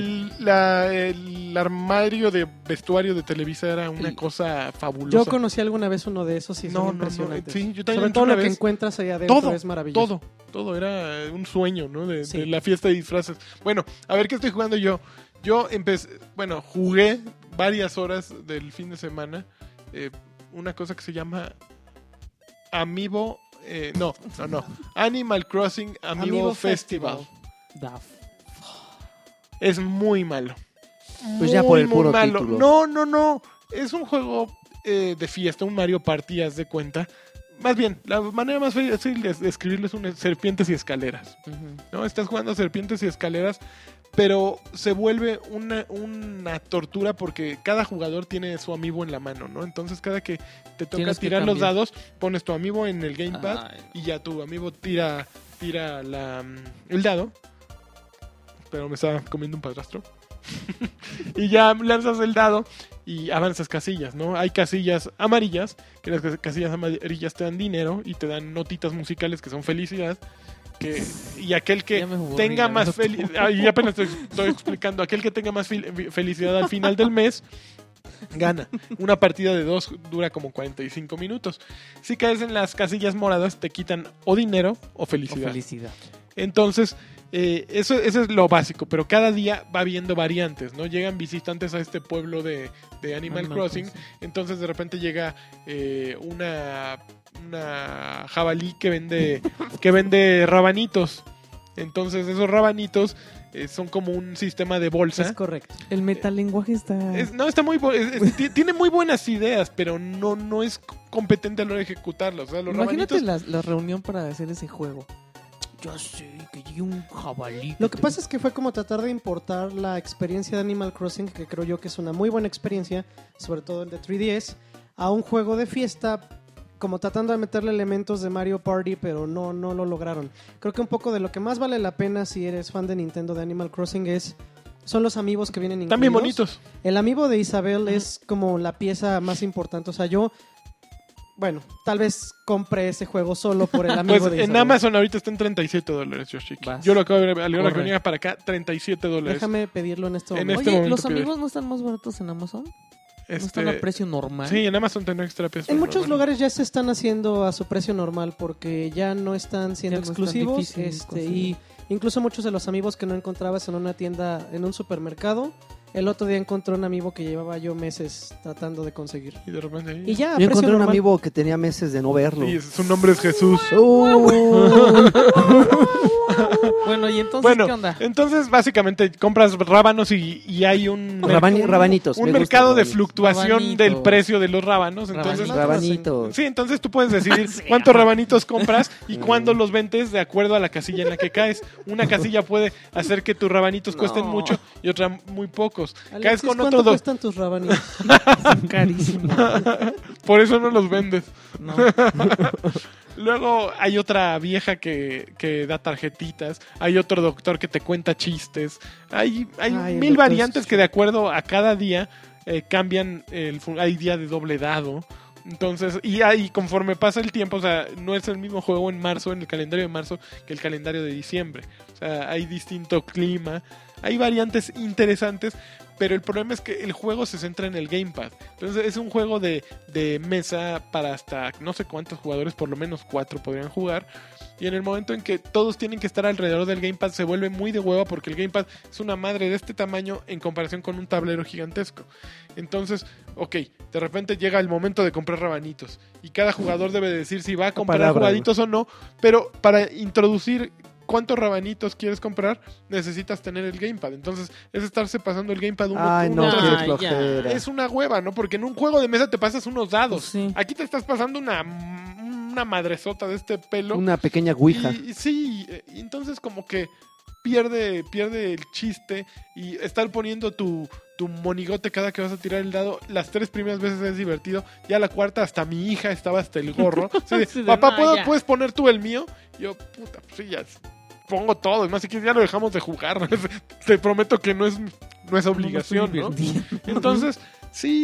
El armario de vestuario de Televisa era una cosa fabulosa. Yo conocí alguna vez uno de esos y son No, no, no, impresionantes. sí, yo también Sobre entré todo una lo que vez. encuentras ahí adentro Todo, es maravilloso. todo era un sueño, ¿no? De Sí. la fiesta de disfraces. Bueno, a ver qué estoy jugando yo. Yo jugué varias horas del fin de semana una cosa que se llama Amiibo, no, Animal Crossing Amiibo Festival. Es muy malo. Pues ya por el Muy puro malo. título. No. Es un juego de fiesta, un Mario Party, haz de cuenta. Más bien, la manera más fácil de describirlo es una serpientes y escaleras. ¿No? Estás jugando serpientes y escaleras, pero se vuelve una tortura porque cada jugador tiene su amiibo en la mano, ¿no? Entonces cada que te toca Tienes que tirar los cambiar. dados, pones tu amiibo en el gamepad Ay, y ya tu amiibo tira el dado. Pero me estaba comiendo un padrastro. Y ya lanzas el dado y avanzas casillas, ¿no? Hay casillas amarillas, que las casillas amarillas te dan dinero y te dan notitas musicales que son felicidad. Y aquel que Ya me aburrí, tenga más lagarto. felicidad, y apenas estoy explicando, aquel que tenga más felicidad al final del mes, gana. Una partida de 2 dura como 45 minutos. Si caes en las casillas moradas, te quitan o dinero o o felicidad. felicidad. Entonces, eso es lo básico, pero cada día va habiendo variantes, ¿no? Llegan visitantes a este pueblo de Animal Crossing, entonces de repente llega una jabalí que vende rabanitos. Entonces esos rabanitos son como un sistema de bolsa. Es correcto. El metalenguaje está... Está muy tiene muy buenas ideas, pero no es competente a la hora de ejecutarlas. O sea, los Imagínate rabanitos la reunión para hacer ese juego. ya sé, que llegue un jabalí. Lo que pasa es que fue como tratar de importar la experiencia de Animal Crossing, que creo yo que es una muy buena experiencia, sobre todo el de 3DS, a un juego de fiesta, como tratando de meterle elementos de Mario Party, pero no lo lograron. Creo que un poco de lo que más vale la pena si eres fan de Nintendo de Animal Crossing son los amigos que vienen incluidos. También bonitos. El amiibo de Isabel es como la pieza más importante. O sea, tal vez compré ese juego solo por el amiibo Pues de en Isabel. Amazon ahorita está en $37, Yoshiki. Vas. Yo lo acabo de ver, a la hora que Corre. venía para acá, $37. Déjame pedirlo en este En momento. este Oye, momento ¿los pide. amigos no están más baratos en Amazon? ¿No están a precio normal? Sí, en Amazon tengo extra peso. En muchos lugares ya se están haciendo a su precio normal porque ya no están siendo Ya no es tan exclusivos. difícil Y conseguir. incluso muchos de los amigos que no encontrabas en una tienda, en un supermercado, el otro día encontré un amiibo que llevaba yo meses tratando de conseguir. Y de repente... Y ya, a Yo precio encontré un normal. amigo que tenía meses de no verlo. Sí, su nombre es Jesús. Bueno, ¿y entonces Bueno, qué onda? entonces básicamente compras rábanos y hay un Rabanitos. un me mercado gustan de rabanitos. fluctuación Rabanitos. del precio de los rábanos. Entonces, Rabanitos. sí, entonces tú puedes decidir cuántos rabanitos compras y cuándo los vendes de acuerdo a la casilla en la que caes. Una casilla puede hacer que tus rabanitos cuesten No. mucho y otra muy pocos. Caes Alexis, con ¿cuánto otros dos. cuestan tus rabanitos? Son carísimos. Por eso no los vendes. No. Luego hay otra vieja que da tarjetitas. Hay otro doctor que te cuenta chistes. Hay Ay, el mil doctor variantes es que de acuerdo a cada día cambian. Hay día de doble dado. Entonces, y conforme pasa el tiempo, o sea, no es el mismo juego en marzo, en el calendario de marzo, que el calendario de diciembre. O sea, hay distinto clima. Hay variantes interesantes, pero el problema es que el juego se centra en el gamepad. Entonces es un juego de mesa para hasta no sé cuántos jugadores, por lo menos 4 podrían jugar. Y en el momento en que todos tienen que estar alrededor del gamepad se vuelve muy de hueva porque el gamepad es una madre de este tamaño en comparación con un tablero gigantesco. Entonces, ok, de repente llega el momento de comprar rabanitos y cada jugador debe decir si va a comprar palabra, rabanitos o no, pero para introducir cuántos rabanitos quieres comprar, necesitas tener el gamepad. Entonces, es estarse pasando el gamepad uno Ay, no, tras qué otro. ya. flojera. Es una hueva, ¿no? Porque en un juego de mesa te pasas unos dados. Pues sí. Aquí te estás pasando una madresota de este pelo. Una pequeña ouija. Y sí, y entonces como que pierde el chiste y estar poniendo tu monigote cada que vas a tirar el dado. Las 3 primeras veces es divertido. Ya la cuarta hasta mi hija estaba hasta el gorro. Sí, de, Sí, de, papá, "No, ya". ¿puedes poner tú el mío? Yo, puta, pues sí, ya pongo todo. Además, si quieres ya lo dejamos de jugar. Te prometo que no es obligación, ¿no? Entonces, sí,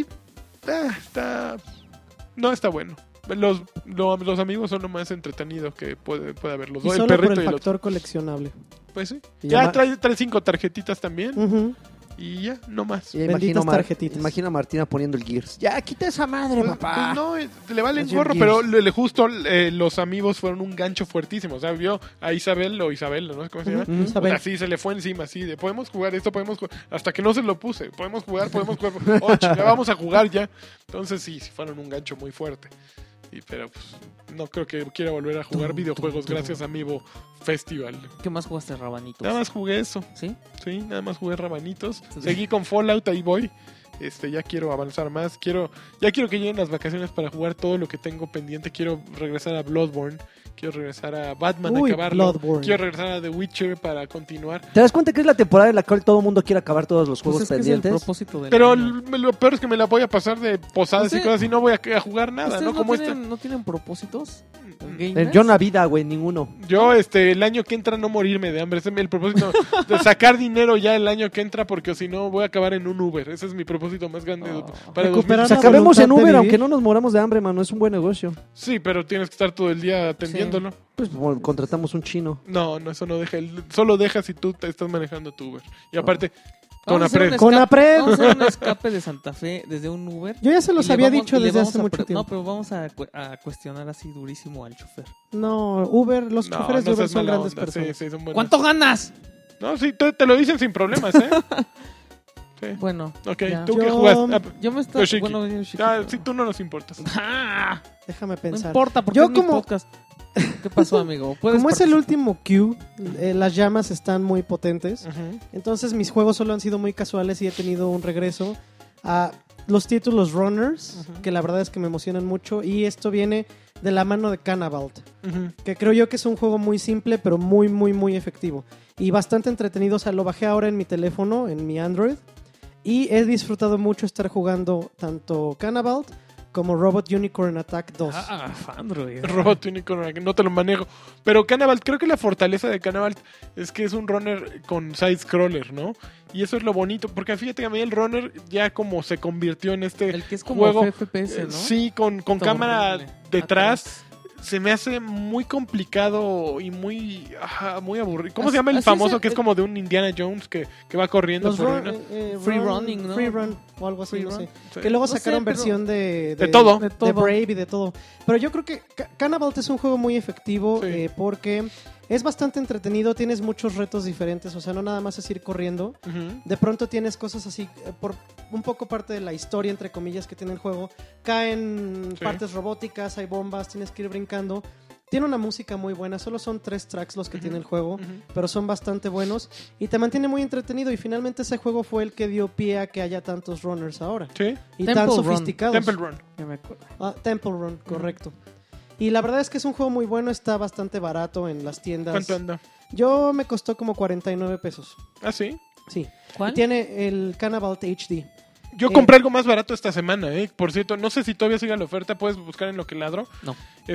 no está bueno. Los amigos son lo más entretenido que puede haber. Los Y dos, el solo por perrito el y el otro. factor coleccionable. Pues sí. Y Ya llama- trae 5 tarjetitas también. Ujú. Y ya, no más. Y Benditas tarjetitas. imagino a Martina poniendo el Gears. Ya, quita esa madre, Pues, papá. pues no, le vale el Así gorro, el pero Gears. justo los amigos fueron un gancho fuertísimo. O sea, vio a Isabel, no sé cómo se llama. Ujú, Isabel. Así se le fue encima, así de podemos jugar esto, podemos jugar. Hasta que no se lo puse. Podemos jugar. Oh, chinga, vamos a jugar ya. Entonces sí fueron un gancho muy fuerte. Pero pues no creo que quiera volver a jugar videojuegos gracias a Amiibo Festival. ¿Qué más jugaste, Rabanitos? Nada más jugué eso. ¿Sí? Sí, nada más jugué Rabanitos. Seguí con Fallout, ahí voy. Ya quiero avanzar más. Ya quiero que lleguen las vacaciones para jugar todo lo que tengo pendiente. Quiero regresar a Bloodborne. Quiero regresar a Batman a Uy, acabarlo. Bloodborne. Quiero regresar a The Witcher para continuar. ¿Te das cuenta que es la temporada en la cual todo el mundo quiere acabar todos los Pues juegos es que pendientes? es el propósito del Pero año. lo peor es que me la voy a pasar de posadas y ¿Usted- cosas y no voy a jugar nada, ¿Ustedes ¿no? no, Como tienen, no tienen propósitos? Yo en la vida, güey, ninguno. Yo, el año que entra no morirme de hambre. Ese es el propósito de sacar dinero ya el año que entra porque si no voy a acabar en un Uber. Ese es mi propósito más grande para Recuperar 2000. la Pues acabemos en voluntad de Uber, vivir. aunque no nos moramos de hambre, mano. Es un buen negocio. Sí, pero tienes que estar todo el día atendiéndolo. Pues bueno, contratamos un chino. No, eso no deja. Solo deja si tú te estás manejando tu Uber. Y aparte, Vamos a hacer un Conapred. Conapred. Vamos a hacer un escape de Santa Fe desde un Uber. Yo ya se los Y le había vamos- dicho y le desde vamos hace a mucho No, tiempo. pero vamos a cuestionar así durísimo al chofer. No, Uber, los choferes de Uber seas son mala grandes onda. personas. Sí, son buenos. ¿Cuánto ganas? No, sí, te lo dicen sin problemas, ¿eh? Sí. Bueno, Ok, ya. ¿tú qué Yo- jugaste? yo me estoy... Yoshiki. Bueno, Yoshiki. Sí, tú no nos importas. Ah, Déjame no pensar. importa, porque Yo es mi como- podcast. ¿Qué pasó, amigo? ¿Puedes Como es el participar? último queue, las llamas están muy potentes. Ujú. Entonces mis juegos solo han sido muy casuales y he tenido un regreso a los títulos runners, que la verdad es que me emocionan mucho, y esto viene de la mano de Canabalt, que creo yo que es un juego muy simple, pero muy, muy, muy efectivo. Y bastante entretenido, o sea, lo bajé ahora en mi teléfono, en mi Android, y he disfrutado mucho estar jugando tanto Canabalt como Robot Unicorn Attack 2. Android. Robot Unicorn, no te lo manejo. Pero Canabalt, creo que la fortaleza de Canabalt es que es un runner con side-scroller, ¿no? Y eso es lo bonito, porque fíjate que a mí el runner ya como se convirtió en este El que es como juego, FPS, ¿no? Sí, con Está cámara horrible. detrás. Se me hace muy complicado y muy aburrido. ¿Cómo se llama el Así famoso es, que es como de un Indiana Jones que va corriendo Los por run- una... Free running, ¿no? Free Run o algo así, Free no run. sé. Sí. Que luego No sé, sacaron pero- versión de todo. De de todo. Brave y de todo. Pero yo creo que Canabalt es un juego muy efectivo Sí. porque es bastante entretenido, tienes muchos retos diferentes, o sea, no nada más es ir corriendo. Ujú. De pronto tienes cosas así, por un poco parte de la historia, entre comillas, que tiene el juego. Caen Sí. partes robóticas, hay bombas, tienes que ir brincando. Tiene una música muy buena, solo son 3 tracks los que tiene el juego, Ujú. pero son bastante buenos y te mantiene muy entretenido. Y finalmente ese juego fue el que dio pie a que haya tantos runners ahora Sí, y Temple tan Run. sofisticados. Temple Run. Ya me acuerdo. Temple Run, correcto. Y la verdad es que es un juego muy bueno, está bastante barato en las tiendas. ¿Cuánto anda? Yo me costó como 49 pesos. ¿Ah, sí? Sí. ¿Cuál? Y tiene el Canabalt HD. Yo compré algo más barato esta semana, Por cierto, no sé si todavía sigue la oferta, puedes buscar en lo que ladro. No.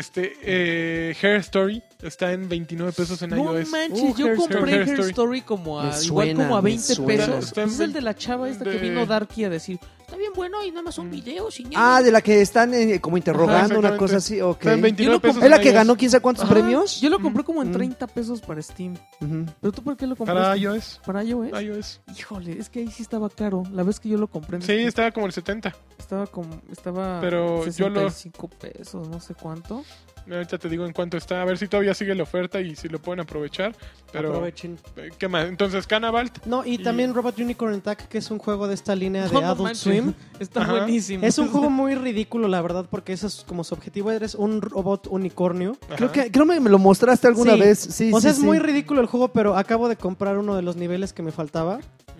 Hair Story está en 29 pesos en No iOS. manches, yo Hair compré Story. Hair Story como Me igual suena, como a me 20 suena. pesos. Está en Es el de la chava esta que de- vino Darky a decir, está bien bueno y nada más son videos y Ah, de la que están como interrogando, una exactamente. cosa así. Ok. Está en ¿Es 29 Yo lo pesos la en que iOS. ganó quién sabe cuántos Ajá, premios? Yo lo compré como en Mm. 30 pesos para Steam. Ujú. ¿Pero tú por qué lo compraste? Para iOS. ¿Para iOS? iOS. Híjole, es que ahí sí estaba caro. La vez que yo lo compré en Sí, Steam, estaba como el 70. estaba Pero yo lo- 65 pesos, no sé cuánto. Ahorita te digo en cuánto está, a ver si todavía sigue la oferta y si lo pueden aprovechar. Pero, Aprovechen. ¿qué más? Entonces, Canabalt. No, y también Robot Unicorn Attack, que es un juego de esta línea de No, no Adult manches. Swim. Está Ajá. buenísimo. Es un juego muy ridículo, la verdad, porque eso es como su objetivo. Eres un robot unicornio. Ajá. Creo me lo mostraste alguna Sí. vez. Sí, O sea, sí, es sí. muy ridículo el juego, pero acabo de comprar uno de los niveles que me faltaba.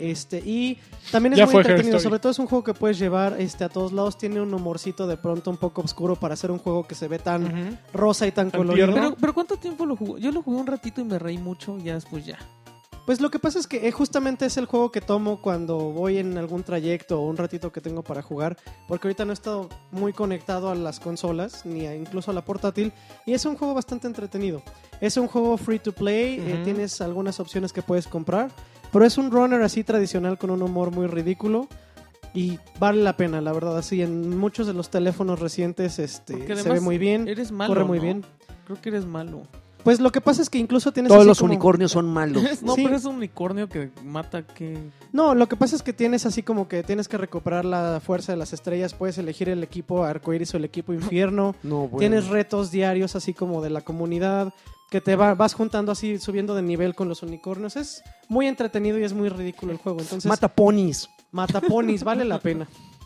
Y también es Ya muy fue Hair entretenido. Story. Sobre todo es un juego que puedes llevar a todos lados. Tiene un humorcito de pronto un poco oscuro para hacer un juego que se ve tan Ujú. rosa y tan Tan colorido. tierno. Pero ¿cuánto tiempo lo jugó? Yo lo jugué un ratito y me reí mucho y ya después ya. Pues lo que pasa es que justamente es el juego que tomo cuando voy en algún trayecto o un ratito que tengo para jugar, porque ahorita no he estado muy conectado a las consolas, ni incluso a la portátil, y es un juego bastante entretenido. Es un juego free to play, Ujú. tienes algunas opciones que puedes comprar, pero es un runner así tradicional con un humor muy ridículo. Y vale la pena, la verdad, así en muchos de los teléfonos recientes Porque se además ve muy bien, Eres malo, corre muy ¿no? bien. Creo que eres malo. Pues lo que pasa es que incluso tienes Todos así los como- unicornios son malos. No, Sí. pero es un unicornio que mata que... No, lo que pasa es que tienes así como que tienes que recuperar la fuerza de las estrellas, puedes elegir el equipo arcoíris o el equipo infierno, No, bueno. tienes retos diarios así como de la comunidad, que te vas juntando así, subiendo de nivel con los unicornios. Es muy entretenido y es muy ridículo el juego, entonces Mata ponis. mata ponis, vale la pena.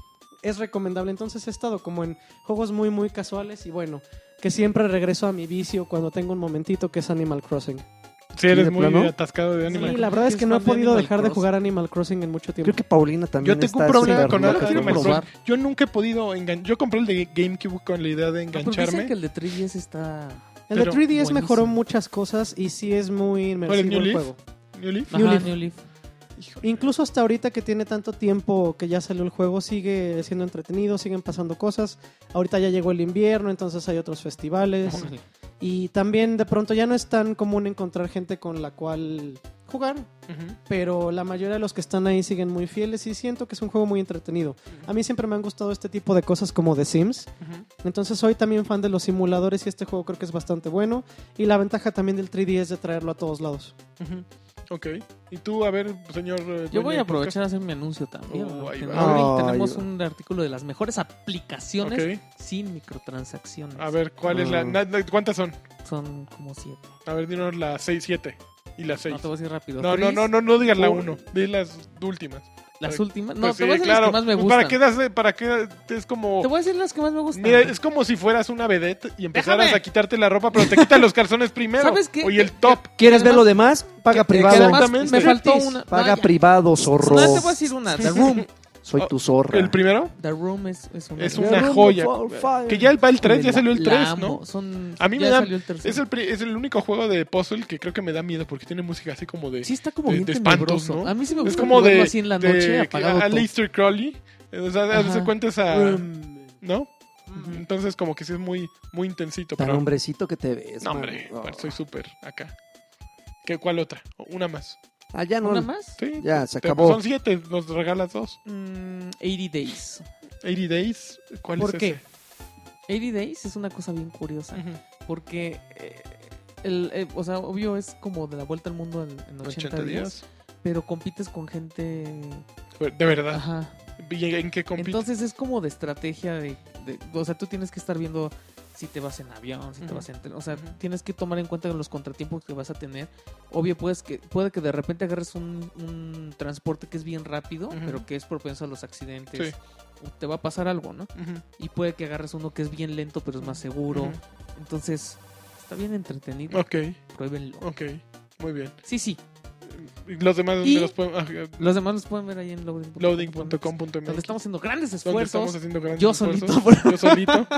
Es recomendable, entonces he estado como en juegos muy muy casuales y bueno, que siempre regreso a mi vicio cuando tengo un momentito, que es Animal Crossing. Sí, eres ¿de muy plano? atascado de Animal Sí, Crossing. la verdad es ¿Eres que no he fan de podido Animal dejar de Crossing? jugar Animal Crossing en mucho tiempo. Creo que Paulina también Yo te está compré una súper con loca algo de con Animal probar. Crossing. Yo nunca he podido enganchar. Yo compré el de GameCube con la idea de Pero engancharme. dicen que el de 3DS está... El de Pero 3DS mejoró buenísimo. muchas cosas y sí es muy inmersivo New el Leaf? juego. New Leaf. New Ajá, Leaf. New Leaf. Incluso hasta ahorita que tiene tanto tiempo que ya salió el juego, sigue siendo entretenido, siguen pasando cosas. Ahorita ya llegó el invierno, entonces hay otros festivales. Órale. Y también de pronto ya no es tan común encontrar gente con la cual jugar, Ujú. pero la mayoría de los que están ahí siguen muy fieles y siento que es un juego muy entretenido. A mí siempre me han gustado este tipo de cosas como The Sims. Ujú. Entonces soy también fan de los simuladores y este juego creo que es bastante bueno. Y la ventaja también del 3D es de traerlo a todos lados. Ujú. Ok. Y tú, a ver, señor. Yo voy a dueño aprovechar a hacer mi anuncio también. Oh, ¿no? ahí Que va. ahora Ay, tenemos va. un artículo de las mejores aplicaciones Ok. sin microtransacciones. A ver, ¿cuál es la. ¿Cuántas son? Son como 7. A ver, dinos la 6, 7 y la 6. No te voy a decir rápido. No, Tris, no digas la Four. 1. Di las últimas. Las Para- últimas. No, Pues te sí, voy a decir claro. las que más me Pues gustan. ¿Para qué? Es como. Te voy a decir las que más me gustan. Mira, es como si fueras una vedette y empezaras Déjame. a quitarte la ropa, pero te quitan los calzones primero. ¿Sabes qué? Oye, el top. ¿Quieres ver además- lo demás? Paga que privado. además Exactamente. me faltó Striptease. una. Paga no, ya. privado, zorro. No, te voy a decir una. The Room. Soy tu zorra. ¿El primero? The Room es Es The una Room joya. of Fire. Que ya va el 3, ya salió el La 3, amo. ¿no? Son, A mí ya me da... salió el tercero. Es el único juego de puzzle que creo que me da miedo porque tiene música así como de... Sí, está como de bien espantos, tenebroso. ¿no? A mí sí me Es gusta como jugarlo de... así en la noche, apagado todo. Aleister Crowley. O sea, Ajá. se cuenta esa... Room. ¿No? Entonces como que sí es muy, muy intensito. Tan Pero... hombrecito que te ves. No, man. hombre, Oh. soy súper acá. ¿Cuál otra? Una más. Ah, ya no. ¿Una más? Sí, Ya, se te- acabó. Son 7, nos regalas 2. 80 Days. 80 Days, ¿cuál ¿Por es qué? ese? 80 Days es una cosa bien curiosa. Ujú. Porque, o sea, obvio es como de la vuelta al mundo en 80 días. Pero compites con gente... De verdad. Ajá. ¿Y en qué compite? Entonces es como de estrategia o sea, tú tienes que estar viendo si te vas en avión, si te Ujú. vas en tren. O sea, Ujú. tienes que tomar en cuenta los contratiempos que vas a tener. Obvio, puede que de repente agarres un transporte que es bien rápido, Ujú. pero que es propenso a los accidentes. Sí. O te va a pasar algo, ¿no? Ujú. Y puede que agarres uno que es bien lento, pero es más seguro. Ujú. Entonces, está bien entretenido. Ok, Pruébenlo. ok. Muy bien. Sí, sí. ¿Y los demás Y- me los pueden... Los demás los pueden ver ahí en loading.com. loading.com.mx Donde estamos haciendo grandes Donde esfuerzos. estamos haciendo grandes Yo esfuerzos. solito. Yo solito.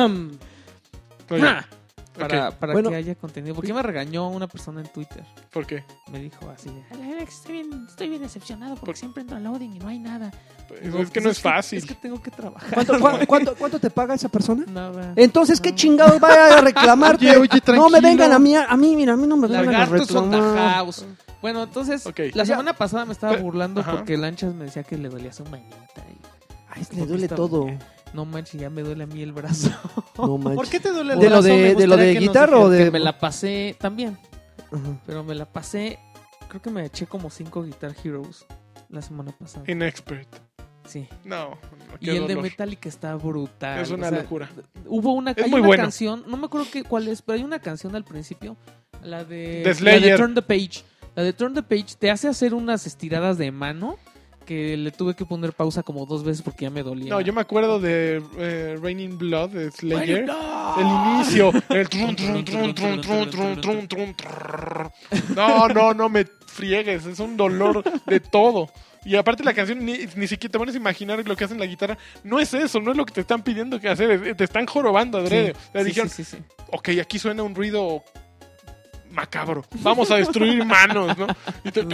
Oye, Para Bueno. que haya contenido. Porque me regañó una persona en Twitter. ¿por qué? Me dijo así de, Alex, estoy bien decepcionado porque siempre entro a loading y no hay nada. Es que no es fácil. Es que tengo que trabajar. ¿Cuánto te paga esa persona? Nada. Entonces, ¿qué No. chingados vaya a reclamarte? Oye, oye, no me tranquilo. vengan a mí, mira, a mí no me vengan a Lagartos on the reclamar. house. Bueno, entonces, Ok. la Ya. semana pasada me estaba Pero- burlando ajá. porque Lanchas me decía que le dolía su manita. Ay, le Porque duele está- todo. No manches, ya me duele a mí el brazo. No manches. ¿Por qué te duele el ¿De lo brazo? Me de gustaría que nos guitarra o dijeras. de...? Que me la pasé también. Ajá. Pero me la pasé, creo que me eché como 5 Guitar Heroes la semana pasada. Inexpert. Sí. No, Y qué el de dolor. Metallica está brutal. Es una locura. Hubo una, Es hay muy una bueno. canción, no me acuerdo cuál es, pero hay una canción al principio, la De de Slayer. Turn the Page. La de Turn the Page te hace hacer unas estiradas de mano que le tuve que poner pausa como 2 veces porque ya me dolía. No, yo me acuerdo de Raining Blood de Slayer. Bueno, El inicio. El trun, trun, trun, trun, trun, trun, trun, trun, trrr. No me friegues. Es un dolor de todo. Y aparte la canción ni siquiera te pones a imaginar lo que hacen la guitarra. No es eso, no es lo que te están pidiendo que hacer. Te están jorobando adrede. O sea, dijeron, sí. ok, aquí suena un ruido macabro. Vamos a destruir manos, ¿no? Y te-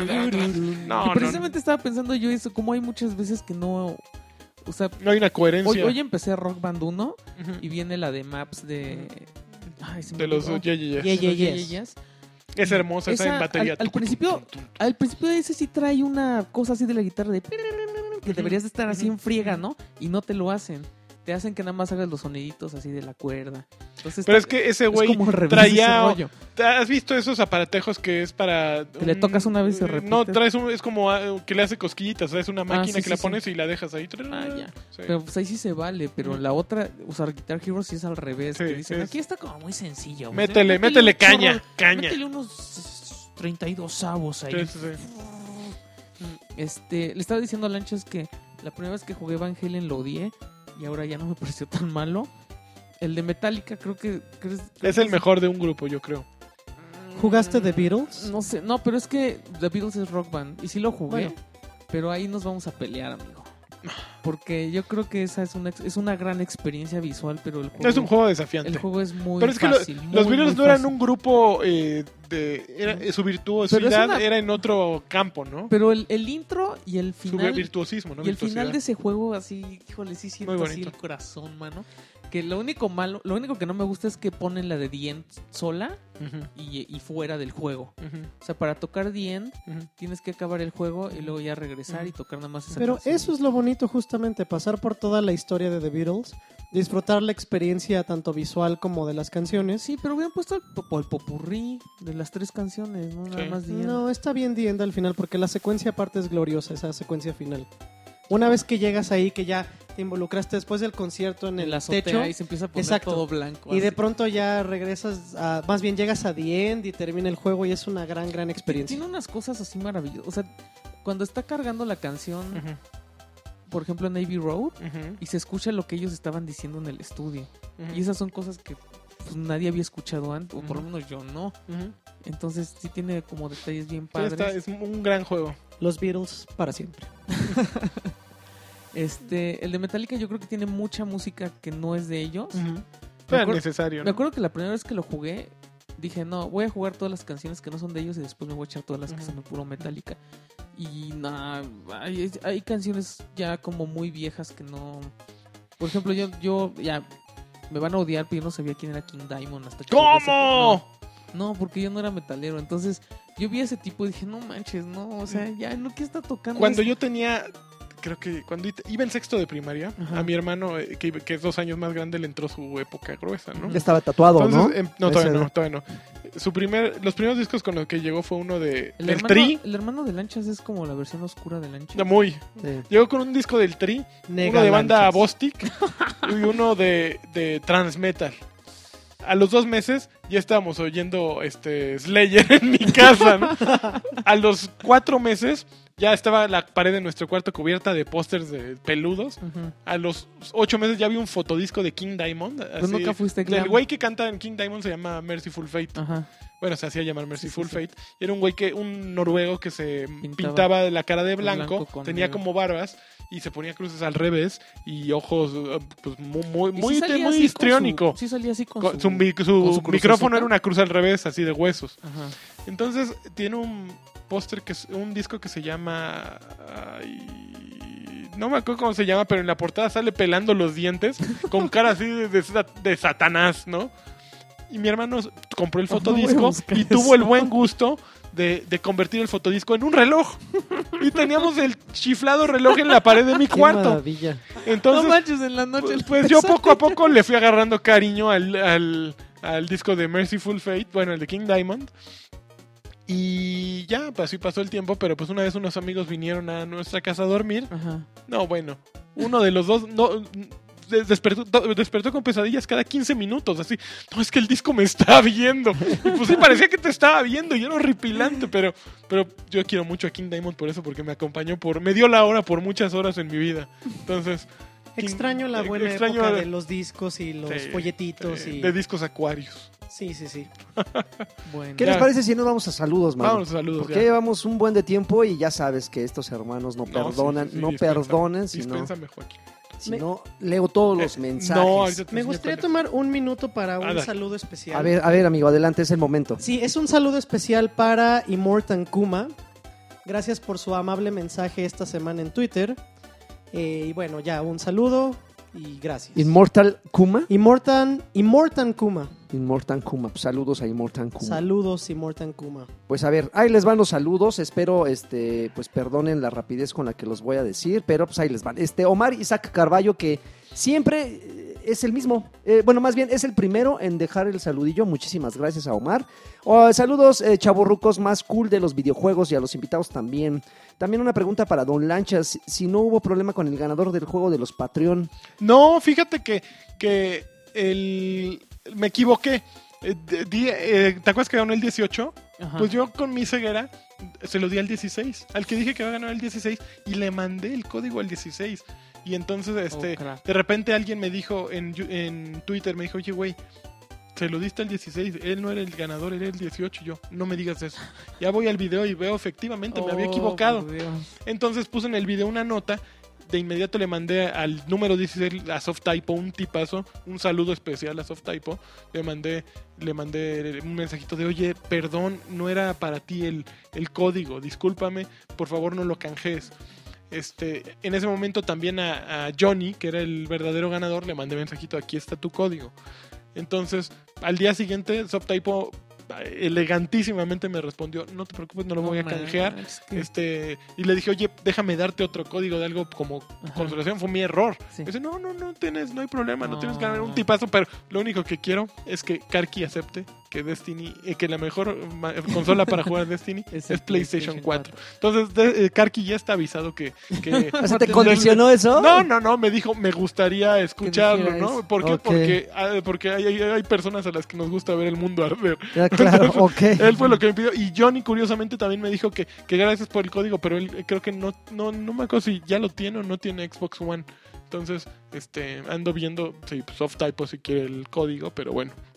No, Y precisamente estaba pensando yo eso, como hay muchas veces que no... O sea, no hay una coherencia. hoy empecé Rock Band 1 Ujú. y viene la de Maps de... Ay, se me De los olvidó. Ye-Ye-Yes. Ye- Ye- Los Yes. Yes. Es hermosa esa Esa, en batería. al principio de ese sí trae una cosa así de la guitarra de... Que deberías de estar así en friega, ¿no? Y no te lo hacen. Te hacen que nada más hagas los soniditos así de la cuerda. Entonces Pero es que ese güey como al revés traía... ese rollo. ¿Has visto esos aparatejos que es para... Que le tocas una vez y se repite. No, traes es como que le hace cosquillitas. Es una máquina sí, que la sí, pones y la dejas ahí. Ah, ya. Sí. Pero pues ahí sí se vale, pero la otra, usar Guitar Hero sí es al revés. Sí, que dicen, es- aquí está como muy sencillo. Métele un chorro, caña. Métele unos 32 avos ahí. Sí. Le estaba diciendo a Lanchas que la primera vez que jugué Van Halen lo odié y ahora ya no me pareció tan malo. El de Metallica creo que Es el mejor de un grupo, yo creo. ¿Jugaste The Beatles? No sé, no, pero es que The Beatles es Rock Band y sí lo jugué, Bueno. pero ahí nos vamos a pelear, amigo. Porque yo creo que esa es una gran experiencia visual, pero el juego, Es un juego desafiante. el juego es muy Pero es que fácil. los muy, Beatles muy no eran fácil. un grupo su virtuosidad Pero es una- era en otro campo, ¿no? Pero el intro y el Su final virtuosismo, ¿no? y el final Virtuosidad. de ese juego así, híjole, sí siento Muy así bonito. el corazón, mano. Que lo único que no me gusta es que ponen la de The End sola Ujú, y fuera del juego. ujú, O sea, para tocar The End ujú. tienes que acabar el juego y luego ya regresar y tocar nada más esa Pero canción. eso es lo bonito justamente, pasar por toda la historia de The Beatles, disfrutar la experiencia tanto visual como de las canciones. Sí, pero hubieran puesto el popurrí de las 3 canciones, no nada Sí. más The End. No, está bien The End al final porque la secuencia aparte es gloriosa, esa secuencia final. Una vez que llegas ahí, que ya te involucraste después del concierto en En el la azotea techo y se empieza a poner Exacto. todo blanco. y de así. pronto ya regresas, más bien llegas a The End y termina el juego y es una gran experiencia. Tiene unas cosas así maravillosas. O sea, cuando está cargando la canción, Ujú, por ejemplo, en Navy Road, ujú, y se escucha lo que ellos estaban diciendo en el estudio. ujú. Y esas son cosas que pues, nadie había escuchado antes, o por lo Ujú. menos yo no. Ujú. Entonces sí tiene como detalles bien Sí, padres. es un gran juego. Los Beatles para siempre. El de Metallica yo creo que tiene mucha música que no es de ellos. Era acuer- necesario, Me ¿no? acuerdo que la primera vez que lo jugué, dije, no, voy a jugar todas las canciones que no son de ellos y después me voy a echar todas las que son de puro Metallica. Y nada, hay canciones ya como muy viejas que no... Por ejemplo, yo ya... Me van a odiar, pero yo no sabía quién era King Diamond hasta que... ¿Cómo? No, porque yo no era metalero. Entonces, yo vi a ese tipo y dije, no manches, no, o sea, ya, no, ¿qué está tocando? Cuando yo tenía, creo que cuando iba en sexto de primaria, Ajá. a mi hermano, que es 2 años más grande, le entró su época gruesa, ¿no? Ya estaba tatuado, Entonces, ¿no? Todavía no. Los primeros discos con los que llegó fue uno del hermano, Tri. el hermano de Lanchas es como la versión oscura de Lanchas. Muy. Sí. Llegó con un disco del Tri, Nega uno de banda lanchas. Bostic y uno de Transmetal. A los 2 meses ya estábamos oyendo Slayer en mi casa, ¿no? A los 4 meses ya estaba la pared de nuestro cuarto cubierta de pósters de peludos. Ujú. A los 8 meses ya vi un fotodisco de King Diamond. Pues nunca fuiste El glam. güey que canta en King Diamond se llama Merciful Fate. Ajá. Bueno, se hacía llamar Merciful Sí, sí, sí. Fate. Era un güey un noruego que se Pintaba pintaba la cara de blanco blanco, con tenía negro. como barbas y se ponía cruces al revés y ojos pues muy, Y muy, sí salía muy así con histriónico. sí salía así con Con- su... su con su micrófono crucecita. era una cruz al revés, así de huesos. Ajá. Entonces tiene un póster que es un disco que se llama no me acuerdo cómo se llama, pero en la portada sale pelando los dientes con cara así de Satanás, ¿no? Y mi hermano compró el Voy a fotodisco buscar y tuvo eso. el buen gusto de convertir el fotodisco en un reloj. Y teníamos el chiflado reloj en la pared de mi Qué cuarto. maravilla. Entonces, No manches, en la noche... pues yo poco a poco le fui agarrando cariño al disco de Merciful Fate, bueno, el de King Diamond. Y ya, pues así pasó el tiempo, pero pues una vez unos amigos vinieron a nuestra casa a dormir. Ajá. No, bueno, uno de los dos despertó con pesadillas cada 15 minutos, así. No, es que el disco me está viendo. Y pues sí, parecía que te estaba viendo y era horripilante, pero yo quiero mucho a King Diamond por eso, porque me acompañó me dio la hora por muchas horas en mi vida. Entonces... Extraño la buena extraño época a- de los discos y los Sí, folletitos. Y... de discos acuarios. Sí, sí, sí. Bueno. ¿Qué Ya. les parece si nos vamos a saludos, mano? Vámonos, saludos. Porque ya. llevamos un buen de tiempo y ya sabes que estos hermanos no No, perdonan, sí, sí, sí, no dispénsame, perdonan, Dispénsame, Joaquín. si no leo todos los mensajes. No, ahorita te Me enseño gustaría cuál tomar un minuto para un dale. saludo especial. A ver, amigo, adelante, es el momento. Sí, es un saludo especial para Immortan Kuma. Gracias por su amable mensaje esta semana en Twitter. Y bueno, ya, un saludo y gracias. Immortal Kuma. Immortan Kuma. Immortal Kuma. Pues saludos a Immortal Kuma. Saludos, Immortan Kuma. Pues a ver, ahí les van los saludos. Espero, pues perdonen la rapidez con la que los voy a decir, pero pues ahí les van. Omar Isaac Carballo, que siempre es el mismo. Bueno, más bien es el primero en dejar el saludillo. Muchísimas gracias a Omar. Saludos, chavorrucos más cool de los videojuegos y a los invitados también. También una pregunta para Don Lanchas. Si no hubo problema con el ganador del juego de los Patreon. No, fíjate que me equivoqué. ¿Te acuerdas que ganó el 18? Ajá. Pues yo con mi ceguera se lo di al 16. Al que dije que va a ganar el 16 y le mandé el código al 16. Y entonces, Oh, crack. de repente alguien me dijo en Twitter, me dijo, oye, güey, se lo diste al 16, él no era el ganador, era el 18. Y yo, no me digas eso. Ya voy al video y veo efectivamente, me había Oh, equivocado. por Dios. Entonces puse en el video una nota. De inmediato le mandé al número 16 a Soft Typo un tipazo, un saludo especial a Soft Typo. Le mandé un mensajito de, oye, perdón, no era para ti el código, discúlpame, por favor no lo canjees. En ese momento también a Johnny, que era el verdadero ganador, le mandé mensajito, aquí está tu código. Entonces, al día siguiente, Soft Typo elegantísimamente me respondió, no te preocupes, no lo voy a canjear. manches, Y le dije, oye, déjame darte otro código de algo como Ajá. consolación, fue mi error. Sí. Me dice, no hay problema, no tienes que ganar un No. tipazo, pero lo único que quiero es que Karki acepte que Destiny, que la mejor consola para jugar Destiny Es es el PlayStation PlayStation 4. Entonces, Karki ya está avisado que O sea, ¿te condicionó eso? no, me dijo, me gustaría escucharlo, dijera ¿no? eso. ¿Por qué? Ok. Porque hay personas a las que nos gusta ver el mundo arder. Ya, claro, ok. Él fue lo que me pidió. Y Johnny, curiosamente, también me dijo que gracias por el código, pero él creo que no me acuerdo si ya lo tiene o no tiene Xbox One. Entonces, ando viendo, sí, Soft Typo si quiere el código, pero bueno,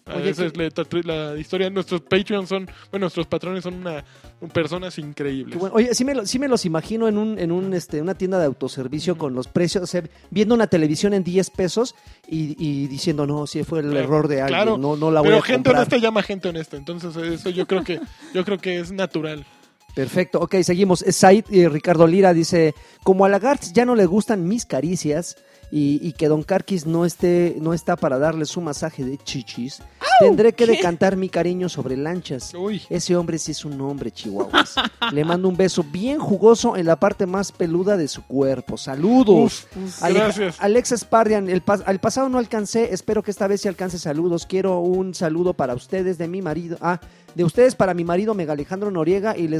Oye, Esa es la historia. Nuestros Patreons nuestros patrones son personas increíbles. Qué bueno. Oye, sí me los imagino en una tienda de autoservicio con los precios, o sea, viendo una televisión en 10 pesos y diciendo, no, sí fue el error de alguien, Claro, no la voy pero a gente comprar. honesta llama gente honesta, entonces eso yo creo que es natural. Perfecto, ok, seguimos. Said y Ricardo Lira dice, como a Lagartz ya no le gustan mis caricias y que Don Carquis no está para darle su masaje de chichis, tendré que decantar mi cariño sobre lanchas. Uy, Ese hombre sí es un hombre, chihuahuas. Le mando un beso bien jugoso en la parte más peluda de su cuerpo. ¡Saludos! gracias. Alexa Spardian, al pasado no alcancé, espero que esta vez sí alcance saludos. Quiero un saludo para ustedes de mi marido. De ustedes para mi marido Mega Alejandro Noriega y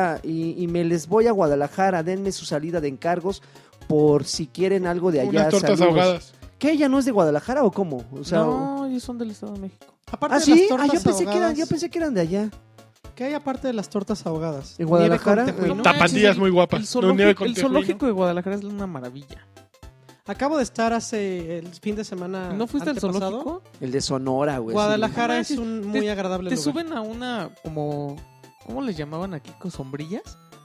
me les voy a Guadalajara. Denme su salida de encargos por si quieren algo de allá. Unas tortas Saludos. ahogadas. ¿Qué? ¿Ella no es de Guadalajara o cómo? O sea, No, ellos son del Estado de México. Aparte de ¿sí? las tortas ahogadas, Yo pensé que eran de allá. ¿qué hay aparte de las tortas ahogadas? ¿En Guadalajara? Nieve con tejuino. Tapandillas muy guapas. El zoológico, Nieve con el tejuino. zoológico de Guadalajara es una maravilla. Acabo de estar hace el fin de semana ¿No fuiste al antepasado. zoológico? El de Sonora, güey. Guadalajara Sí. es un muy agradable Te lugar. suben a una como... ¿Cómo les llamaban aquí? ¿Con sombrillas?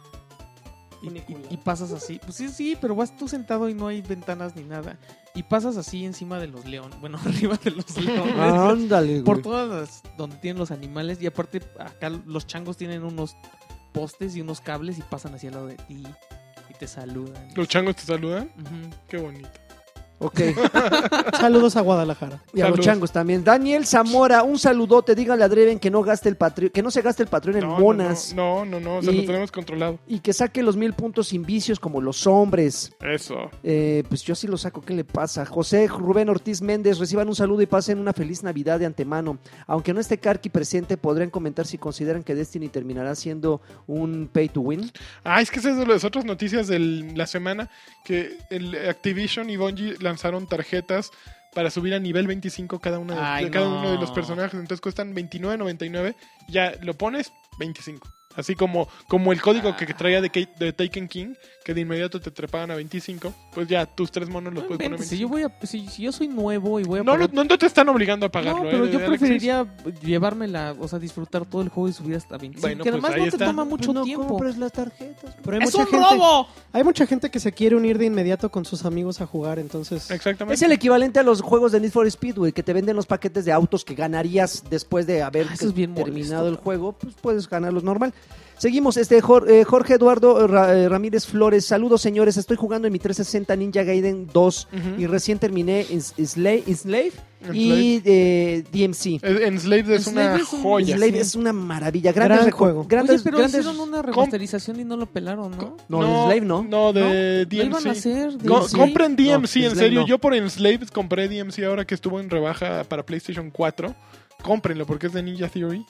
Funicula. Y pasas así. Pues sí, pero vas tú sentado y no hay ventanas ni nada. Y pasas así encima de los leones. Bueno, arriba de los leones. Ándale, güey. Por todas las... donde tienen los animales. Y aparte, acá los changos tienen unos postes y unos cables y pasan hacia el lado de ti. Y te saludan. ¿Los changos te saludan? Ujú. Qué bonito. Ok. Saludos a Guadalajara. Y a los Saludos. changos también. Daniel Zamora, un saludote. Díganle a Dreven que no gaste el Patreon, que no se gaste el Patreon en monas. No, o sea, Y- lo tenemos controlado. Y que saque los 1000 puntos sin vicios como los hombres. Eso. Pues yo sí lo saco, ¿qué le pasa? José Rubén Ortiz Méndez, reciban un saludo y pasen una feliz Navidad de antemano. Aunque no esté Karki presente, podrían comentar si consideran que Destiny terminará siendo un pay to win. Es que esa es de las otras noticias de la semana, que el Activision y Bungie lanzaron tarjetas para subir a nivel 25 cada uno de los personajes. Entonces cuestan $29.99. Ya lo pones, 25. Así como el código que traía de Taken King, que de inmediato te trepaban a 25, pues ya tus 3 monos los No puedes poner a inventes, si 25. si yo soy nuevo y voy a No, pagar... no te están obligando a pagarlo. No, pero yo Alexis. preferiría llevármela, o sea, disfrutar todo el juego y subir hasta 25. Bueno, que pues además ahí no te está. toma mucho tiempo. las tarjetas. Pero hay ¡Es mucha un gente, robo! hay mucha gente que se quiere unir de inmediato con sus amigos a jugar, entonces Exactamente. Es el equivalente a los juegos de Need for Speed, güey, que te venden los paquetes de autos que ganarías después de haber Eso es bien terminado molesto. el juego, pues puedes ganarlos normal. Seguimos, Jorge Eduardo Ramírez Flores. Saludos, señores. Estoy jugando en mi 360 Ninja Gaiden 2 Ujú. y recién terminé Enslave y DMC. Enslaved es una Enslaved es un- joya. Enslave es una maravilla. Gran juego. Grandes, Oye, pero grandes- hicieron una remasterización y no lo pelaron, ¿no? No, Enslaved no. No, de Lo iban a DMC. hacer. DMC. Compren DMC, No, en Enslaved serio. no. Yo por Enslaved compré DMC ahora que estuvo en rebaja para PlayStation 4. Cómprenlo porque es de Ninja Theory.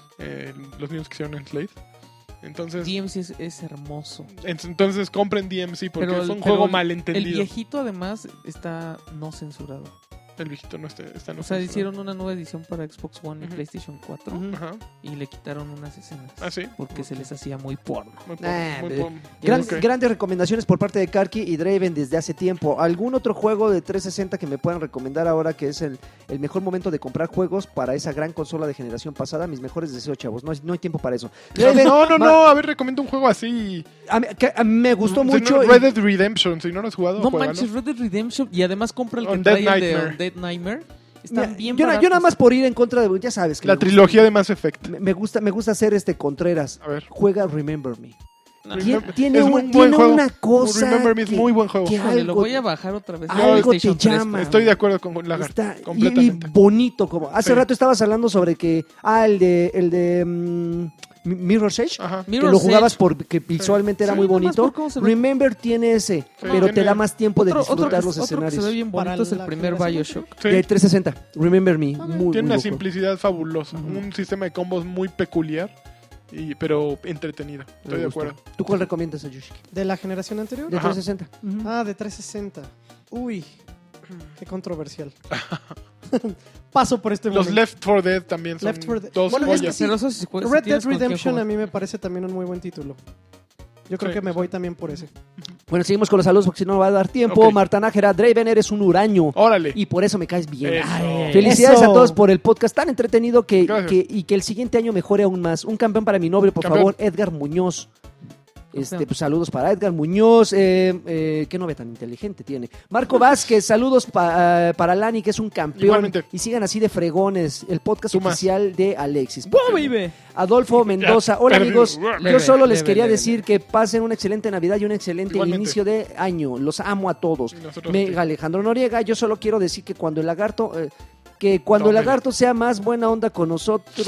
Los niños que hicieron Enslaved. Entonces, DMC es hermoso. entonces compren DMC porque Pero es un pero juego el malentendido. viejito además está no censurado. El viejito no está no O sea, censurado. hicieron una nueva edición para Xbox One y Ujú. PlayStation 4 Ujú. Ajá. y le quitaron unas escenas. Ah, sí. Porque se les hacía muy porno. Muy Ah, muy pero- pom- Gran- ok. Grandes recomendaciones por parte de Karki y Draven desde hace tiempo. ¿Algún otro juego de 360 que me puedan recomendar ahora que es el mejor momento de comprar juegos para esa gran consola de generación pasada? Mis mejores deseos, chavos. No hay tiempo para eso. Draven, No. A ver, recomiendo un juego así. a mí me gustó Si no, mucho. Red Dead Redemption. Si no lo has jugado, No juégalo. manches, Red Dead Redemption y además compra el que Undead trae el de Nightmare. Undead Nightmare. Mira, Están bien yo baratos. nada más por ir en contra de. Ya sabes que La me gusta- trilogía de Mass Effect. Me gusta hacer Contreras. A ver. Juega Remember Me. No, Remember- Tiene, es un- un buen tiene juego. una cosa. Remember Me es que- muy buen juego. que híjole, lo algo- voy a bajar otra vez. algo te PlayStation 3, llama. Estoy de acuerdo con Lagarde. Está y Completamente. bonito como. Hace Sí. rato estabas hablando sobre que el de Mirror's Edge. Ajá. Que Mirror's lo jugabas Edge. porque visualmente era Sí, muy nada más bonito. por cómo se ve. Remember tiene ese, pero te tiene- da más tiempo de Otro disfrutar que- los otro que escenarios. se ve bien Para bonito es el la primer generación Bioshock. Sí. De 360, Remember Me. Ah, Muy, Tiene muy una buen simplicidad fabulosa. Ujú. Un sistema de combos muy peculiar, pero entretenido. juego. Estoy Me de gustó. acuerdo. ¿Tú cuál recomiendas a Yushi? de la generación anterior. De Ajá. 360. Ujú. Ah, de 360. Uy, qué controversial. Paso por este Los momento. Left 4 Dead también son Left 4 Dead. dos Bueno, es joyas. que sí. Pero eso sí, si Red tienes Dead con quién Redemption jugar. a mí me parece también un muy buen título. Yo creo Sí, que me sí. voy también por ese. Bueno, seguimos con los saludos porque si no va a dar tiempo. Ok. Marta Nájera, Draven, eres un huraño. Órale. Y por eso me caes bien. Eso. Ay, felicidades Eso. a todos por el podcast tan entretenido Gracias. y que el siguiente año mejore aún más. Un campeón para mi novio, por Campeón. favor, Edgar Muñoz. Campeón. Pues, saludos para Edgar Muñoz. Qué novia tan inteligente tiene. Marco Vázquez, saludos para Lani, que es un campeón. Igualmente. Y sigan así de fregones. El podcast Tú más. oficial de Alexis. ¡Oh, baby! Adolfo Mendoza. Hola perdí. amigos, yo Leve, solo les leve, quería leve, decir que pasen una excelente Navidad y un excelente Igualmente. inicio de año. Los amo a todos. Y nosotros a ti. Mega Alejandro Noriega, yo solo quiero decir que cuando el lagarto el Tómele. lagarto sea más buena onda con nosotros,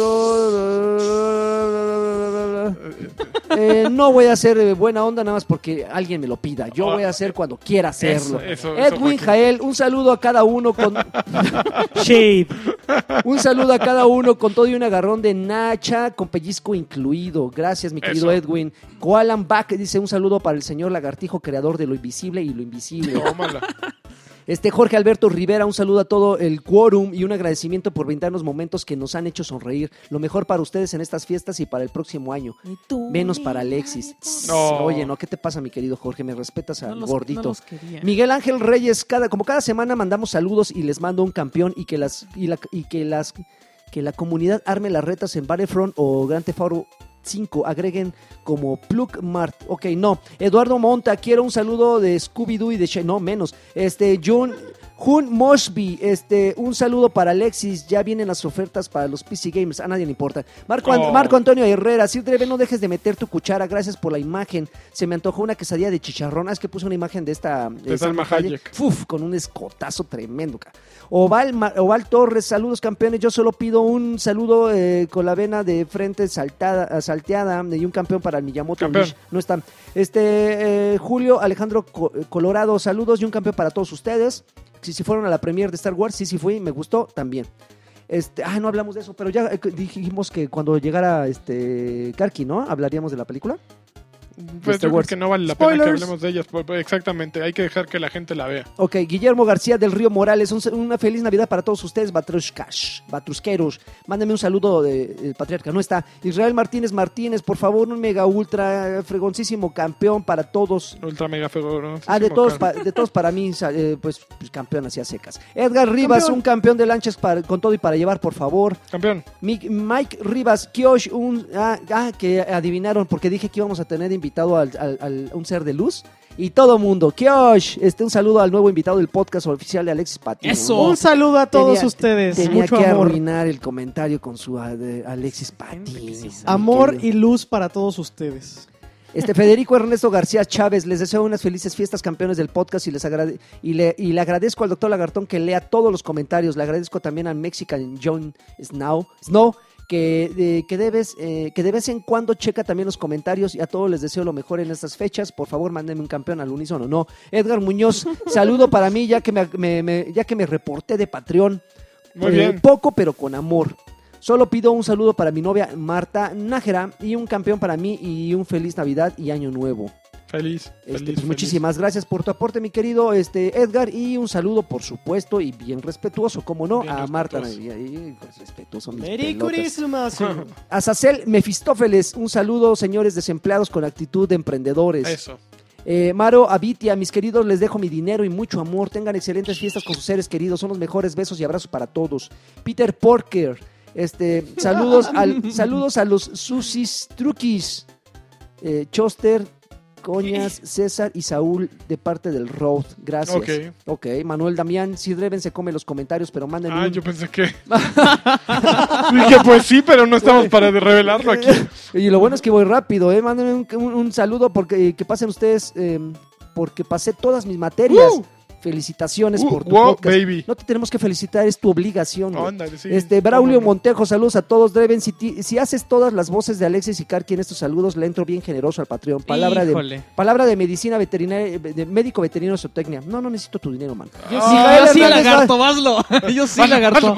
no voy a hacer buena onda nada más porque alguien me lo pida. Yo voy a hacer cuando quiera hacerlo. Eso Edwin fue Jael, un saludo a cada uno con Shade. un saludo a cada uno con todo y un agarrón de Nacha con pellizco incluido. Gracias, mi querido Eso. Edwin. Koalan Back dice un saludo para el señor Lagartijo, creador de lo invisible y lo invisible. Tómala. Jorge Alberto Rivera, un saludo a todo el quórum y un agradecimiento por brindarnos momentos que nos han hecho sonreír. Lo mejor para ustedes en estas fiestas y para el próximo año. Menos para Alexis. No. Oye, ¿no? ¿Qué te pasa, mi querido Jorge? Me respetas al No gordito. los quería. Miguel Ángel Reyes, como cada semana mandamos saludos y les mando un campeón y que la comunidad arme las retas en Battlefront o Grand Theft Auto 5, agreguen como Plug Mart. Ok, no. Eduardo Monta, quiero un saludo de Scooby-Doo y de no, menos. Jun Mosby, un saludo para Alexis. Ya vienen las ofertas para los PC Gamers. A nadie le importa. Marco Antonio Herrera, Sir Dreve, no dejes de meter tu cuchara. Gracias por la imagen. Se me antojó una quesadilla de chicharrón. Es que puse una imagen de esta. De Salma Hayek. Uf, con un escotazo tremendo. Oval Torres, saludos campeones. Yo solo pido un saludo con la vena de frente salteada y un campeón para el Miyamoto. Campeón. Unleash. No están. Julio Alejandro Colorado, saludos y un campeón para todos ustedes. Si fueron a la premiere de Star Wars, sí fui, me gustó también. No hablamos de eso, pero ya dijimos que cuando llegara Karki, ¿no? Hablaríamos de la película. Pues Star yo creo Wars. que no vale la pena que Spoilers. hablemos de ellas. Exactamente, hay que dejar que la gente la vea. Ok, Guillermo García del Río Morales, una feliz Navidad para todos ustedes, batrusqueros. Mándenme un saludo del Patriarca, no está. Israel Martínez, por favor, un mega ultra fregoncísimo campeón para todos. Ultra mega feo, ¿no? De todos para mí, pues campeón hacia secas. Edgar Rivas, un campeón de lanchas con todo y para llevar, por favor. Campeón. Mike Rivas, Kiosh, que adivinaron porque dije que íbamos a tener invitado al un ser de luz. Y todo mundo, Kiosh, un saludo al nuevo invitado del podcast oficial de Alexis Patino. Eso. Un saludo a todos Tenía- ustedes. Tenía Mucho que amor. arruinar el comentario con su Alexis Patino. Amor y luz para todos ustedes. Federico Ernesto García Chávez, les deseo unas felices fiestas, campeones del podcast, y le agradezco al doctor Lagartón que lea todos los comentarios. Le agradezco también al Mexican John Snow que de vez en cuando checa también los comentarios, y a todos les deseo lo mejor en estas fechas. Por favor, mándenme un campeón al unísono. No, Edgar Muñoz, saludo para mí ya que me reporté de Patreon. Muy bien. Poco pero con amor. Solo pido un saludo para mi novia Marta Nájera y un campeón para mí y un feliz Navidad y Año Nuevo. Feliz. Muchísimas gracias por tu aporte, mi querido Edgar, y un saludo, por supuesto, y bien respetuoso, como no, Bien a Marta. respetuoso. Respetuoso, mis Merry pelotas. Christmas. A Sacel Mefistófeles, un saludo, señores desempleados con actitud de emprendedores. Eso. Maro Abitia, mis queridos, les dejo mi dinero y mucho amor. Tengan excelentes fiestas con sus seres queridos. Son los mejores besos y abrazos para todos. Peter Porker, saludos a los Susis Truquis. Choster, Coñas, César y Saúl de parte del Road. Gracias. Ok. Manuel Damián, si Dreven se come los comentarios, pero mándenme Yo pensé que... Dije, pues sí, pero no estamos para revelarlo aquí. Y lo bueno es que voy rápido, mándenme un saludo porque que pasen ustedes, porque pasé todas mis materias. Felicitaciones por tu wow, podcast. baby. No te tenemos que felicitar, es tu obligación. güey. Ándale, sí. Braulio ¿Cómo no? Montejo, saludos a todos. Dreven, si haces todas las voces de Alexis y Karki en estos saludos, le entro bien generoso al Patreon. Palabra de medicina veterinaria, de médico veterinario zootecnia. No necesito tu dinero, man. Yo Mijael sí, Hernández lagarto, hazlo. Yo sí, lagarto.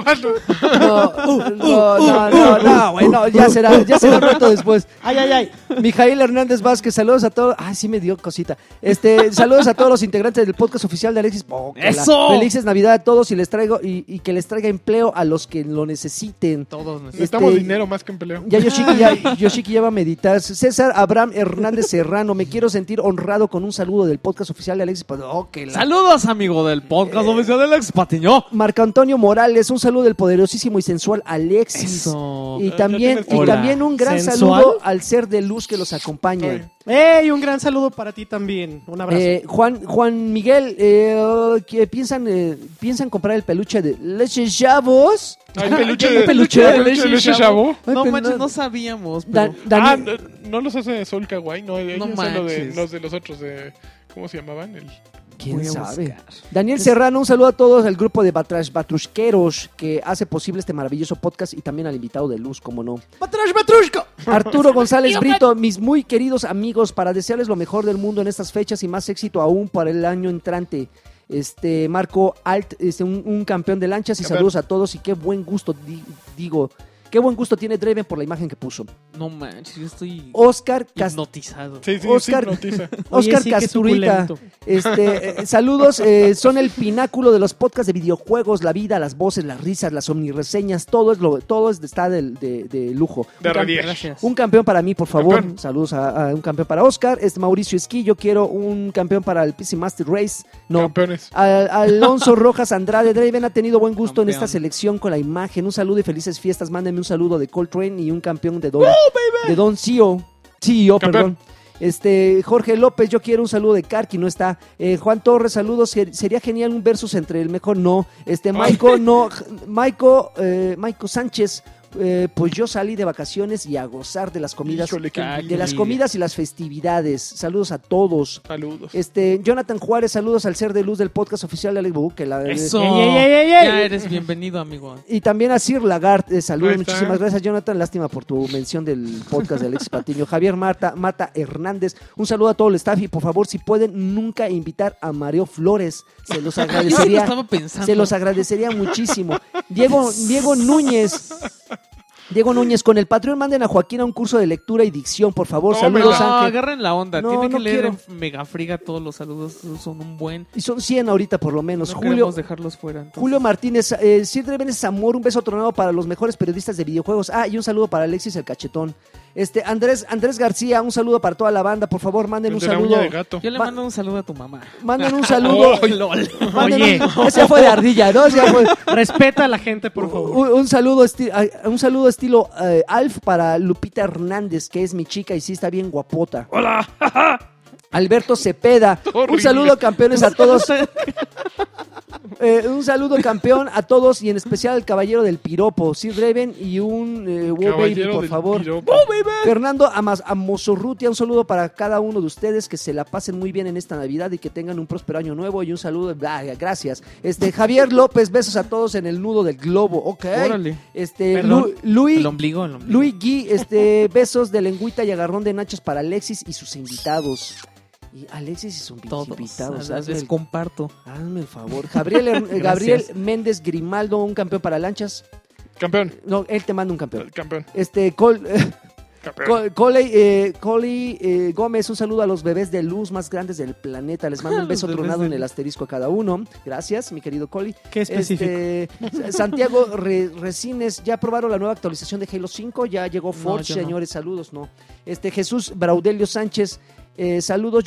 No, güey, no, ya será un rato después. Ay. Mijael Hernández Vázquez, saludos a todos. Sí me dio cosita. Saludos a todos los integrantes del podcast oficial de Alexis Alexis. ¡Eso! Felices Navidad a todos y les traigo y que les traiga empleo a los que lo necesiten. Todos Necesitamos dinero más que empleo. Ya Yoshiki ya va a meditar. César Abraham Hernández Serrano, me quiero sentir honrado con un saludo del podcast oficial de Alexis. Saludos, amigo del podcast oficial de Alex Patiño. Marco Antonio Morales, un saludo del poderosísimo y sensual Alexis. Eso. Y también un gran ¿Sensual? saludo al ser de luz que los acompaña. ¡Ey! Un gran saludo para ti también. Un abrazo. Juan Miguel, ¿qué piensan comprar el peluche de Leche Chavos? Ay, peluche ¿Hay de peluche? leche chavo. Ay, No pero manches, no sabíamos. Da- Pero... Daniel- ¿No los hace Sol Kawaii? No, ellos No son manches. los de los otros. ¿Cómo se llamaban? ¿Quién Voy a sabe? buscar. Daniel Serrano, un saludo a todos, al grupo de Batrusqueros que hace posible este maravilloso podcast y también al invitado de luz, como no. ¡Batrushka! Arturo González Brito, mis muy queridos amigos, para desearles lo mejor del mundo en estas fechas y más éxito aún para el año entrante. Marco Alt, un campeón de lanchas y Campeón. saludos a todos y qué buen gusto, qué buen gusto tiene Draven por la imagen que puso. No manches, yo estoy Oscar hipnotizado. Sí, Oscar- noticia. Oscar Oye, sí, qué Casturita, suculento. saludos, son el pináculo de los podcasts de videojuegos, la vida, las voces, las risas, las omnireseñas, todo está de lujo. De Un cam- radiar. Gracias. Un campeón para mí, por favor. Campeón. Saludos a un campeón para Oscar. Mauricio Esquillo, quiero un campeón para el PC Master Race. No. Campeones. Alonso Rojas Andrade, Draven ha tenido buen gusto en Campeón. esta selección con la imagen. Un saludo y felices fiestas. Mándenme un saludo de Coltrane y un campeón de Don CEO, Campeón. perdón. Jorge López, yo quiero un saludo de Karki, no está. Juan Torres, saludos. Sería genial un versus entre el mejor, no. Maiko Sánchez, pues yo salí de vacaciones y a gozar de las comidas. Híjole, qué Ay, De las comidas y las festividades. Saludos a todos. Saludos. Jonathan Juárez, saludos al ser de luz del podcast oficial de Alex Bubú, Eso. Ey. Ya eres bienvenido, amigo. y también a Sir Lagart, saludos, Ahí está. muchísimas gracias Jonathan, lástima por tu mención del podcast de Alexis Patiño. Javier Mata Hernández, un saludo a todo el staff y por favor si pueden nunca invitar a Mario Flores, se los Yo sí lo agradecería, estaba pensando. se los agradecería muchísimo. Diego Núñez, con el Patreon manden a Joaquín a un curso de lectura y dicción, por favor. Tómela. Saludos, No, Ángel. agarren la onda. No, Tienen que no leer quiero. en Megafriga todos los saludos. Son un buen. Y son 100 ahorita por lo menos. No Julio, queremos dejarlos fuera. entonces. Julio Martínez, Sir Draven es amor, un beso tronado para los mejores periodistas de videojuegos. Y un saludo para Alexis el Cachetón. Andrés García, un saludo para toda la banda, por favor, manden El un de la saludo. uña de gato. Yo le Va- mando un saludo a tu mamá. Manden un saludo. Oh, lol. Manden Oye. ese fue de ardilla, ¿no? Ese fue- Respeta a la gente, por favor. un saludo estilo Alf para Lupita Hernández, que es mi chica y sí está bien guapota. ¡Hola! Alberto Cepeda, un Horrible. saludo campeones a todos. Un saludo campeón a todos y en especial al caballero del piropo, Sir Draven y un wow baby, Caballero por del favor. piropo. Fernando Amozorrutia, un saludo para cada uno de ustedes, que se la pasen muy bien en esta Navidad y que tengan un próspero año nuevo y un saludo, gracias. Javier López, besos a todos en el nudo del globo, ok. Órale. Perdón. Luis El ombligo, el ombligo. Luis Gui, besos de lengüita y agarrón de nachos para Alexis y sus invitados. Y Alexis y sus Todos. invitados, Les comparto. hazme el favor. Gabriel Méndez Grimaldo, un campeón para lanchas. Campeón. No, él te manda un campeón. Campeón. Coley Gómez, un saludo a los bebés de luz más grandes del planeta. Les mando un beso Los bebés tronado de en el luz. asterisco a cada uno. Gracias, mi querido Coley. Qué específico. Santiago Resines, ¿ya probaron la nueva actualización de Halo 5? Ya llegó Forge, yo no. señores, saludos, ¿no? Jesús Braudelio Sánchez, saludos,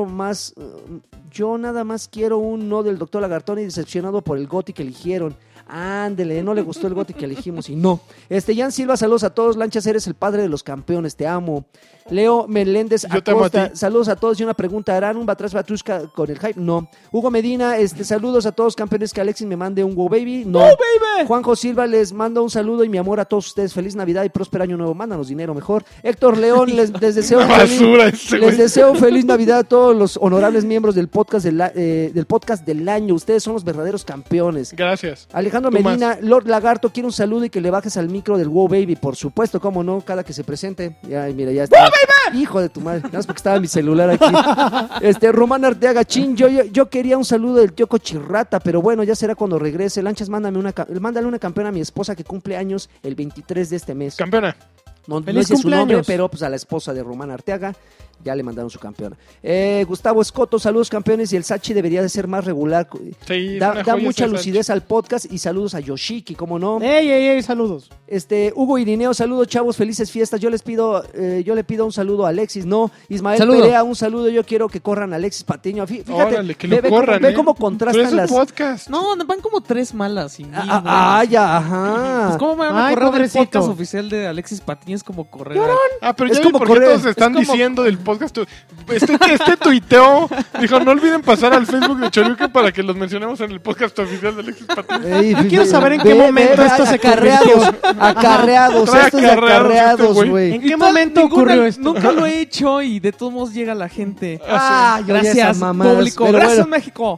yo nada más quiero un no del Dr. Lagartón y decepcionado por el GOTY que eligieron. Ándele, no le gustó el GOTY que elegimos y no. Jan Silva, saludos a todos. Lanchas, eres el padre de los campeones, te amo. Leo Meléndez Yo te amo a Acosta, ti. saludos a todos y una pregunta, ¿harán un Batrushka con el hype? No. Hugo Medina, saludos a todos campeones, que Alexis me mande un wow baby. No. Juanjo Silva, les mando un saludo y mi amor a todos ustedes. Feliz Navidad y próspero año nuevo. Mándanos dinero mejor. Héctor León, les deseo Basura ese les güey. deseo feliz Navidad a todos los honorables miembros del podcast del año. Ustedes son los verdaderos campeones. Gracias. Alejandro Tú Medina, Lord Lagarto, quiere un saludo y que le bajes al micro del Wow Baby, por supuesto, cómo no, cada que se presente. Ay, mira, ya está. Hijo de tu madre, nada más porque estaba mi celular aquí. Román Arteaga, chin, yo quería un saludo del tío Cochirrata, pero bueno, ya será cuando regrese. Lanchas, mándale una campeona a mi esposa que cumple años el 23 de este mes. Campeona. No ¡Feliz dice su nombre, cumpleaños! pero pues a la esposa de Román Arteaga. Ya le mandaron su campeona. Gustavo Escoto, saludos campeones. Y el Sachi debería de ser más regular. Sí, Da una joya mucha ese lucidez al podcast. Y saludos a Yoshiki, ¿cómo no? ¡Ey! Saludos. Hugo Irineo, saludos chavos, felices fiestas. Yo le pido un saludo a Alexis, no. Ismael Saludo. Perea, un saludo. Yo quiero que corran a Alexis Patiño. Fíjate, Órale, que lo corran, ve cómo contrastan Pero es las. un podcast. No, van como 3 malas. Sin mí, güey. Ya, ajá. Pues ¿cómo me van a Ay, correr del pobrecito. podcast oficial de Alexis Patiño? Es como correr. Pero Es ya vi como por qué correr. todos están Es como- diciendo del podcast. Este tuiteó, dijo, no olviden pasar al Facebook de Choryuken para que los mencionemos en el podcast oficial de Alexis Patiño. Quiero saber en qué momento esto se acarreados, acarreados, Trae estos acarreados acarreados, este güey. güey. ¿En qué momento ocurrió esto? Nunca lo he hecho y de todos modos llega la gente. Yo ya esas Gracias, mamadas, público. pero Gracias, bueno. México.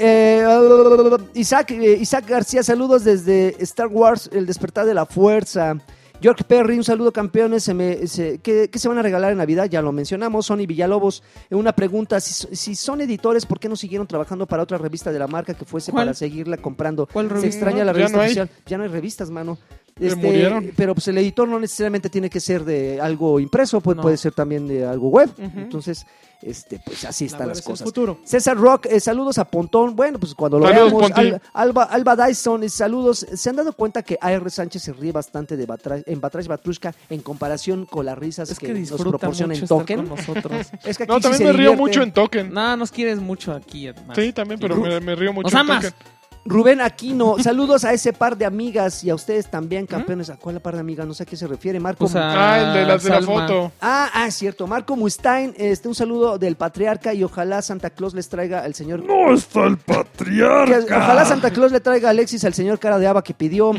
Isaac García, saludos desde Star Wars, El Despertar de la Fuerza. York Perry, un saludo campeones. ¿Qué se van a regalar en Navidad? Ya lo mencionamos. Sony Villalobos, una pregunta. Si son editores, ¿por qué no siguieron trabajando para otra revista de la marca que fuese ¿Cuál? para seguirla comprando? ¿Cuál Se revista? extraña la Ya revista no hay. oficial. Ya no hay revistas, mano. murieron. Pero pues el editor no necesariamente tiene que ser de algo impreso, No. puede ser también de algo web. Ujú. Entonces, pues así La están web las es el cosas. futuro. César Rock, saludos a Pontón. Bueno, pues cuando lo Saludos, veamos. Pontín. Alba Dyson, saludos. ¿Se han dado cuenta que A.R. Sánchez se ríe bastante de en Batrash Batrushka en comparación con las risas Es que que nos disfruta proporciona mucho en estar Token? con nosotros. Es que aquí No, sí también se me río divierte. mucho en Token. No, nos quieres mucho aquí, además. Sí, también, pero me río mucho Nos en amas. Token. Rubén Aquino, saludos a ese par de amigas y a ustedes también, campeones. ¿A cuál par de amigas? No sé a qué se refiere. Marco. Pues a- El de las de la Salma. foto. Cierto. Marco Mustain, un saludo del patriarca y ojalá Santa Claus les traiga al señor. ¡No está el patriarca! Ojalá Santa Claus le traiga a Alexis al señor cara de haba que pidió.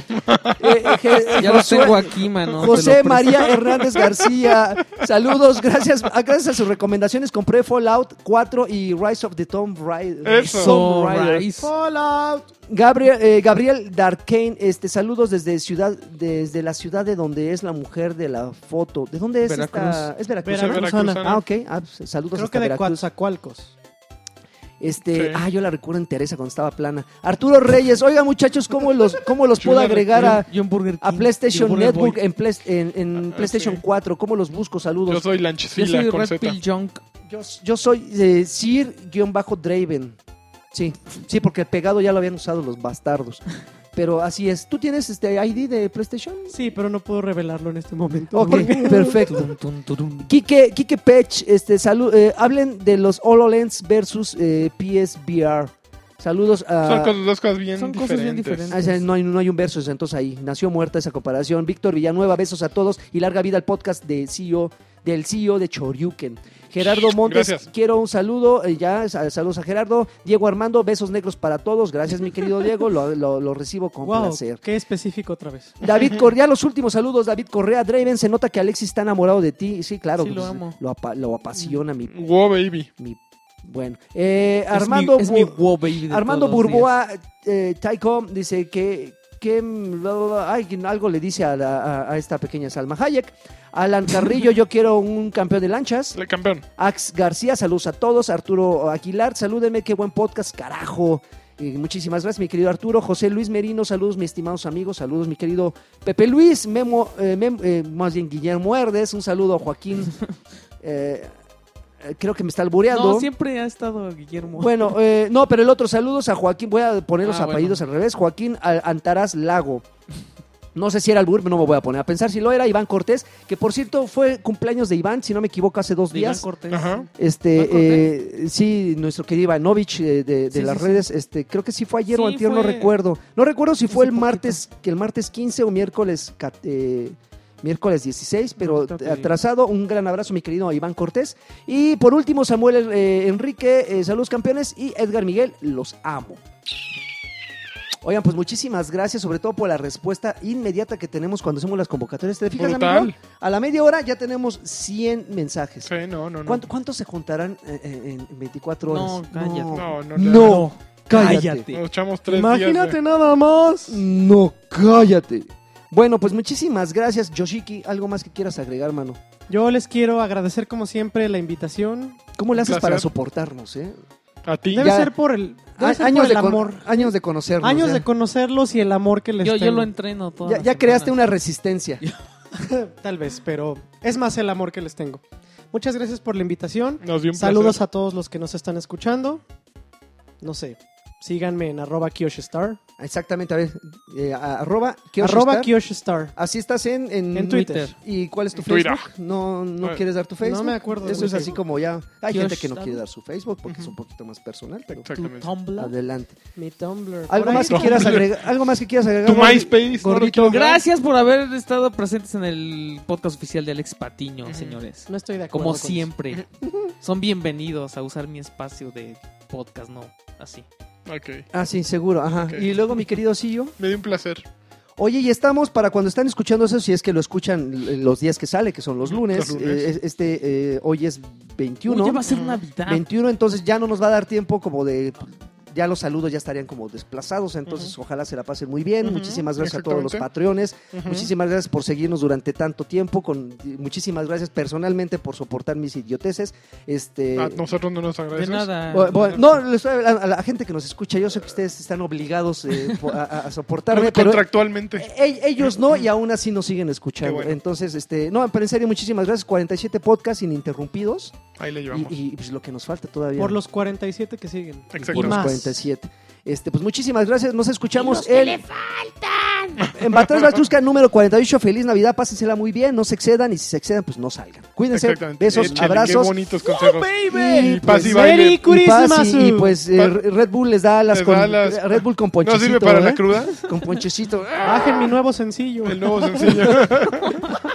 Ya lo tengo aquí, mano. te lo José presto. María Hernández García, saludos, gracias a sus recomendaciones compré Fallout 4 y Rise of the Tomb Raider. Eso. Tomb Raider. Rise. Fallout. Gabriel Darkane, saludos desde la ciudad de donde es la mujer de la foto. ¿De dónde es Veracruz. esta? ¿Es Veracruz? Veracruzana. Ah, ok. Pues, saludos Creo hasta que de Veracruz. Coatzacoalcos. Yo la recuerdo en Teresa cuando estaba plana. Arturo Reyes, oigan muchachos, ¿cómo los puedo agregar Yo en Burger a King. PlayStation Yo Burger Network Boy. en PlayStation sí. 4? ¿Cómo los busco? Saludos. Yo soy Yo Lanchesila soy con Red Z. Pill Junk. Yo soy Sir-Draven. Sí, porque el pegado ya lo habían usado los bastardos. Pero así es. ¿Tú tienes ID de PlayStation? Sí, pero no puedo revelarlo en este momento. Ok, perfecto. Tun, tun, turun. Quique Pech, hablen de los HoloLens versus PSVR. Saludos a... Son dos cosas bien Son diferentes. cosas bien diferentes. No hay un versus, entonces ahí nació muerta esa comparación. Víctor Villanueva, besos a todos y larga vida al podcast del CEO de Choryuken. Gerardo Montes, Gracias. quiero un saludo, saludos a Gerardo. Diego Armando, besos negros para todos. Gracias, mi querido Diego, lo recibo con Wow, placer. qué específico otra vez. David Correa, los últimos saludos. David Correa, Draven, se nota que Alexis está enamorado de ti. Sí, claro. Sí, lo amo. Lo apasiona Wow, baby. Bueno. Armando es mi wow baby de Armando todos los Burboa, Taiko, dice que algo le dice a esta pequeña Salma Hayek. Alan Carrillo, yo quiero un campeón de lanchas. El campeón. Ax García, saludos a todos. Arturo Aguilar, salúdenme, qué buen podcast, carajo. Muchísimas gracias, mi querido Arturo. José Luis Merino, saludos, mis estimados amigos. Saludos, mi querido Pepe Luis. Más bien Guillermo Herdes. Un saludo a Joaquín. Creo que me está albureando. No, siempre ha estado Guillermo. Bueno, no, pero el otro, saludos a Joaquín. Voy a poner los apellidos al revés. Joaquín Antaraz Lago. No sé si era albur, no me voy a poner a pensar si lo era. Iván Cortés, que por cierto fue cumpleaños de Iván, si no me equivoco, hace 2 de Iván días. Cortés. Ajá. Sí, nuestro querido Ivanovich de Sí, las sí, redes, creo que sí fue ayer o Sí, antier, no fue- recuerdo. No recuerdo si fue hace el martes 15 o miércoles 16, pero Ahorita te digo. atrasado. Un gran abrazo, mi querido Iván Cortés. Y por último, Samuel Enrique, saludos campeones. Y Edgar Miguel, los amo. Oigan, pues muchísimas gracias, sobre todo por la respuesta inmediata que tenemos cuando hacemos las convocatorias. ¿Te fijas, Brutal. amigo? A la media hora ya tenemos 100 mensajes. Sí, no. ¿Cuántos se juntarán en 24 horas? No, cállate. No, cállate. Nos echamos 3 Imagínate días. nada más. No, cállate. Bueno, pues muchísimas gracias, Yoshiki. ¿Algo más que quieras agregar, mano? Yo les quiero agradecer como siempre la invitación. ¿Cómo le haces placer. para soportarnos, A ti. Debe Ya- ser por el, debe ser años por el de amor. años de conocernos. Años ya. de conocerlos y el amor que les Yo tengo. lo entreno todo. Ya creaste una resistencia. Tal vez, pero es más el amor que les tengo. Muchas gracias por la invitación. Nos dio un Saludos placer. a todos los que nos están escuchando. No sé, síganme en @KioshStar. Exactamente, a ver, @KioshStar. @KioshStar. Así estás en Twitter. ¿Y cuál es tu Twitter. Facebook? ¿No No. quieres dar tu Facebook? No me acuerdo de Eso mi es así Facebook. como ya... Hay gente que no Kioshstar. quiere dar su Facebook porque es un poquito más personal, pero Tu Exactamente. Tumblr. adelante. Mi Tumblr. ¿Algo Por más ahí que no. quieras agregar? ¿Algo más que quieras agregar? Tu Gordi? MySpace. ¿no lo Gordito. quieres dar? Gracias por haber estado presentes en el podcast oficial de Alex Patiño, señores. No estoy de acuerdo. Como con eso. siempre. Son bienvenidos a usar mi espacio de podcast, no así. Ok. Ah, sí, seguro. Ajá. Ok. Y luego, mi querido Sillo. Me dio un placer. Oye, y estamos para cuando están escuchando eso, si es que lo escuchan los días que sale, que son los lunes. Los lunes. Hoy es 21. Uy, ya va a ser Navidad. 21, entonces ya no nos va a dar tiempo como de... Ya los saludos ya estarían como desplazados, entonces ojalá se la pasen muy bien. Muchísimas gracias a todos los Exactamente. patreones. Muchísimas gracias por seguirnos durante tanto tiempo. Muchísimas gracias personalmente por soportar mis idioteces. A nosotros no nos De agradeces. nada. No, les estoy hablando a la gente que nos escucha. Yo sé que ustedes están obligados a soportarme, pero Contractualmente. ellos no, y aún así nos siguen escuchando. Qué bueno. Entonces, no, pero en serio, muchísimas gracias. 47 podcasts ininterrumpidos. Ahí le llevamos. Y pues lo que nos falta todavía. Por los 47 que siguen. Exacto. Y Por los más. 47. Pues muchísimas gracias. Nos escuchamos en Batallas Batrusca número 48. Feliz Navidad, pásensela muy bien, no se excedan y si se excedan, pues no salgan. Cuídense, Exactamente. besos, Échenle, abrazos. Qué bonitos consejos. Y, Y paz y pues, baile. Merry y paz, Christmas. y, pues Red Bull les da las Les con da las- Red Bull con ¿No ponchecito. sirve para la ¿eh? cruda? Con ponchecito. Bajen mi nuevo sencillo. El nuevo sencillo.